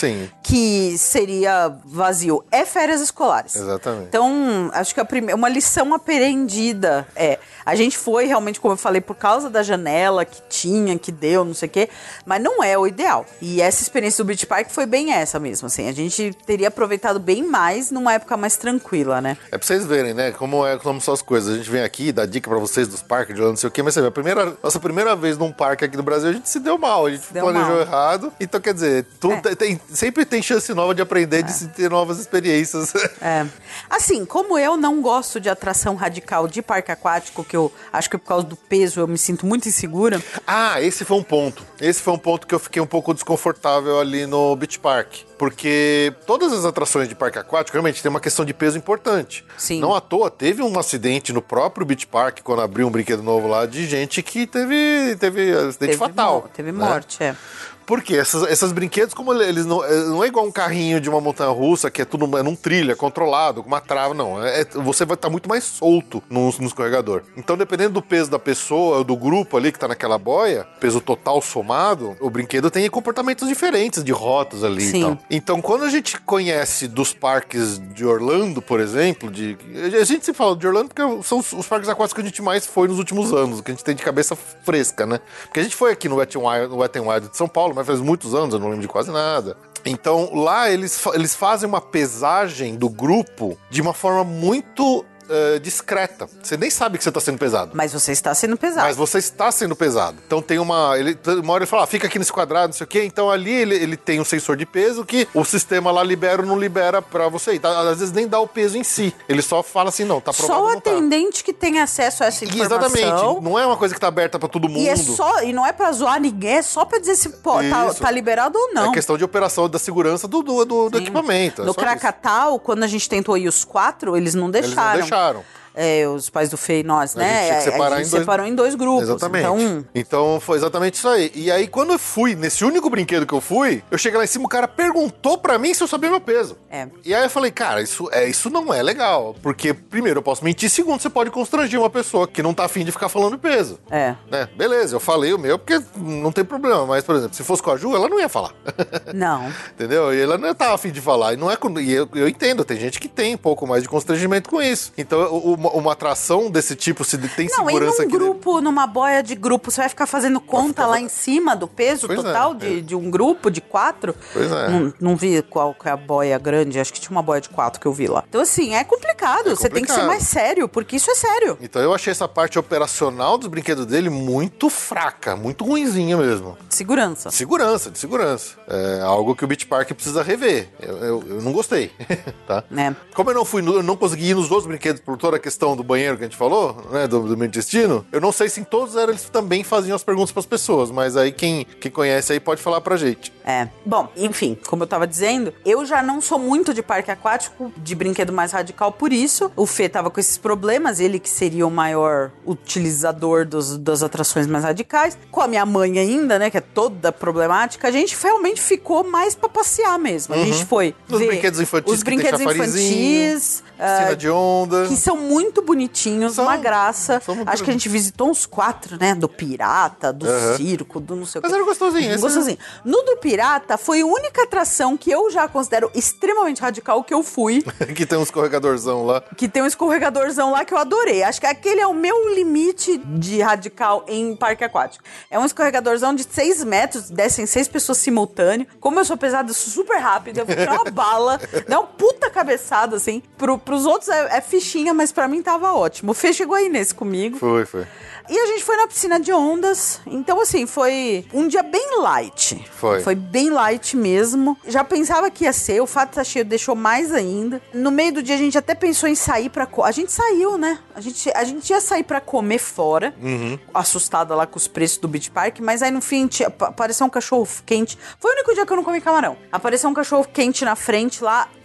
S3: que seria vazio é férias escolares.
S1: Exatamente.
S3: Então, acho que a prime... uma lição aprendida é... A gente foi realmente, como eu falei, por causa da janela que tinha, que deu, não sei o quê, mas não é o ideal. E essa experiência do Beach Park foi bem essa mesmo, assim. A gente teria aproveitado bem mais numa época mais tranquila, né?
S1: É pra vocês verem, né, como, é, como são as coisas. A gente vem aqui, dá dica pra vocês dos parques de lá, não sei o quê, mas você vê, a primeira, nossa primeira vez num parque aqui no Brasil, a gente se deu mal, a gente
S3: Deu
S1: planejou
S3: mal.
S1: errado. Então, quer dizer, tu,
S3: É.
S1: tem, sempre tem chance nova de aprender, de se ter novas experiências.
S3: É. Assim, como eu não gosto de atração radical de parque aquático, que eu acho que por causa do peso eu me sinto muito insegura.
S1: Ah, esse foi um ponto. Esse foi um ponto que eu fiquei um pouco desconfortável ali no Beach Park. Porque todas as atrações de parque aquático realmente tem uma questão de peso importante.
S3: Sim.
S1: Não à toa, teve um acidente no próprio Beach Park, quando abriu um brinquedo novo lá, de gente que teve, teve acidente
S3: Teve
S1: fatal.
S3: mo- Teve
S1: né?
S3: morte, é.
S1: Porque esses, esses brinquedos, como eles não, não é igual um carrinho de uma montanha-russa, que é tudo é num trilho, é controlado, com uma trava, não. É, você vai estar muito mais solto no, no escorregador. Então, dependendo do peso da pessoa, do grupo ali que tá naquela boia, peso total somado, o brinquedo tem comportamentos diferentes de rotas ali
S3: Sim.
S1: e tal. Então, quando a gente conhece dos parques de Orlando, por exemplo, de, a gente se fala de Orlando porque são os, os parques aquáticos que a gente mais foi nos últimos anos, que a gente tem de cabeça fresca, né? Porque a gente foi aqui no Wet n Wild, no Wet n Wild de São Paulo, mas faz muitos anos, eu não lembro de quase nada. Então, lá eles, eles fazem uma pesagem do grupo de uma forma muito uh, discreta. Você nem sabe que você está sendo pesado.
S3: Mas você está sendo pesado.
S1: Mas você está sendo pesado. Então tem uma... Ele, uma hora ele fala, ah, fica aqui nesse quadrado, não sei o quê. Então ali ele, ele tem um sensor de peso que o sistema lá libera ou não libera pra você. Então, às vezes nem dá o peso em si. Ele só fala assim, não, tá provado
S3: Só o
S1: ou não tá.
S3: atendente que tem acesso a essa informação.
S1: Exatamente. Não é uma coisa que tá aberta pra todo mundo.
S3: E, é só, e não é pra zoar ninguém, é só pra dizer se pô, tá,
S1: Isso.
S3: tá liberado ou não.
S1: É questão de operação da segurança do, do, do, do equipamento. É
S3: No
S1: só isso.
S3: Krakatau, quando a gente tentou ir os quatro, eles não
S1: Eles
S3: deixaram.
S1: não deixaram.
S3: É, os pais do Fê e nós,
S1: A
S3: né?
S1: gente tinha que separar
S3: a gente
S1: em dois-
S3: separou em dois grupos.
S1: Exatamente.
S3: Então,
S1: Então foi exatamente isso aí. E aí, quando eu fui, nesse único brinquedo que eu fui, eu cheguei lá em cima, o cara perguntou pra mim se eu sabia meu peso.
S3: É.
S1: E aí eu falei, cara, isso, é, isso não é legal. Porque, primeiro, eu posso mentir, segundo, você pode constranger uma pessoa que não tá afim de ficar falando peso.
S3: é.
S1: Né? Beleza, eu falei o meu porque não tem problema. Mas, por exemplo, se fosse com a Ju, ela não ia falar.
S3: Não.
S1: Entendeu? E ela não tava afim de falar. E, não é com... e eu, eu entendo, tem gente que tem um pouco mais de constrangimento com isso. Então, uma, uma atração desse tipo, se tem
S3: Não, e
S1: segurança
S3: num
S1: aqui.
S3: grupo, numa boia de grupo, você vai ficar fazendo conta
S1: ficar-
S3: lá em cima do peso
S1: Pois é,
S3: total
S1: é.
S3: de, de um grupo de quatro?
S1: Pois é.
S3: Não, não vi qual que é a boia grande, acho que tinha uma boia de quatro que eu vi lá. Então, assim, é complicado.
S1: É
S3: Você tem que ser
S1: complicado.
S3: mais sério, porque isso é sério.
S1: Então eu achei essa parte operacional dos brinquedos dele muito fraca, muito ruinzinha mesmo.
S3: Segurança.
S1: Segurança, de segurança. É algo que o Beach Park precisa rever. Eu, eu, eu não gostei, tá?
S3: É.
S1: Como eu não fui, no- eu não consegui ir nos outros brinquedos por toda a questão do banheiro que a gente falou, né, do, do meu intestino, eu não sei se em todos eles também faziam as perguntas pras pessoas, mas aí quem, quem conhece aí pode falar pra gente.
S3: É. Bom, enfim, como eu tava dizendo, eu já não sou muito de parque aquático, de brinquedo mais radical por isso. O Fê tava com esses problemas, ele que seria o maior utilizador dos, das atrações mais radicais. Com a minha mãe ainda, né, que é toda problemática, a gente realmente ficou mais pra passear mesmo. A gente foi
S1: Nos
S3: ver
S1: brinquedos infantis
S3: os
S1: que tem
S3: brinquedos
S1: chafarizinho,
S3: infantis,
S1: Piscina
S3: ah,
S1: de onda.
S3: que são muito bonitinhos,
S1: São-
S3: uma graça.
S1: são muito
S3: Acho que a gente visitou uns quatro, né? Do pirata, do
S1: Aham.
S3: circo, do não sei o
S1: Mas
S3: quê.
S1: era gostosinho, esse
S3: Gostosinho. No do pirata, foi a única atração que eu já considero extremamente radical que eu fui.
S1: que tem um escorregadorzão lá.
S3: Que tem um escorregadorzão lá que eu adorei. Acho que aquele é o meu limite de radical em parque aquático. É um escorregadorzão de seis metros, descem seis pessoas simultâneo. Como eu sou pesada, eu sou super rápida, eu vou tirar uma bala, dá uma puta cabeçada, assim. Pro, pros outros é, é fichinha, mas pra mim tava ótimo. O Fê chegou aí nesse comigo.
S1: Foi, foi.
S3: E a gente foi na piscina de ondas. Então, assim, foi um dia bem light.
S1: Foi.
S3: Foi bem light mesmo. Já pensava que ia ser. O fato de estar cheio deixou mais ainda. No meio do dia, a gente até pensou em sair pra... Co- a gente saiu, né? A gente, a gente ia sair pra comer fora.
S1: Uhum.
S3: Assustada lá com os preços do Beach Park. Mas aí, no fim, tinha, ap- apareceu um cachorro quente. Foi o único dia que eu não comi camarão. Apareceu um cachorro quente na frente lá.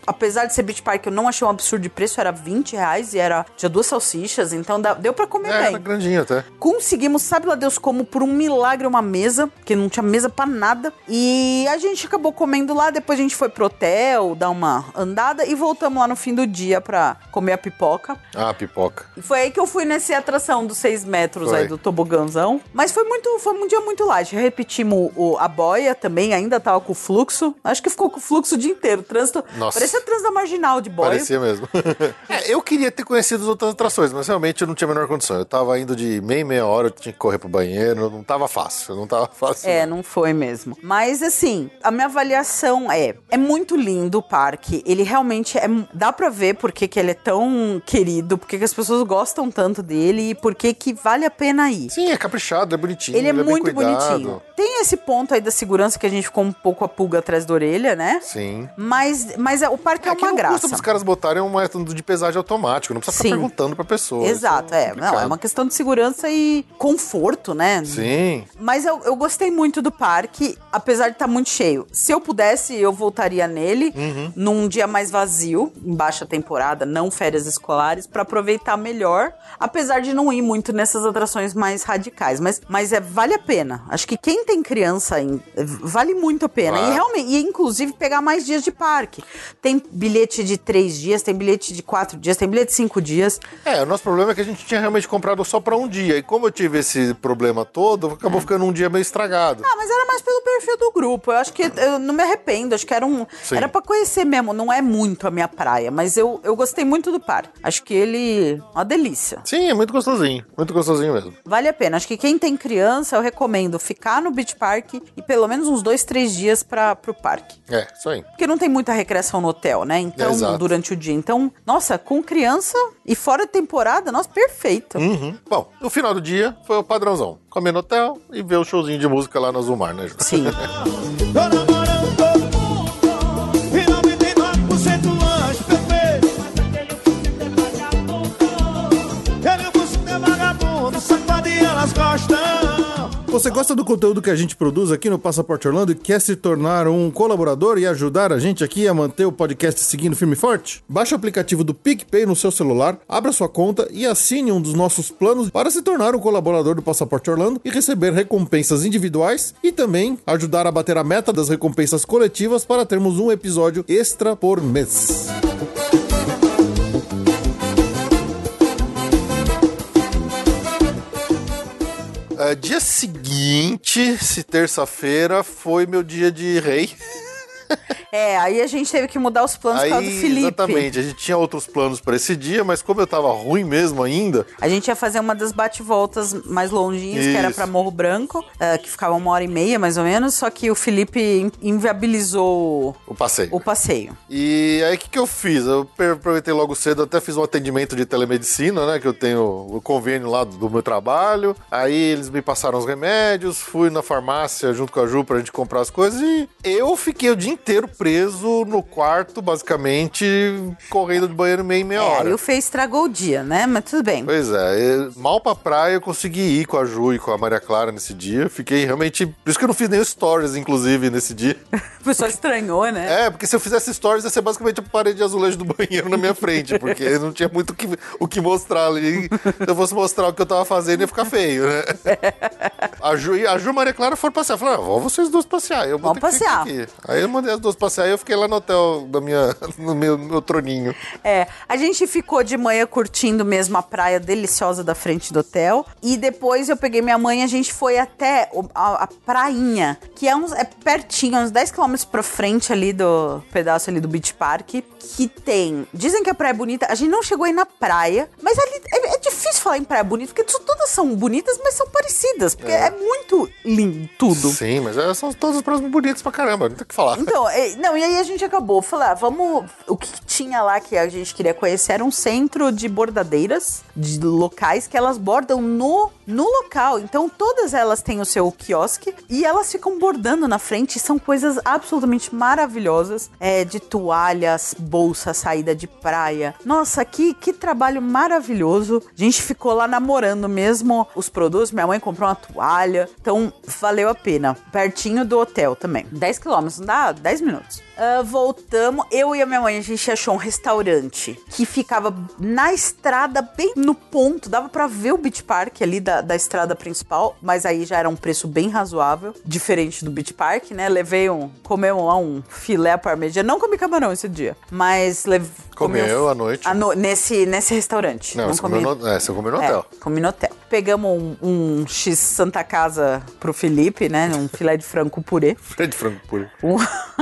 S3: apesar de ser Beach Park, eu não achei um absurdo de preço, era vinte reais e era, tinha duas salsichas, então dá, deu pra comer
S1: É,
S3: bem.
S1: era grandinho até.
S3: Conseguimos, sabe lá Deus como, por um milagre, uma mesa, porque não tinha mesa pra nada. E a gente acabou comendo lá, depois a gente foi pro hotel, dar uma andada e voltamos lá no fim do dia pra comer a pipoca.
S1: Ah, pipoca.
S3: E foi aí que eu fui nessa atração dos seis metros
S1: Foi.
S3: aí do tobogãzão. Mas foi muito, foi um dia muito light. Repetimos o, a boia também, ainda tava com o fluxo. Acho que ficou com o fluxo o dia inteiro. Trânsito,
S1: Nossa.
S3: parecia trânsito da marginal de boia.
S1: Parecia mesmo. É, eu queria ter conhecido as outras atrações, mas realmente eu não tinha a menor condição. Eu tava indo de meia e meia hora, eu tinha que correr pro banheiro, não tava fácil, não tava fácil.
S3: É,
S1: não.
S3: não foi mesmo. Mas, assim, a minha avaliação é... É muito lindo o parque. Ele realmente é... Dá pra ver por que que ele é tão querido, por que que as pessoas gostam tanto dele e por que que vale a pena ir.
S1: Sim, é caprichado, é bonitinho,
S3: Ele é
S1: bem
S3: muito
S1: cuidado.
S3: bonitinho. Tem esse ponto aí da segurança que a gente ficou um pouco a pulga atrás da orelha, né?
S1: Sim.
S3: Mas, mas é- o parque é,
S1: É que
S3: uma
S1: não
S3: graça.
S1: custa pros caras botarem um método de pesagem automático, não precisa
S3: Sim.
S1: ficar perguntando pra pessoa.
S3: Exato,
S1: isso
S3: é.
S1: complicado.
S3: Não, é uma questão de segurança e conforto, né?
S1: Sim.
S3: Mas eu, eu gostei muito do parque, apesar de estar muito cheio. Se eu pudesse, eu voltaria nele
S1: Uhum.
S3: num dia mais vazio, em baixa temporada, não férias escolares, pra aproveitar melhor, apesar de não ir muito nessas atrações mais radicais. Mas, mas é, vale a pena. Acho que quem tem criança, em- vale muito a pena.
S1: Claro.
S3: E realmente, e inclusive pegar mais dias de parque. Tem bilhete de três dias, tem bilhete de quatro dias, tem bilhete de cinco dias.
S1: É, o nosso problema é que a gente tinha realmente comprado só pra um dia. E como eu tive esse problema todo, acabou ficando um dia meio estragado.
S3: Ah, mas era mais pelo perfil do grupo. Eu acho que eu não me arrependo. Acho que era um.
S1: Sim.
S3: Era pra conhecer mesmo. Não é muito a minha praia, mas eu, eu gostei muito do parque. Acho que ele. Uma delícia.
S1: Sim, é muito gostosinho. Muito gostosinho mesmo.
S3: Vale a pena. Acho que quem tem criança, eu recomendo ficar no Beach Park e pelo menos uns dois, três dias pra, pro parque.
S1: É, isso aí.
S3: Porque não tem muita recreação no hotel, né? Então,
S1: Exato.
S3: durante o dia. Então, nossa, com criança e fora de temporada, nossa, perfeito.
S1: Uhum. Bom, no final do dia foi o padrãozão. Comer no hotel e ver o showzinho de música lá no Azulmar, né, Ju?
S3: Sim.
S2: Tô namorando todo mundo e noventa e nove por cento anjo perfeito. Ele busca é vagabundo, safado e elas gostam.
S1: Você gosta do conteúdo que a gente produz aqui no Passaporte Orlando e quer se tornar um colaborador e ajudar a gente aqui a manter o podcast seguindo firme e forte? Baixe o aplicativo do PicPay no seu celular, abra sua conta e assine um dos nossos planos para se tornar um colaborador do Passaporte Orlando e receber recompensas individuais e também ajudar a bater a meta das recompensas coletivas para termos um episódio extra por mês. Uh, dia seguinte, se terça-feira, foi meu dia de rei.
S3: É, aí a gente teve que mudar os planos por causa do Felipe.
S1: Exatamente, a gente tinha outros planos para esse dia, mas como eu tava ruim mesmo ainda...
S3: A gente ia fazer uma das bate-voltas mais longinhas, que era
S1: Isso.
S3: pra Morro Branco, uh, que ficava uma hora e meia, mais ou menos, só que o Felipe inviabilizou
S1: O passeio.
S3: o passeio.
S1: E aí, o que, que eu fiz? Eu aproveitei logo cedo, até fiz um atendimento de telemedicina, né? Que eu tenho o convênio lá do, do meu trabalho. Aí eles me passaram os remédios, fui na farmácia junto com a Ju pra gente comprar as coisas e eu fiquei o dia inteiro preso no quarto, basicamente, correndo de banheiro meia e meia
S3: É,
S1: hora.
S3: aí o Fê estragou o dia, né? Mas tudo bem.
S1: Pois é, eu- mal pra praia eu consegui ir com a Ju e com a Maria Clara nesse dia. Fiquei realmente... Por isso que eu não fiz nenhum stories, inclusive, nesse dia.
S3: O pessoal estranhou, né?
S1: É, porque se eu fizesse stories ia ser basicamente a parede de azulejo do banheiro na minha frente, porque não tinha muito o que, o que mostrar ali. Se eu fosse mostrar o que eu tava fazendo ia ficar feio, né? A Ju, e a Ju e a Maria Clara foram passear. Falaram, ah, vão vocês duas passear. Eu vou
S3: Vamos
S1: ter que ficar
S3: passear.
S1: aqui. Aí eu mandei as duas passear e eu fiquei lá no hotel da minha, no meu, no meu troninho.
S3: É, a gente ficou de manhã curtindo mesmo a praia deliciosa da frente do hotel. E depois eu peguei minha mãe e a gente foi até o- a, a prainha, que é, uns, é pertinho, uns dez quilômetros pra frente ali do pedaço ali do Beach Park, que tem... Dizem que a praia é bonita, a gente não chegou aí na praia, mas ali é, é difícil falar em praia bonita, porque todas são bonitas, mas são parecidas, porque é, muito lindo tudo.
S1: Sim, mas elas são todas próximas bonitas pra caramba, não tem o que falar.
S3: Então, é, não, e aí a gente acabou, falou, ah, vamos... O que tinha lá que a gente queria conhecer era um centro de bordadeiras, de locais que elas bordam no, no local. Então, todas elas têm o seu quiosque e elas ficam bordando na frente. E são coisas absolutamente maravilhosas, é, de toalhas, bolsa, saída de praia. Nossa, que, que trabalho maravilhoso. A A gente ficou lá namorando mesmo os produtos. Minha mãe comprou uma toalha. Então, valeu a pena. Pertinho do hotel também. dez quilômetros, não dá? dez minutos. Uh, voltamos, eu e a minha mãe, a gente achou um restaurante que ficava na estrada, bem no ponto, dava pra ver o Beach Park ali da, da estrada principal, mas aí já era um preço bem razoável, diferente do Beach Park, né? Levei um, comemos lá um filé parmegiana, não comi camarão esse dia, mas leve,
S1: comeu à noite
S3: a no, nesse, nesse restaurante.
S1: Não,
S3: não
S1: você,
S3: comi,
S1: comeu no, é, você comeu no
S3: é,
S1: hotel.
S3: Comi no hotel. Pegamos um, um X Santa Casa pro Felipe, né? Um filé de frango purê.
S1: Filé de frango purê.
S3: Um...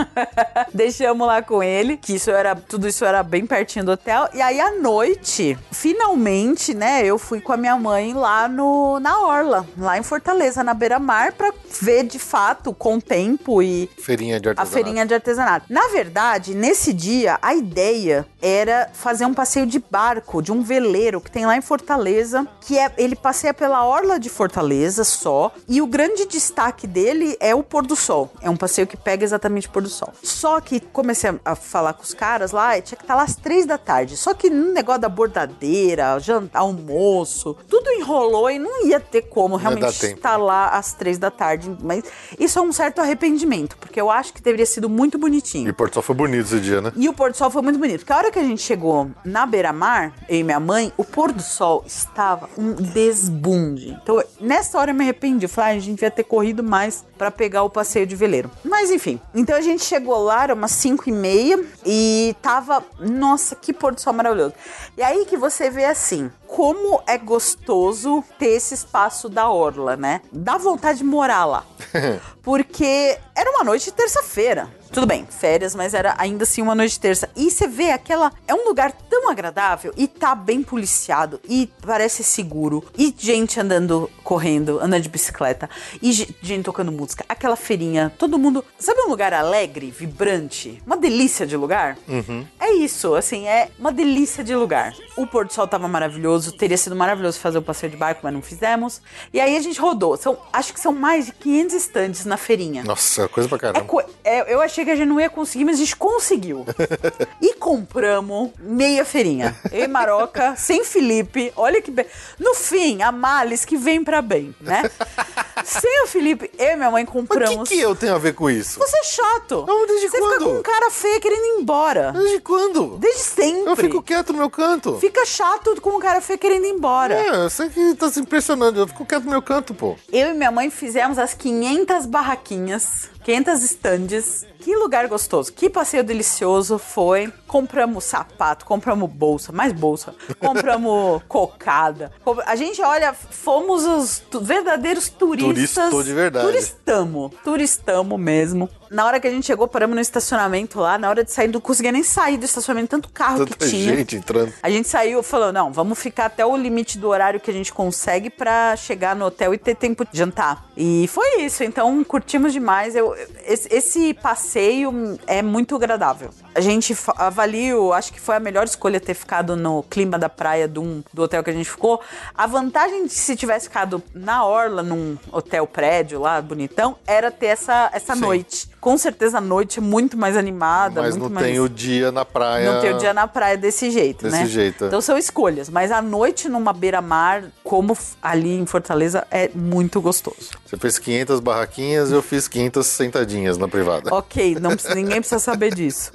S3: Deixamos lá com ele, que isso era, tudo isso era bem pertinho do hotel. E aí, à noite, finalmente, né, eu fui com a minha mãe lá no, na Orla, lá em Fortaleza, na beira-mar, pra ver, de fato, com tempo e...
S1: Feirinha de artesanato.
S3: A feirinha de artesanato. Na verdade, nesse dia, a ideia era fazer um passeio de barco, de um veleiro que tem lá em Fortaleza, que é, ele passeia pela Orla de Fortaleza só, e o grande destaque dele é o pôr do sol. É um passeio que pega exatamente o pôr do sol. Só que comecei a falar com os caras lá e tinha que estar lá às três da tarde. Só que no negócio da bordadeira, jantar, almoço, tudo enrolou e não ia ter como realmente estar lá às três da tarde. Mas isso é um certo arrependimento, porque eu acho que deveria sido muito bonitinho.
S1: E o Porto Sol foi bonito esse dia, né?
S3: E o pôr do sol foi muito bonito, porque a hora que a gente chegou na beira-mar, eu e minha mãe, o pôr do sol estava um desbunde. Então, nessa hora eu me arrependi. Eu falei, ah, a gente devia ter corrido mais pra pegar o passeio de veleiro. Mas, enfim. Então, a gente chegou lá, era umas cinco e meia, e tava... Nossa, que pôr do sol maravilhoso. E aí que você vê assim... Como é gostoso ter esse espaço da orla, né? Dá vontade de morar lá. Porque era uma noite de terça-feira. Tudo bem, férias, mas era ainda assim uma noite de terça. E você vê aquela... É um lugar tão agradável e tá bem policiado. E parece seguro. E gente andando, correndo, andando de bicicleta. E gente tocando música. Aquela feirinha, todo mundo... Sabe um lugar alegre, vibrante? Uma delícia de lugar?
S1: Uhum.
S3: É isso, assim, é uma delícia de lugar. O pôr do sol tava maravilhoso. Teria sido maravilhoso fazer o passeio de barco, mas não fizemos. E aí a gente rodou. São, acho que são mais de quinhentos estandes na feirinha.
S1: Nossa, coisa pra caramba.
S3: É co- é, eu achei que a gente não ia conseguir, mas a gente conseguiu. E compramos meia feirinha. Eu e Maroca, sem Felipe. Olha que bem. No fim, a males que vem pra bem, né? Sem o Felipe, eu e minha mãe compramos.
S1: Mas o que, que eu tenho a ver com isso?
S3: Você é chato.
S1: Não, desde
S3: Você
S1: quando?
S3: fica com cara feia querendo ir embora.
S1: Desde quando?
S3: Desde sempre.
S1: Eu fico quieto no meu canto.
S3: Fica chato com cara feia querendo ir embora.
S1: É, eu sei que tá se impressionando. Eu fico quieto no meu canto, pô.
S3: Eu e minha mãe fizemos as quinhentas barraquinhas, quinhentas estandes. Que lugar gostoso, que passeio delicioso foi. Compramos sapato, compramos bolsa, mais bolsa. Compramos cocada. A gente, olha, fomos os tu- verdadeiros turistas.
S1: Turistou de verdade.
S3: Turistamos, turistamos mesmo. Na hora que a gente chegou, paramos no estacionamento lá. Na hora de sair, não conseguia nem sair do estacionamento, tanto carro
S1: Tanta
S3: que tinha.
S1: gente entrando.
S3: A gente saiu falando, não, vamos ficar até o limite do horário que a gente consegue pra chegar no hotel e ter tempo de jantar. E foi isso, então curtimos demais. Eu, esse, esse passeio é muito agradável. A gente avalio, acho que foi a melhor escolha ter ficado no clima da praia do, do hotel que a gente ficou. A vantagem de se tivesse ficado na orla, num hotel prédio lá, bonitão, era ter essa, essa noite. Com certeza a noite é muito mais animada.
S1: Mas
S3: muito
S1: não
S3: mais...
S1: tem o dia na praia.
S3: Não tem o dia na praia desse jeito,
S1: Desse
S3: né?
S1: jeito.
S3: Então são escolhas. Mas a noite numa beira-mar, como ali em Fortaleza, é muito gostoso.
S1: Você fez quinhentas barraquinhas, eu fiz quinhentas sentadinhas na privada.
S3: Ok, não precisa, ninguém precisa saber disso.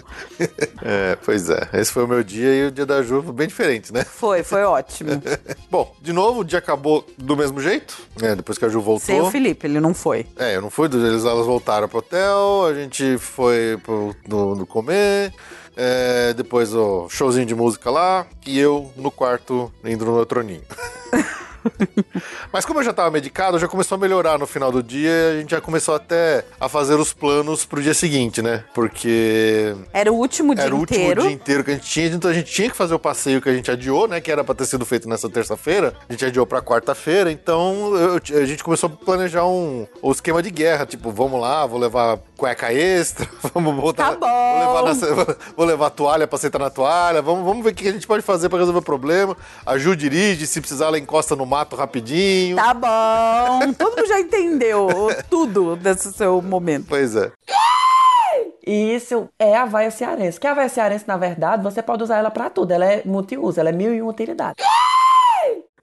S1: É, pois é. Esse foi o meu dia e o dia da Ju foi bem diferente, né?
S3: Foi, foi ótimo.
S1: Bom, de novo, o dia acabou do mesmo jeito, né? Depois que a Ju voltou.
S3: Sem o Felipe, ele não foi.
S1: É, eu não fui, eles, elas voltaram pro hotel, a gente foi pro, no, no comer, é, depois o showzinho de música lá, e eu no quarto indo no meu troninho. Mas como eu já tava medicado, já começou a melhorar no final do dia, a gente já começou até a fazer os planos pro dia seguinte, né? Porque
S3: Era o último dia
S1: era o último
S3: inteiro.
S1: dia inteiro que a gente tinha, então a gente tinha que fazer o passeio que a gente adiou, né? Que era pra ter sido feito nessa terça-feira, a gente adiou pra quarta-feira, então eu- a gente começou a planejar um, um esquema de guerra, tipo, vamos lá, vou levar cueca extra, vamos botar...
S3: Tá bom.
S1: Vou levar, na- vou levar toalha pra sentar na toalha, vamos, vamos ver o que a gente pode fazer pra resolver o problema. A Ju dirige, se precisar ela encosta no mato rapidinho.
S3: Tá bom. Todo mundo já entendeu tudo desse seu momento.
S1: Pois é.
S5: E isso é a vaia cearense. Que a vaia cearense, na verdade, você pode usar ela pra tudo. Ela é multiuso, ela é mil e uma utilidade.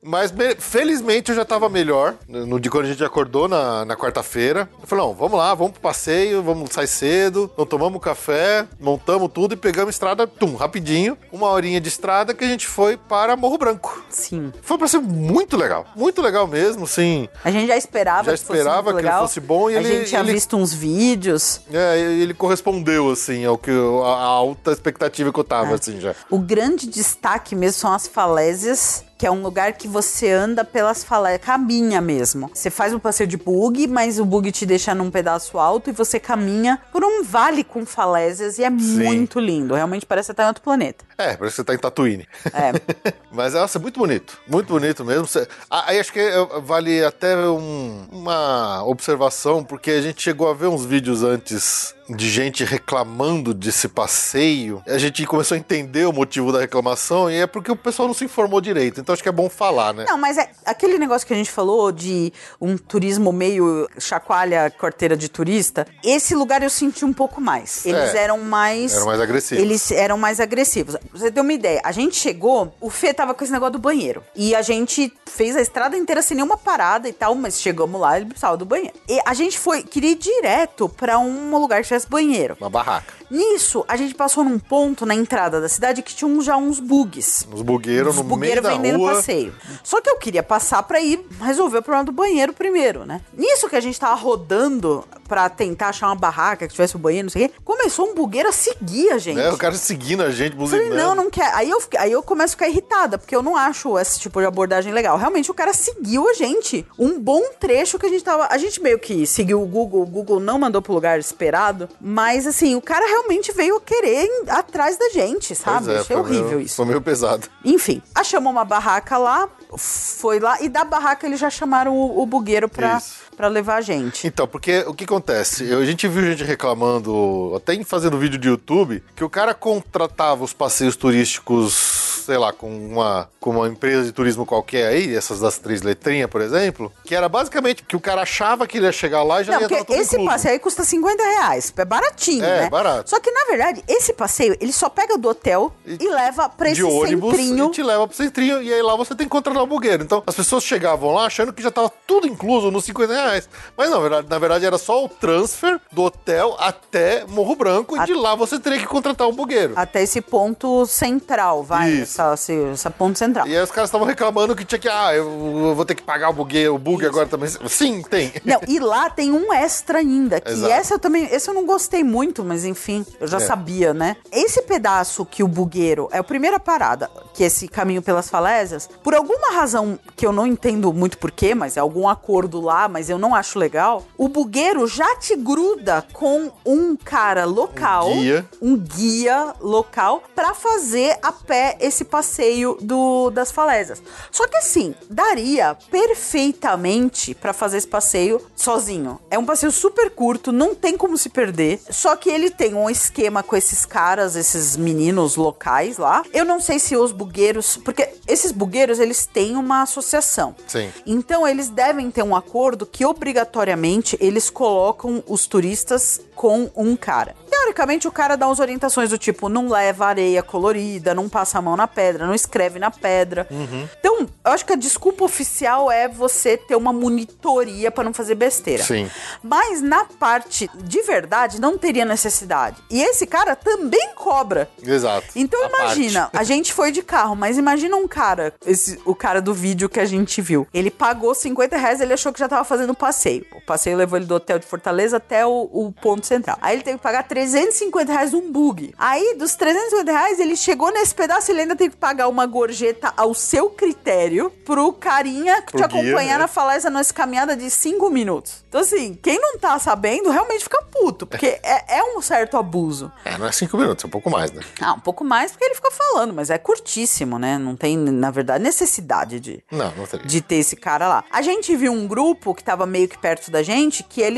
S1: Mas me- felizmente eu já tava melhor. No dia quando a gente acordou na, na quarta-feira. Eu falei, não, vamos lá, vamos pro passeio, vamos sair cedo. Então tomamos café, montamos tudo e pegamos estrada, tum, rapidinho. Uma horinha de estrada que a gente foi para Morro Branco.
S3: Sim.
S1: Foi pra ser muito legal. Muito legal mesmo, sim.
S3: A gente já esperava,
S1: Já
S3: que, fosse
S1: esperava
S3: muito
S1: que ele
S3: legal.
S1: fosse bom e
S3: a
S1: ele-
S3: gente tinha
S1: ele-
S3: visto uns vídeos.
S1: É, ele correspondeu, assim, ao que eu- a, a alta expectativa que eu tava, assim, já.
S3: O grande destaque mesmo são as falésias, que é um lugar que você anda pelas falésias, caminha mesmo. Você faz um passeio de bug, mas o bug te deixa num pedaço alto e você caminha por um vale com falésias e é muito lindo. Realmente parece estar em outro planeta.
S1: É, parece que você tá em Tatooine.
S3: É.
S1: Mas, nossa, muito bonito. Muito bonito mesmo. Cê- ah, Aí acho que é, vale até um- uma observação, porque a gente chegou a ver uns vídeos antes de gente reclamando desse passeio. A gente começou a entender o motivo da reclamação e é porque o pessoal não se informou direito. Então acho que é bom falar, né?
S3: Não, mas é aquele negócio que a gente falou de um turismo meio chacoalha carteira de turista. Esse lugar eu senti um pouco mais. Eles
S1: É,
S3: eram mais...
S1: eram mais agressivos.
S3: Eles eram mais agressivos. Pra você ter uma ideia, a gente chegou, o Fê tava com esse negócio do banheiro. E a gente fez a estrada inteira sem nenhuma parada e tal, mas chegamos lá, ele precisava do banheiro. E a gente foi, queria ir direto pra um lugar que tivesse banheiro.
S1: Uma barraca.
S3: Nisso, a gente passou num ponto na entrada da cidade que tinha uns- já uns bugs.
S1: Uns bugueiros
S3: Os
S1: no meio
S3: bugueiros
S1: da
S3: vendendo
S1: rua.
S3: passeio. Só que eu queria passar pra ir resolver o problema do banheiro primeiro, né? Nisso que a gente tava rodando pra tentar achar uma barraca que tivesse o banheiro, não sei o quê, começou um bugueiro a seguir a gente.
S1: É, o cara seguindo a gente,
S3: Eu
S1: buzinando.
S3: falei, não, não quer. Aí eu, fiquei- aí eu começo a ficar irritada, porque eu não acho esse tipo de abordagem legal. Realmente, o cara seguiu a gente. Um bom trecho que a gente tava... A gente meio que seguiu o Google, o Google não mandou pro lugar esperado, mas assim, o cara realmente veio querer ir atrás da gente,
S1: Pois
S3: sabe?
S1: é,
S3: Achei
S1: foi
S3: horrível
S1: meio-
S3: isso.
S1: Foi meio pesado.
S3: Enfim, achamos uma barraca lá, foi lá, e da barraca eles já chamaram o, o bugueiro pra,
S1: Isso.
S3: pra levar a gente.
S1: Então, porque o que acontece? Eu- A gente viu gente reclamando, até em fazendo vídeo de YouTube, que o cara contratava os passeios turísticos, sei lá, com uma, com uma empresa de turismo qualquer aí, essas das três letrinhas, por exemplo, que era basicamente que o cara achava que ele ia chegar lá e já
S3: Não,
S1: ia estar
S3: porque
S1: tudo
S3: esse
S1: incluso.
S3: passeio aí custa cinquenta reais. É baratinho,
S1: É,
S3: né?
S1: barato.
S3: Só que, na verdade, esse passeio, ele só pega do hotel e,
S1: E-
S3: leva pra esse
S1: de ônibus
S3: centrinho.
S1: e te leva pro centrinho, e aí lá você tem que contratar o bugueiro. Então, as pessoas chegavam lá achando que já tava tudo incluso nos cinquenta reais. Mas não, na verdade, na verdade era só o transfer do hotel até Morro Branco,
S3: A-
S1: e de lá você teria que contratar o bugueiro.
S3: Até esse ponto central, vai.
S1: Isso.
S3: Essa, esse, essa ponto central.
S1: E aí os caras estavam reclamando que tinha que, ah, eu eu vou ter que pagar o bugue, o bug agora também. Sim, tem.
S3: Não, e lá tem um extra ainda, que
S1: Exato.
S3: essa eu também, esse eu não gostei muito, mas enfim, eu já
S1: É.
S3: sabia, né? Esse pedaço que o bugueiro, é a primeira parada, que é esse caminho pelas falésias, por alguma razão que eu não entendo muito porquê, mas é algum acordo lá, mas eu não acho legal, o bugueiro já te gruda com um cara local,
S1: Um guia.
S3: um guia local, pra fazer a pé esse passeio do, das falésias. Só que assim, daria perfeitamente pra fazer esse passeio sozinho. É um passeio super curto, não tem como se perder. Só que ele tem um esquema com esses caras, esses meninos locais lá. Eu não sei se os bugueiros, porque esses bugueiros, eles têm uma associação.
S1: Sim.
S3: Então eles devem ter um acordo que obrigatoriamente eles colocam os turistas com um cara. Teoricamente, o cara dá umas orientações do tipo, não leva areia colorida, não passa a mão na pedra, não escreve na pedra. Então, eu acho que a desculpa oficial é você ter uma monitoria pra não fazer besteira.
S1: Sim.
S3: Mas na parte de verdade, não teria necessidade. E esse cara também cobra.
S1: Exato.
S3: Então
S1: A
S3: imagina,
S1: parte.
S3: a gente foi de carro, mas imagina um cara, esse, o cara do vídeo que a gente viu. Ele pagou cinquenta reais, ele achou que já tava fazendo o passeio. O passeio levou ele do hotel de Fortaleza até o, o ponto central. Aí ele teve que pagar trezentos e cinquenta reais num bug. Aí, dos trezentos e cinquenta reais, ele chegou nesse pedaço, ele ainda teve que pagar uma gorjeta ao seu critério pro carinha
S1: Pro
S3: te
S1: guia,
S3: acompanhar
S1: né?
S3: na falésia nessa caminhada de cinco minutos. Então assim, quem não tá sabendo, realmente fica puto, porque é, é um certo abuso.
S1: É, não é cinco minutos, é um pouco mais, né?
S3: Ah, um pouco mais porque ele fica falando, mas é curtíssimo, né? Não tem, na verdade, necessidade de,
S1: Não, não teria.
S3: de ter esse cara lá. A gente viu um grupo que tava meio que perto da gente, que eles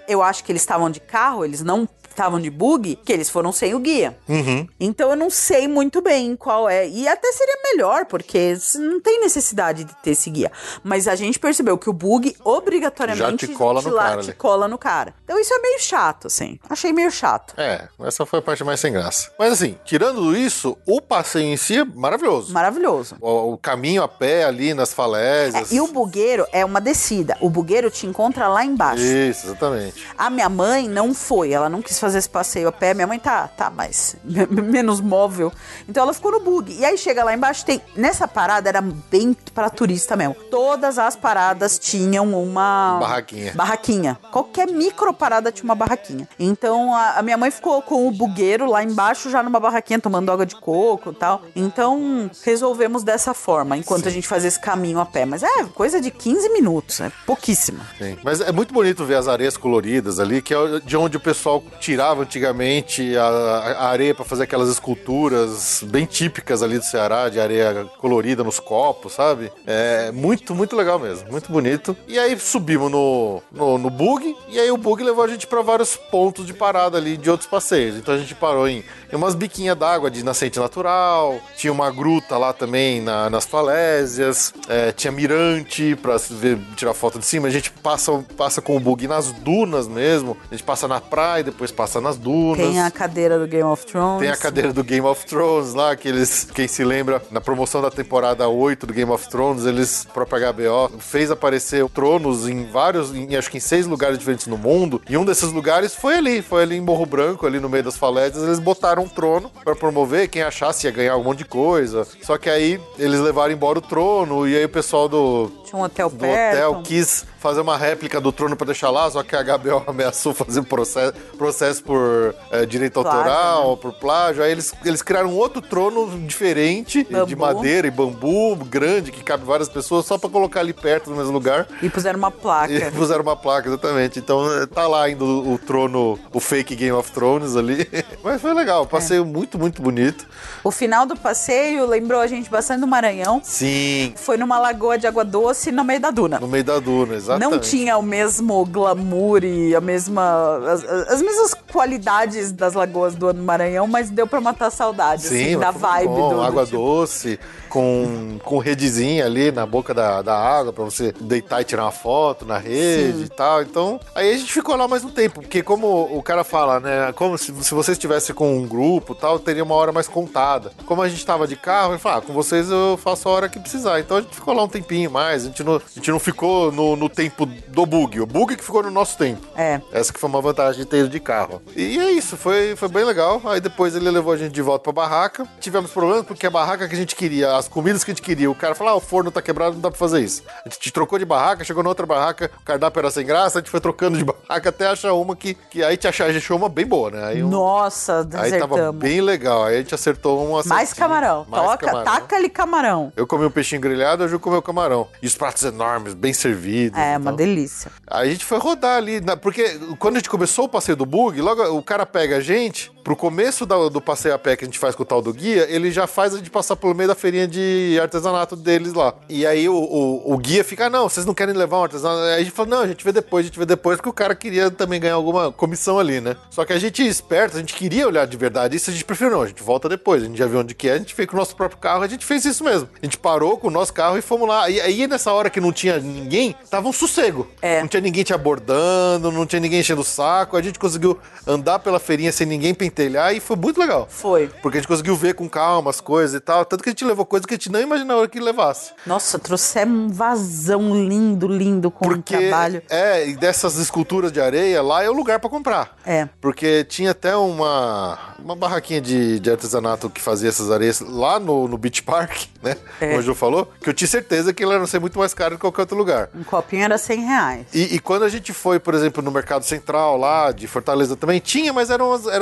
S3: eu acho que eles estavam de carro, eles não estavam de bug, que eles foram sem o guia.
S1: Uhum.
S3: Então eu não sei muito bem qual é. E até seria melhor, porque não tem necessidade de ter esse guia. Mas a gente percebeu que o bug obrigatoriamente
S1: já te cola no
S3: lá,
S1: cara.
S3: te
S1: ali.
S3: cola no cara. Então isso é meio chato, assim. Achei meio chato.
S1: É, essa foi a parte mais sem graça. Mas assim, tirando isso, o passeio em si é maravilhoso.
S3: Maravilhoso.
S1: O, o caminho a pé ali nas falésias.
S3: É, e o bugueiro é uma descida. O bugueiro te encontra lá embaixo.
S1: Isso, exatamente.
S3: A minha mãe não foi, ela não quis fazer esse passeio a pé. Minha mãe tá, tá mais menos móvel. Então ela ficou no bug. E aí chega lá embaixo, tem... Nessa parada era bem pra turista mesmo. Todas as paradas tinham uma...
S1: Barraquinha.
S3: Barraquinha. Qualquer micro parada tinha uma barraquinha. Então a, a minha mãe ficou com o bugueiro lá embaixo, já numa barraquinha, tomando água de coco e tal. Então resolvemos dessa forma, enquanto Sim. a gente fazia esse caminho a pé. Mas é coisa de quinze minutos, é pouquíssimo.
S1: Sim. Mas é muito bonito ver as areias coloridas ali, que é de onde o pessoal tirava antigamente a, a areia para fazer aquelas esculturas bem típicas ali do Ceará, de areia colorida nos copos, sabe? É muito, muito legal mesmo, muito bonito. E aí subimos no, no, no bug, e aí o bug levou a gente para vários pontos de parada ali de outros passeios. Então a gente parou em, em umas biquinhas d'água de nascente natural, tinha uma gruta lá também na, nas falésias, é, tinha mirante pra ver, tirar foto de cima. A gente passa, passa com o bug nas dunas mesmo, a gente passa na praia, depois passa nas dunas.
S3: Tem a cadeira do Game of Thrones.
S1: Tem a cadeira do Game of Thrones lá, que eles, quem se lembra, na promoção da temporada oito do Game of Thrones, eles, o próprio H B O, fez aparecer tronos em vários, em, acho que em seis lugares diferentes no mundo, e um desses lugares foi ali, foi ali em Morro Branco, ali no meio das falésias, eles botaram um trono pra promover, quem achasse ia ganhar um monte de coisa, só que aí eles levaram embora o trono, e aí o pessoal do...
S3: Tinha um hotel
S1: do
S3: perto.
S1: hotel quis fazer uma réplica do trono pra deixar lá, só que a H B O ameaçou fazer processo, processo por é, direito
S3: Plágio,
S1: autoral,
S3: né?
S1: por plágio. Aí eles, eles criaram um outro trono diferente,
S3: Bambu.
S1: de madeira e bambu, grande, que cabe várias pessoas, só pra colocar ali perto no mesmo lugar.
S3: E puseram uma placa.
S1: E puseram uma placa, exatamente. Então tá lá ainda o, o trono, o fake Game of Thrones ali. Mas foi legal, um passeio é. muito, muito bonito.
S3: O final do passeio lembrou a gente bastante do Maranhão.
S1: Sim.
S3: Foi numa lagoa de água doce no meio da duna.
S1: No meio da duna, exatamente.
S3: Não tinha o mesmo glamour e a mesma, as, as mesmas qualidades das lagoas do Maranhão, mas deu pra matar a saudade,
S1: Sim,
S3: assim, da vibe
S1: bom,
S3: do, do
S1: água
S3: tipo.
S1: doce, com, com redezinha ali na boca da, da água pra você deitar e tirar uma foto na rede Sim. e tal. Então, aí a gente ficou lá mais um tempo, porque como o cara fala, né, como se, se você estivesse com um grupo e tal, teria uma hora mais contada. Como a gente tava de carro, ele falou, ah, com vocês eu faço a hora que precisar. Então a gente ficou lá um tempinho mais, a gente não, a gente não ficou no, no tempo do bug, o bug que ficou no nosso tempo.
S3: É.
S1: Essa que foi uma vantagem de ter ido de carro. E é isso, foi, foi bem legal. Aí depois ele levou a gente de volta pra barraca. Tivemos problemas porque a barraca que a gente queria, as comidas que a gente queria, o cara falou, ah, o forno tá quebrado, não dá pra fazer isso. A gente trocou de barraca, chegou na outra barraca, o cardápio era sem graça, a gente foi trocando de barraca até achar uma que, que aí te achar, a gente achou uma bem boa, né? Aí um,
S3: Nossa, desertamos.
S1: Aí tava bem legal, aí a gente acertou uma...
S3: Mais camarão,
S1: mais
S3: Toca,
S1: camarão.
S3: taca-lhe camarão.
S1: Eu comi um peixinho grelhado, a Ju comeu camarão. E os pratos enormes, bem servidos.
S3: É, uma delícia.
S1: Aí a gente foi rodar ali, porque quando a gente começou o passeio do bug, logo o cara pega a gente, pro começo do, do passeio a pé que a gente faz com o tal do guia, ele já faz a gente passar pelo meio da feirinha de artesanato deles lá. E aí o, o, o guia fica, ah, não, vocês não querem levar um artesanato? Aí a gente fala, não, a gente vê depois, a gente vê depois, porque o cara queria também ganhar alguma comissão ali, né? Só que a gente é esperto, a gente queria olhar de verdade isso, a gente preferiu não, a gente volta depois, a gente já viu onde que é, a gente fez com o nosso próprio carro, a gente fez isso mesmo. A gente parou com o nosso carro e fomos lá. E aí nessa hora que não tinha ninguém, tava um sossego.
S3: É.
S1: Não tinha ninguém te abordando, não tinha ninguém enchendo o saco, a gente conseguiu andar pela feirinha sem ninguém pentelhar e foi muito legal.
S3: Foi.
S1: Porque a gente conseguiu ver com calma as coisas e tal, tanto que a gente levou coisas que a gente não imaginava que levasse.
S3: Nossa, trouxemos um vasão lindo, lindo com
S1: Porque,
S3: um trabalho.
S1: É, e dessas esculturas de areia, lá é o lugar pra comprar.
S3: É.
S1: Porque tinha até uma, uma barraquinha de, de artesanato que fazia essas areias lá no, no Beach Park, né?
S3: É.
S1: Como o Ju falou, que eu tinha certeza que ele ia ser muito mais caro do que qualquer outro lugar.
S3: Um copinho era cem reais.
S1: E, e quando a gente foi, por exemplo, no Mercado Central lá de Fortaleza também, tinha, mas eram umas, era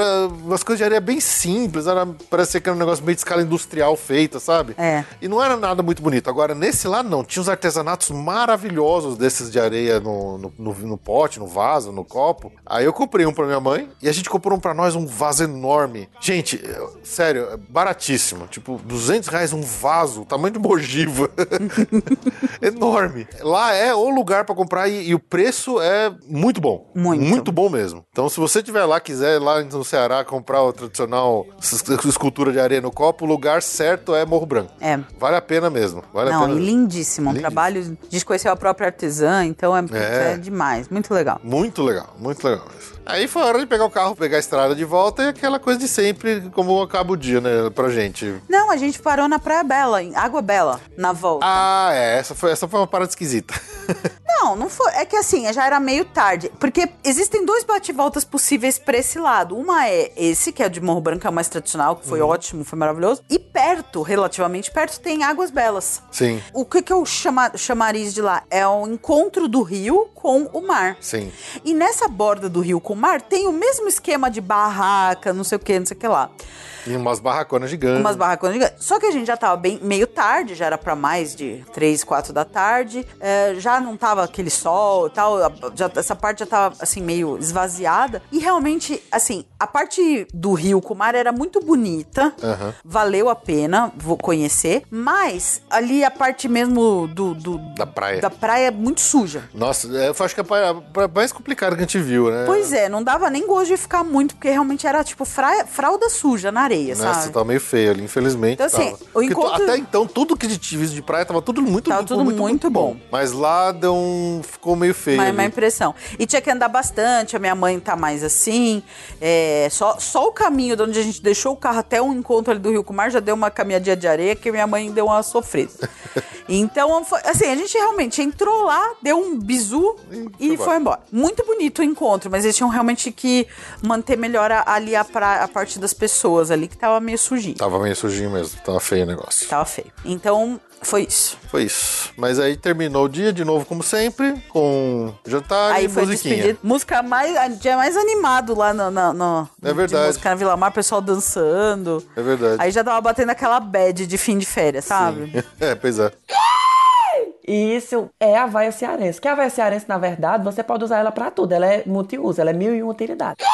S1: umas coisas de areia bem simples, era, parecia que era um negócio meio de escala industrial feita, sabe?
S3: É.
S1: E não era nada muito bonito. Agora, nesse lá não, tinha uns artesanatos maravilhosos desses de areia no, no, no, no pote, no vaso, no copo. Aí eu comprei um pra minha mãe e a gente comprou um pra nós, um vaso enorme. Gente, sério, baratíssimo. Tipo, duzentos reais um vaso, tamanho de uma ogiva. Enorme. Lá é o lugar pra comprar e, e o preço é muito bom.
S3: Muito.
S1: Muito bom mesmo. Então, se você estiver lá, quiser lá no Ceará comprar o tradicional escultura de areia no copo, o lugar certo é Morro Branco.
S3: É.
S1: Vale a pena mesmo. Vale
S3: Não,
S1: a pena.
S3: e lindíssimo. Um
S1: Lindíssimo.
S3: trabalho, a gente conheceu a própria artesã, então é,
S1: É.
S3: é demais. Muito legal.
S1: Muito legal, muito legal. Aí foi a hora de pegar o carro, pegar a estrada de volta e aquela coisa de sempre, como acaba o dia, né, pra gente.
S3: Não, a gente parou na Praia Bela, em Água Bela, na volta.
S1: Ah, é, essa foi, essa foi uma parada esquisita.
S3: Não, não foi. É que assim, já era meio tarde. Porque existem dois bate-voltas possíveis pra esse lado. Uma é esse, que é o de Morro Branco, é o mais tradicional, que foi
S1: Uhum.
S3: ótimo, foi maravilhoso. E perto, relativamente perto, tem Águas Belas.
S1: Sim,
S3: O que, que eu chama, chamariz de lá? É o encontro do rio com o mar.
S1: sim.
S3: E nessa borda do rio com o mar tem o mesmo esquema de barraca, não sei o que, não sei o que lá.
S1: E umas barraconas gigantes.
S3: Umas barraconas gigantes. Só que a gente já tava bem meio tarde, já era pra mais de três, quatro da tarde. É, já não tava aquele sol e tal. Já, essa parte já tava, assim, meio esvaziada. E realmente, assim, a parte do rio com o mar era muito bonita.
S1: Aham.
S3: Valeu a pena, vou conhecer. Mas ali a parte mesmo do... do
S1: Da praia.
S3: Da praia é muito suja.
S1: Nossa, é, eu acho que é a praia mais complicada que a gente viu, né?
S3: Pois é, não dava nem gosto de ficar muito, porque realmente era tipo fra- fralda suja na areia,
S1: Nossa,
S3: sabe?
S1: tava meio feio ali, infelizmente.
S3: Então, assim,
S1: tava.
S3: o
S1: Porque
S3: encontro-
S1: to- até então, tudo que a gente viu de praia tava tudo muito
S3: Tava tudo muito bom.
S1: Mas lá deu um... ficou meio feio.
S3: Uma,
S1: ali.
S3: uma impressão. E tinha que andar bastante, a minha mãe tá mais assim. É, só, só o caminho de onde a gente deixou o carro até o encontro ali do Rio com o Mar já deu uma caminhadinha de areia que minha mãe deu uma sofrida. Então, foi, assim, a gente realmente entrou lá, deu um bizu e,
S1: foi
S3: foi embora. Muito bonito o encontro, mas eles tinham realmente que manter melhor a- ali a, pra, a parte das pessoas ali, que tava meio sujinho.
S1: Tava meio sujinho mesmo, tava feio o negócio.
S3: Tava feio. Então, foi isso.
S1: Foi isso. Mas aí terminou o dia de novo, como sempre, com jantar
S3: Aí
S1: e
S3: foi
S1: musiquinha.
S3: despedido. Música mais, dia mais animado lá no, no, no
S1: É verdade.
S3: de música na Vila Mar, o pessoal dançando.
S1: É verdade.
S3: Aí já tava batendo aquela bad de fim de férias, sabe?
S1: Sim. É, pois é.
S5: E isso é a vaia cearense. Que a vaia cearense, na verdade, você pode usar ela pra tudo. Ela é multiuso, ela é mil e uma utilidades.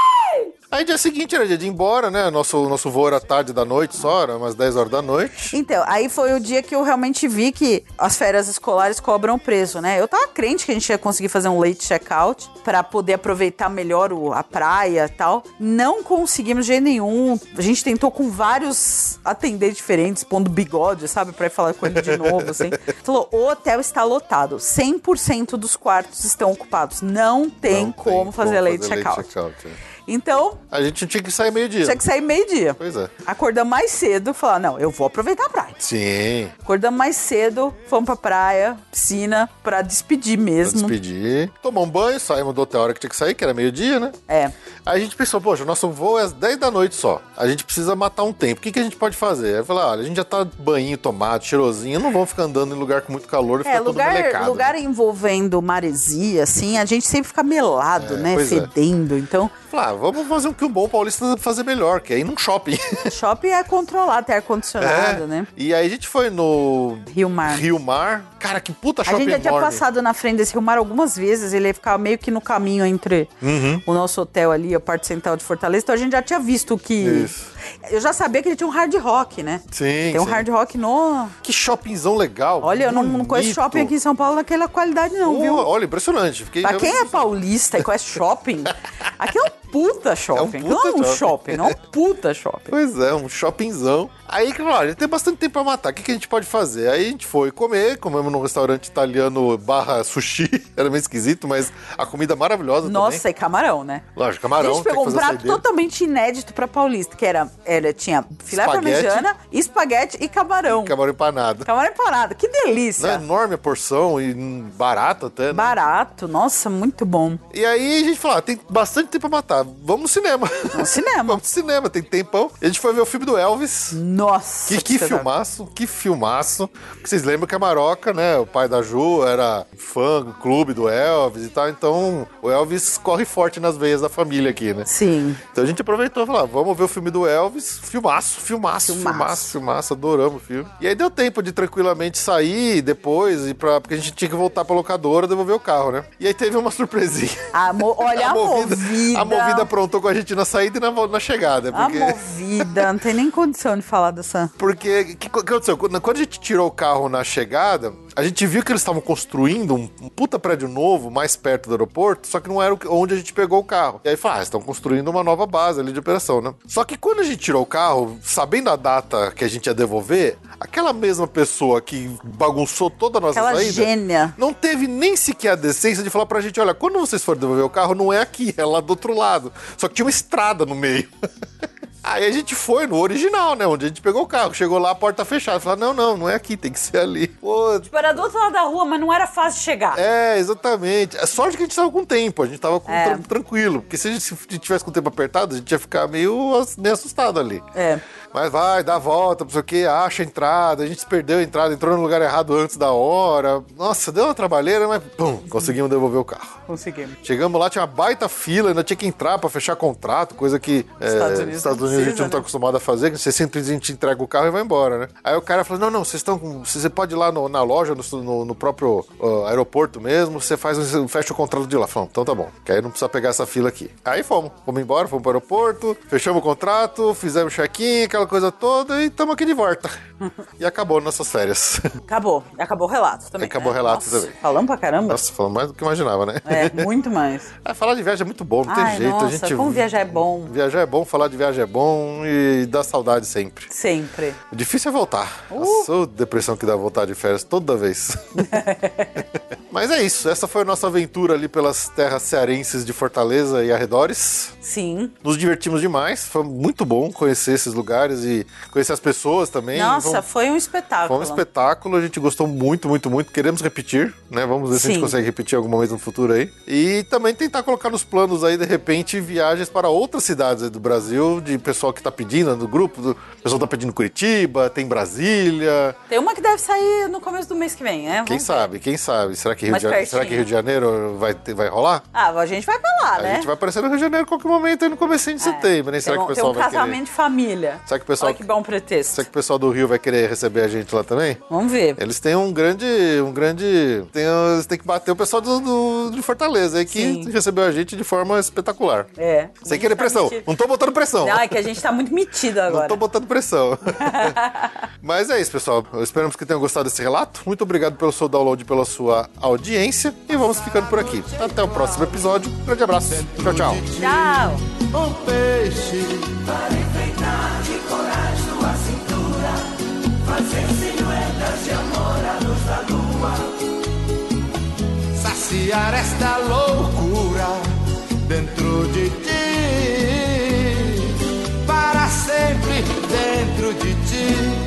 S1: Aí dia seguinte era dia de ir embora, né? Nosso, nosso voo era tarde da noite só, era umas dez horas da noite.
S3: Então, aí foi o dia que eu realmente vi que as férias escolares cobram preço, né? Eu tava crente que a gente ia conseguir fazer um late check-out pra poder aproveitar melhor o- a praia e tal. Não conseguimos de jeito nenhum. A gente tentou com vários atendentes diferentes, pondo bigode, sabe? Pra ir falar com ele de novo, assim. Falou, o hotel está lotado. cem por cento dos quartos estão ocupados. Não tem
S1: Não
S3: como fazer late
S1: fazer
S3: check-out.
S1: check-out, é.
S3: Então,
S1: A gente tinha que sair meio-dia.
S3: tinha que sair meio-dia.
S1: Pois é.
S3: Acordamos mais cedo, falar, não, eu vou aproveitar a praia.
S1: Sim,
S3: Acordamos mais cedo, fomos pra praia, piscina, pra despedir
S1: pra
S3: mesmo.
S1: despedir. Tomamos um banho, saímos do hotel a hora que tinha que sair, que era meio-dia, né?
S3: É.
S1: Aí a gente pensou, poxa, o nosso voo é às dez da noite só. A gente precisa matar um tempo. O que, que a gente pode fazer? Aí eu falei, olha, a gente já tá banhinho tomado, cheirosinho, não vamos ficar andando em lugar com muito calor e ficar
S3: É,
S1: tudo
S3: lugar,
S1: melecado.
S3: lugar envolvendo maresia, assim, a gente sempre fica melado,
S1: É,
S3: né?
S1: pois é.
S3: Fedendo. Então,
S1: Falei, ah, vamos fazer o que um bom paulista deve fazer melhor, que é ir num shopping.
S3: shopping é controlado, tem ar-condicionado,
S1: É.
S3: né?
S1: E aí a gente foi no
S3: Rio Mar.
S1: Rio Mar. Cara, que puta
S3: A
S1: shopping
S3: gente já tinha
S1: enorme.
S3: passado na frente desse Rio Mar algumas vezes, ele ficava meio que no caminho entre
S1: Uhum.
S3: o nosso hotel ali, a parte central de Fortaleza, então a gente já tinha visto que...
S1: Isso.
S3: Eu já sabia que ele tinha um hard rock, né?
S1: Sim,
S3: Tem um
S1: sim.
S3: hard rock no...
S1: Que shoppingzão legal.
S3: Olha, eu não, não conheço
S1: bonito.
S3: shopping aqui em São Paulo naquela qualidade não,
S1: Pô,
S3: viu?
S1: olha, impressionante. Fiquei
S3: Pra quem é paulista e conhece shopping, aqui é um puta shopping.
S1: puta
S3: não é um
S1: shopping.
S3: shopping, não é um puta shopping.
S1: Pois é, um shoppingzão. Aí, que olha, tem bastante tempo pra matar. O que, que a gente pode fazer? Aí a gente foi comer, comemos num restaurante italiano barra sushi. Era meio esquisito, mas a comida maravilhosa
S3: Nossa,
S1: também.
S3: e camarão, né?
S1: Lógico, camarão.
S3: a gente
S1: tem
S3: pegou
S1: que
S3: um
S1: fazer a
S3: prato
S1: saideira.
S3: totalmente inédito pra paulista, que era, era tinha filé
S1: Espaguete.
S3: parmegiana, espaguete e camarão.
S1: Camarão empanado.
S3: Camarão empanado, que
S1: Não é
S3: delícia.
S1: enorme a porção e hum, barato até, né?
S3: Barato, nossa, muito bom.
S1: E aí a gente falou, ah, tem bastante tempo pra matar. ah, vamos no cinema.
S3: Vamos no cinema.
S1: Vamos no cinema, tem tempão. E a gente foi ver o filme do Elvis.
S3: Nossa.
S1: Que, que filmaço, que filmaço. Vocês lembram que a Maroca, né, o pai da Ju, era fã do clube do Elvis e tal, então o Elvis corre forte nas veias da família aqui, né?
S3: Sim.
S1: Então a gente aproveitou e falou, ah, vamos ver o filme do Elvis, filmaço, filmaço,
S3: Filmaço.
S1: filmaço, filmaço, adoramos o filme. E aí deu tempo de tranquilamente sair depois, e pra, porque a gente tinha que voltar pra locadora, devolver o carro, né? E aí teve uma surpresinha.
S3: A mo- olha a, a movida, movida.
S1: A movida aprontou com a gente na saída e na, na chegada. Porque...
S3: A movida, não tem nem condição de falar dessa...
S1: Porque, o que, que aconteceu? Quando, quando a gente tirou o carro na chegada, a gente viu que eles estavam construindo um, um puta prédio novo mais perto do aeroporto, só que não era onde a gente pegou o carro. E aí fala, ah, estão construindo uma nova base ali de operação, né? Só que quando a gente tirou o carro, sabendo a data que a gente ia devolver, aquela mesma pessoa que bagunçou toda a nossa
S3: Aquela
S1: saída...
S3: gênia.
S1: Não teve nem sequer a decência de falar pra gente, olha, quando vocês forem devolver o carro, não é aqui, é lá do outro lado. Só que tinha uma estrada no meio. Aí a gente foi no original, né? Onde a gente pegou o carro. Chegou lá, a porta fechada. Falou, não, não, não é aqui, tem que ser ali. Pô,
S3: Tipo, era do outro lado da rua, mas não era fácil de chegar.
S1: é, exatamente. É sorte que a gente tava com tempo, a gente tava com
S3: É.
S1: tran- tranquilo. Porque se a gente se tivesse com o tempo apertado, a gente ia ficar meio, ass- meio assustado ali.
S3: É.
S1: Mas vai, dá a volta, não sei o que, acha a entrada, a gente se perdeu a entrada, entrou no lugar errado antes da hora. Nossa, deu uma trabalheira, mas pum, conseguimos devolver o carro.
S3: Conseguimos.
S1: Chegamos lá, tinha uma baita fila, ainda tinha que entrar pra fechar contrato, coisa que
S3: Estados
S1: é,
S3: Unidos
S1: Estados
S3: não
S1: Unidos a gente
S3: precisa,
S1: não tá
S3: né?
S1: acostumado a fazer, que você simplesmente entrega o carro e vai embora, né? Aí o cara falou, não, não, vocês estão com... Você pode ir lá no- na loja, no, no- no próprio uh, aeroporto mesmo, você faz, um- fecha o contrato de lá. Falamos, então tá bom, que aí não precisa pegar essa fila aqui. Aí fomos, fomos embora, fomos pro aeroporto, fechamos o contrato, fizemos check-in, aquela coisa toda, e estamos aqui de volta. E acabou nossas férias.
S3: Acabou. Acabou o relato também.
S1: Acabou
S3: né?
S1: o relato
S3: Nossa,
S1: também.
S3: Falamos pra caramba.
S1: Nossa, falando mais do que eu imaginava, né?
S3: É, muito mais.
S1: Ah, falar de viagem é muito bom, não tem
S3: Ai,
S1: jeito.
S3: nossa,
S1: a gente...
S3: como viajar é bom.
S1: Viajar é bom, falar de viagem é bom e dá saudade sempre.
S3: Sempre.
S1: O difícil é voltar. Nossa, ô depressão que dá voltar de férias toda vez. Mas é isso, essa foi a nossa aventura ali pelas terras cearenses de Fortaleza e arredores.
S3: Sim.
S1: Nos divertimos demais, foi muito bom conhecer esses lugares e conhecer as pessoas também.
S3: Nossa,
S1: Vamos-
S3: foi um espetáculo.
S1: Foi um espetáculo, a gente gostou muito, muito, muito. Queremos repetir, né? Vamos ver se a gente
S3: Sim.
S1: consegue repetir em algum momento no futuro aí. E também tentar colocar nos planos aí, de repente, viagens para outras cidades aí do Brasil, de pessoal que tá pedindo no grupo. Do... O pessoal tá pedindo Curitiba, tem Brasília.
S3: Tem uma que deve sair no começo do mês que vem, né?
S1: Quem
S3: Vamos
S1: sabe, quem sabe? Será que Rio,
S3: Mais
S1: de... Será
S3: pertinho.
S1: que Rio de Janeiro vai, ter- vai rolar?
S3: Ah, a gente vai pra lá,
S1: A
S3: né?
S1: gente vai aparecer no Rio de Janeiro em qualquer momento aí no comecinho de setembro, né? Será
S3: tem
S1: que o
S3: um,
S1: pessoal
S3: tem um
S1: vai
S3: casamento
S1: querer...
S3: de família.
S1: Será que o pessoal...
S3: Olha que bom pretexto.
S1: Será que o pessoal do Rio vai querer receber a gente lá também?
S3: Vamos ver.
S1: Eles têm um grande. Um grande. Tem, eles têm que bater o pessoal do, do- de Fortaleza aí, que
S3: Sim.
S1: recebeu a gente de forma espetacular.
S3: É.
S1: Sem querer pressão. Não tô botando pressão.
S3: Não, é que a gente tá muito metido
S1: Não
S3: agora.
S1: tô botando pressão. Mas é isso, pessoal. Esperamos que tenham gostado desse relato. Muito obrigado pelo seu download e pela sua audiência. E vamos ficando por aqui. Até o próximo episódio. Grande abraço. Tchau, tchau.
S3: Tchau.
S2: Um peixe
S6: Para enfeitar de coragem tua cintura, fazer silhuetas de amor à luz da lua.
S2: saciar esta loucura dentro de ti, para sempre dentro de ti.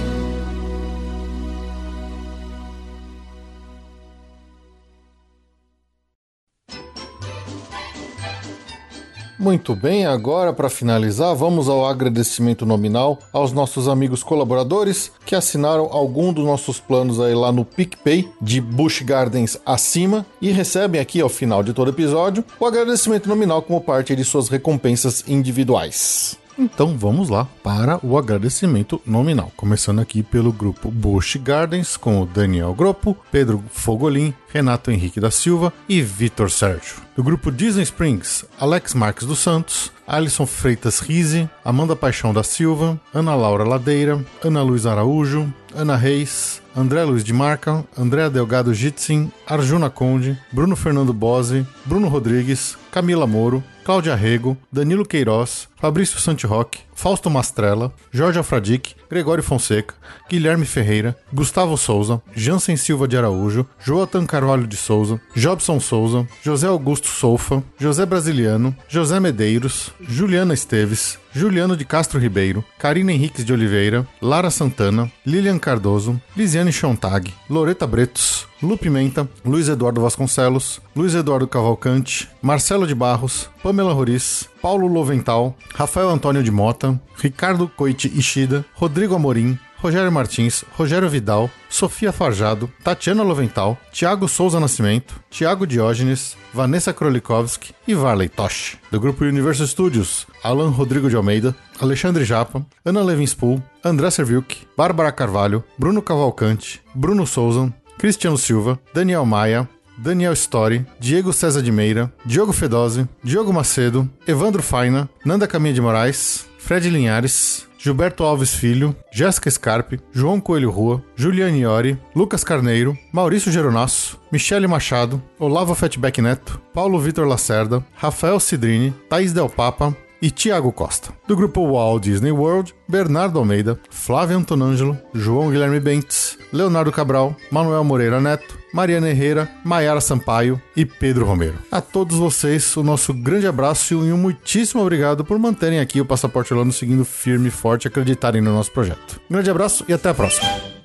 S1: Muito bem, agora para finalizar, vamos ao agradecimento nominal aos nossos amigos colaboradores que assinaram algum dos nossos planos aí lá no PicPay de Busch Gardens acima e recebem aqui ao final de todo episódio o agradecimento nominal como parte de suas recompensas individuais. Então vamos lá para o agradecimento nominal, começando aqui pelo grupo Busch Gardens com o Daniel Groppo, Pedro Fogolin, Renato Henrique da Silva e Vitor Sérgio. Do grupo Disney Springs, Alex Marques dos Santos, Alisson Freitas Rize, Amanda Paixão da Silva, Ana Laura Ladeira, Ana Luiz Araújo, Ana Reis, André Luiz de Marca, André Delgado Jitsin, Arjuna Conde, Bruno Fernando Bose, Bruno Rodrigues, Camila Moro, Cláudia Rego, Danilo Queiroz, Fabrício Santiroque, Fausto Mastrella, Jorge Alfradique, Gregório Fonseca, Guilherme Ferreira, Gustavo Souza, Jansen Silva de Araújo, Joatan Carvalho de Souza, Jobson Souza, José Augusto Soufa, José Brasiliano, José Medeiros, Juliana Esteves, Juliano de Castro Ribeiro, Karina Henriques de Oliveira, Lara Santana, Lilian Cardoso, Lisiane Chontag, Loreta Bretos, Lu Pimenta, Luiz Eduardo Vasconcelos, Luiz Eduardo Cavalcante, Marcelo de Barros, Pamela Roriz, Paulo Lovental, Rafael Antônio de Mota, Ricardo Coiti Ishida, Rodrigo Amorim, Rogério Martins, Rogério Vidal, Sofia Farjado, Tatiana Lovental, Tiago Souza Nascimento, Tiago Diógenes, Vanessa Krolikovski e Varley Tosh. Do grupo Universo Studios, Alan Rodrigo de Almeida, Alexandre Japa, Ana Levinspool, André Serviuk, Bárbara Carvalho, Bruno Cavalcante, Bruno Souza, Cristiano Silva, Daniel Maia, Daniel Story, Diego César de Meira, Diogo Fedose, Diogo Macedo, Evandro Faina, Nanda Caminha de Moraes, Fred Linhares, Gilberto Alves Filho, Jéssica Scarpe, João Coelho Rua, Juliane Iori, Lucas Carneiro, Maurício Geronasso, Michele Machado, Olavo Fatback Neto, Paulo Vitor Lacerda, Rafael Cidrini, Thaís Del Papa e Tiago Costa. Do grupo Walt Disney World, Bernardo Almeida, Flávio Antonângelo, João Guilherme Bentes, Leonardo Cabral, Manuel Moreira Neto, Mariana Herrera, Maiara Sampaio e Pedro Romero. A todos vocês, o nosso grande abraço e um muitíssimo obrigado por manterem aqui o Passaporte Orlando seguindo firme e forte e acreditarem no nosso projeto. Um grande abraço e até a próxima.